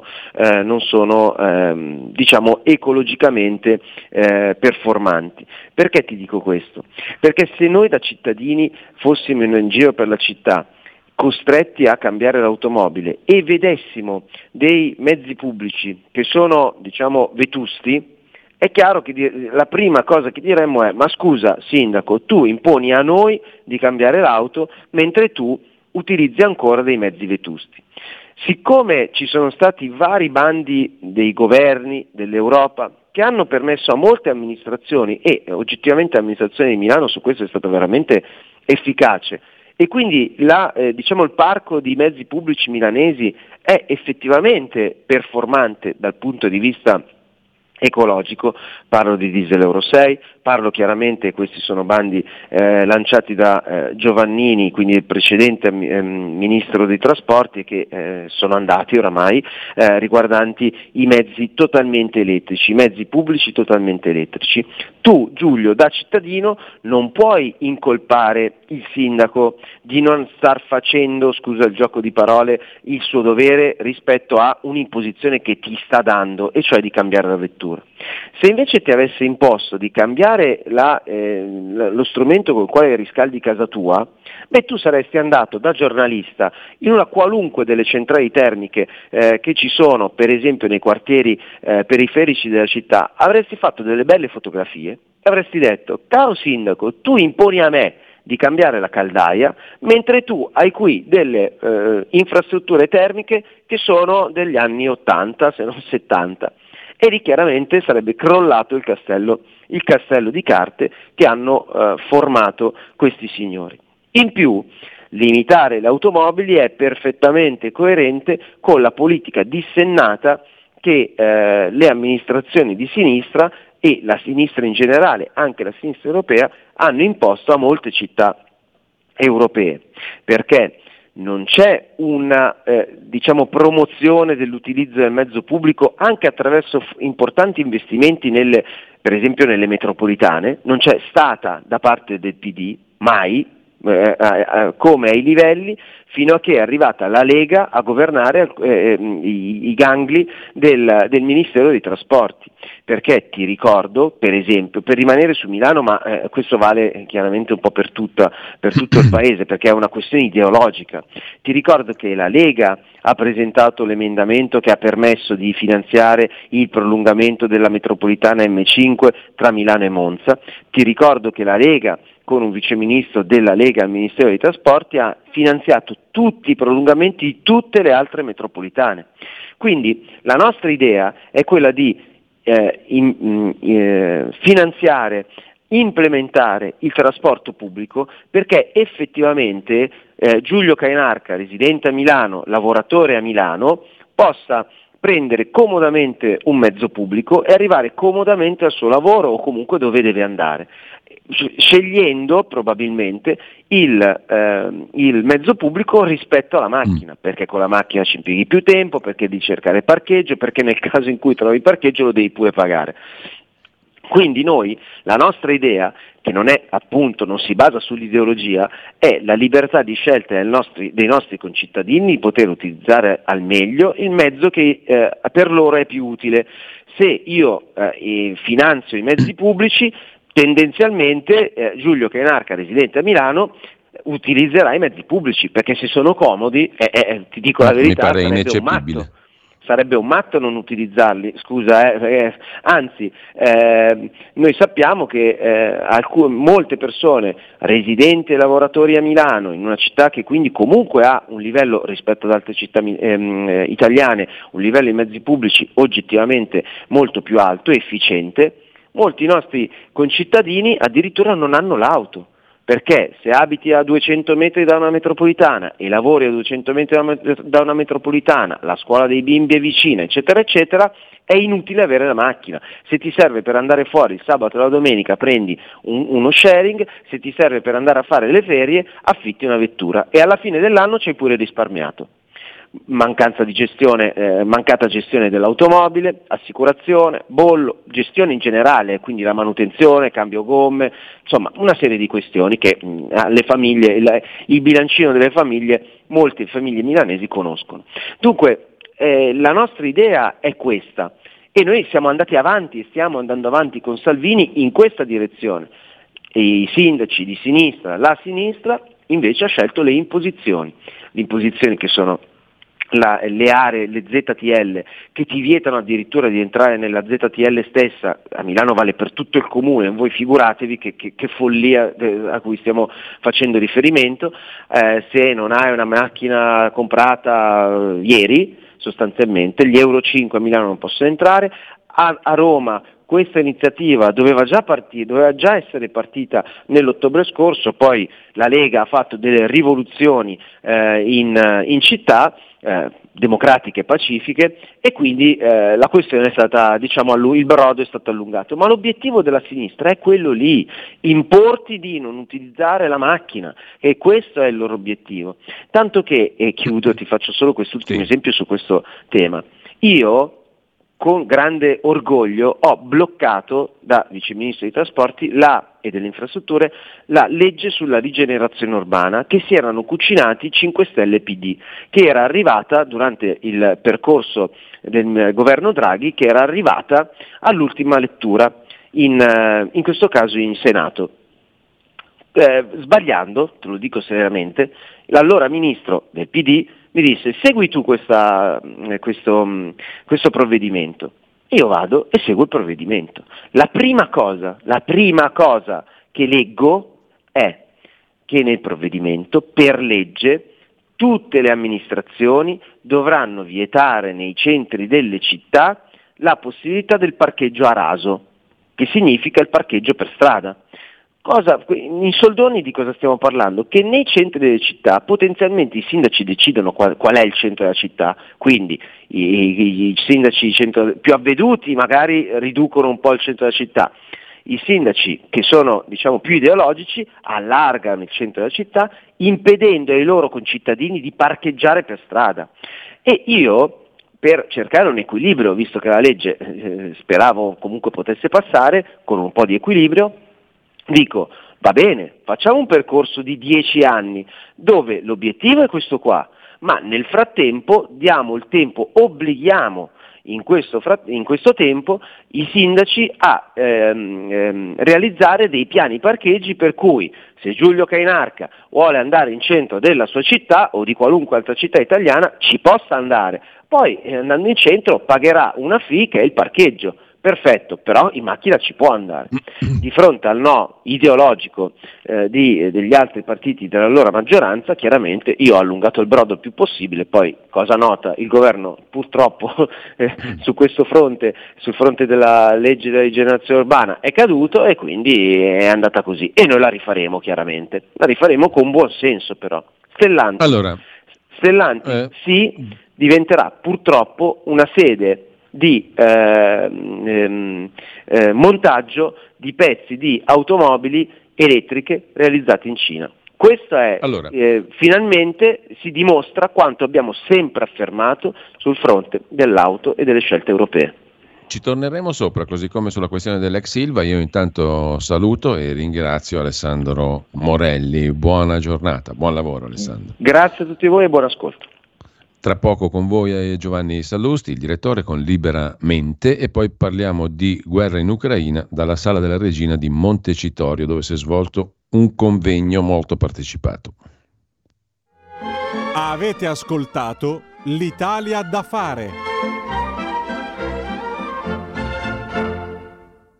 ecologicamente performanti. Perché ti dico questo? Perché se noi da cittadini fossimo in giro per la città costretti a cambiare l'automobile e vedessimo dei mezzi pubblici che sono vetusti, è chiaro che la prima cosa che diremmo è: ma scusa sindaco, tu imponi a noi di cambiare l'auto mentre tu utilizzi ancora dei mezzi vetusti. Siccome ci sono stati vari bandi dei governi, dell'Europa, che hanno permesso a molte amministrazioni, e oggettivamente l'amministrazione di Milano su questo è stata veramente efficace, e quindi il parco di mezzi pubblici milanesi è effettivamente performante dal punto di vista ecologico, parlo di diesel Euro 6, parlo chiaramente, questi sono bandi lanciati da Giovannini, quindi il precedente ministro dei trasporti, che sono andati oramai, riguardanti i mezzi totalmente elettrici, i mezzi pubblici totalmente elettrici. Tu, Giulio, da cittadino non puoi incolpare il sindaco di non star facendo, scusa il gioco di parole, il suo dovere rispetto a un'imposizione che ti sta dando, e cioè di cambiare la vettura. Se invece ti avesse imposto di cambiare lo strumento con il quale riscaldi casa tua, tu saresti andato da giornalista in una qualunque delle centrali termiche che ci sono, per esempio nei quartieri periferici della città, avresti fatto delle belle fotografie e avresti detto: caro sindaco, tu imponi a me di cambiare la caldaia, mentre tu hai qui delle infrastrutture termiche che sono degli anni 80, se non 70. E lì chiaramente sarebbe crollato il castello di carte che hanno formato questi signori. In più, limitare le automobili è perfettamente coerente con la politica dissennata che le amministrazioni di sinistra e la sinistra in generale, anche la sinistra europea, hanno imposto a molte città europee, perché non c'è una promozione dell'utilizzo del mezzo pubblico anche attraverso importanti investimenti per esempio nelle metropolitane, non c'è stata da parte del PD mai, come ai livelli, fino a che è arrivata la Lega a governare i gangli del Ministero dei Trasporti. Perché ti ricordo, per esempio, per rimanere su Milano, ma questo vale chiaramente un po' per tutto il paese, perché è una questione ideologica, ti ricordo che la Lega ha presentato l'emendamento che ha permesso di finanziare il prolungamento della metropolitana M5 tra Milano e Monza, ti ricordo che la Lega, con un viceministro della Lega al Ministero dei Trasporti, ha finanziato tutti i prolungamenti di tutte le altre metropolitane. Quindi la nostra idea è quella di finanziare, implementare il trasporto pubblico, perché effettivamente Giulio Cainarca, residente a Milano, lavoratore a Milano, possa prendere comodamente un mezzo pubblico e arrivare comodamente al suo lavoro o comunque dove deve andare, scegliendo probabilmente il mezzo pubblico rispetto alla macchina, perché con la macchina ci impieghi più tempo, perché devi cercare parcheggio, perché nel caso in cui trovi parcheggio lo devi pure pagare. Quindi noi, la nostra idea, che non è appunto, non si basa sull'ideologia, è la libertà di scelta dei nostri concittadini di poter utilizzare al meglio il mezzo che per loro è più utile. Se io finanzio i mezzi pubblici, tendenzialmente Giulio Cainarca, residente a Milano, utilizzerà i mezzi pubblici, perché se sono comodi, ti dico la verità, mi pare ineccepibile. Sarebbe un matto non utilizzarli, scusa, anzi noi sappiamo che molte persone, residenti e lavoratori a Milano, in una città che quindi comunque ha un livello rispetto ad altre città italiane, un livello di mezzi pubblici oggettivamente molto più alto e efficiente, molti nostri concittadini addirittura non hanno l'auto. Perché se abiti a 200 metri da una metropolitana e lavori a 200 metri da una metropolitana, la scuola dei bimbi è vicina, eccetera, eccetera, è inutile avere la macchina. Se ti serve per andare fuori il sabato e la domenica prendi uno sharing, se ti serve per andare a fare le ferie affitti una vettura e alla fine dell'anno ci hai pure risparmiato. Mancata gestione dell'automobile, assicurazione, bollo, gestione in generale, quindi la manutenzione, cambio gomme, insomma una serie di questioni che le famiglie, il bilancino delle famiglie, molte famiglie milanesi conoscono. Dunque la nostra idea è questa e noi siamo andati avanti e stiamo andando avanti con Salvini in questa direzione. E i sindaci di sinistra, la sinistra invece ha scelto le imposizioni che sono le aree, le ZTL, che ti vietano addirittura di entrare nella ZTL stessa. A Milano vale per tutto il comune, voi figuratevi che follia a cui stiamo facendo riferimento, se non hai una macchina comprata ieri, sostanzialmente, gli Euro 5 a Milano non possono entrare, a Roma questa iniziativa doveva già essere partita nell'ottobre scorso, poi la Lega ha fatto delle rivoluzioni in città, democratiche e pacifiche, e quindi la questione è stata, il brodo è stato allungato, ma l'obiettivo della sinistra è quello lì, importi di non utilizzare la macchina, e questo è il loro obiettivo. Tanto che, e chiudo, ti faccio solo quest'ultimo esempio su questo tema, io con grande orgoglio ho bloccato da viceministro dei trasporti e delle infrastrutture la legge sulla rigenerazione urbana che si erano cucinati 5 Stelle e PD, che era arrivata durante il percorso del governo Draghi, che era arrivata all'ultima lettura, in questo caso in Senato. Sbagliando, te lo dico seriamente, l'allora ministro del PD mi disse: segui tu questo provvedimento. Io vado e seguo il provvedimento. La prima cosa che leggo è che nel provvedimento, per legge, tutte le amministrazioni dovranno vietare nei centri delle città la possibilità del parcheggio a raso, che significa il parcheggio per strada. In soldoni di cosa stiamo parlando? Che nei centri delle città potenzialmente i sindaci decidono qual è il centro della città, quindi i sindaci più avveduti magari riducono un po' il centro della città, i sindaci che sono più ideologici allargano il centro della città impedendo ai loro concittadini di parcheggiare per strada. E io, per cercare un equilibrio, visto che la legge speravo comunque potesse passare con un po' di equilibrio, dico: va bene, facciamo un percorso di 10 anni dove l'obiettivo è questo qua, ma nel frattempo diamo il tempo, obblighiamo in questo tempo i sindaci a realizzare dei piani parcheggi per cui se Giulio Cainarca vuole andare in centro della sua città o di qualunque altra città italiana ci possa andare, poi andando in centro pagherà una fee che è il parcheggio. Perfetto, però in macchina ci può andare. Di fronte al no ideologico degli altri partiti della loro maggioranza, chiaramente io ho allungato il brodo il più possibile, poi cosa nota, il governo purtroppo su questo fronte, sul fronte della legge della rigenerazione urbana, è caduto e quindi è andata così. E noi la rifaremo chiaramente, la rifaremo con buon senso però. Stellantis. Allora, Stellantis diventerà purtroppo una sede di montaggio di pezzi di automobili elettriche realizzate in Cina. Questo è, finalmente si dimostra quanto abbiamo sempre affermato sul fronte dell'auto e delle scelte europee. Ci torneremo sopra, così come sulla questione dell'ex Ilva. Io intanto saluto e ringrazio Alessandro Morelli. Buona giornata, buon lavoro Alessandro. Grazie a tutti voi e buon ascolto. Tra poco con voi Giovanni Sallusti, il direttore, con Liberamente, e poi parliamo di guerra in Ucraina dalla Sala della Regina di Montecitorio, dove si è svolto un convegno molto partecipato. Avete ascoltato L'Italia da fare.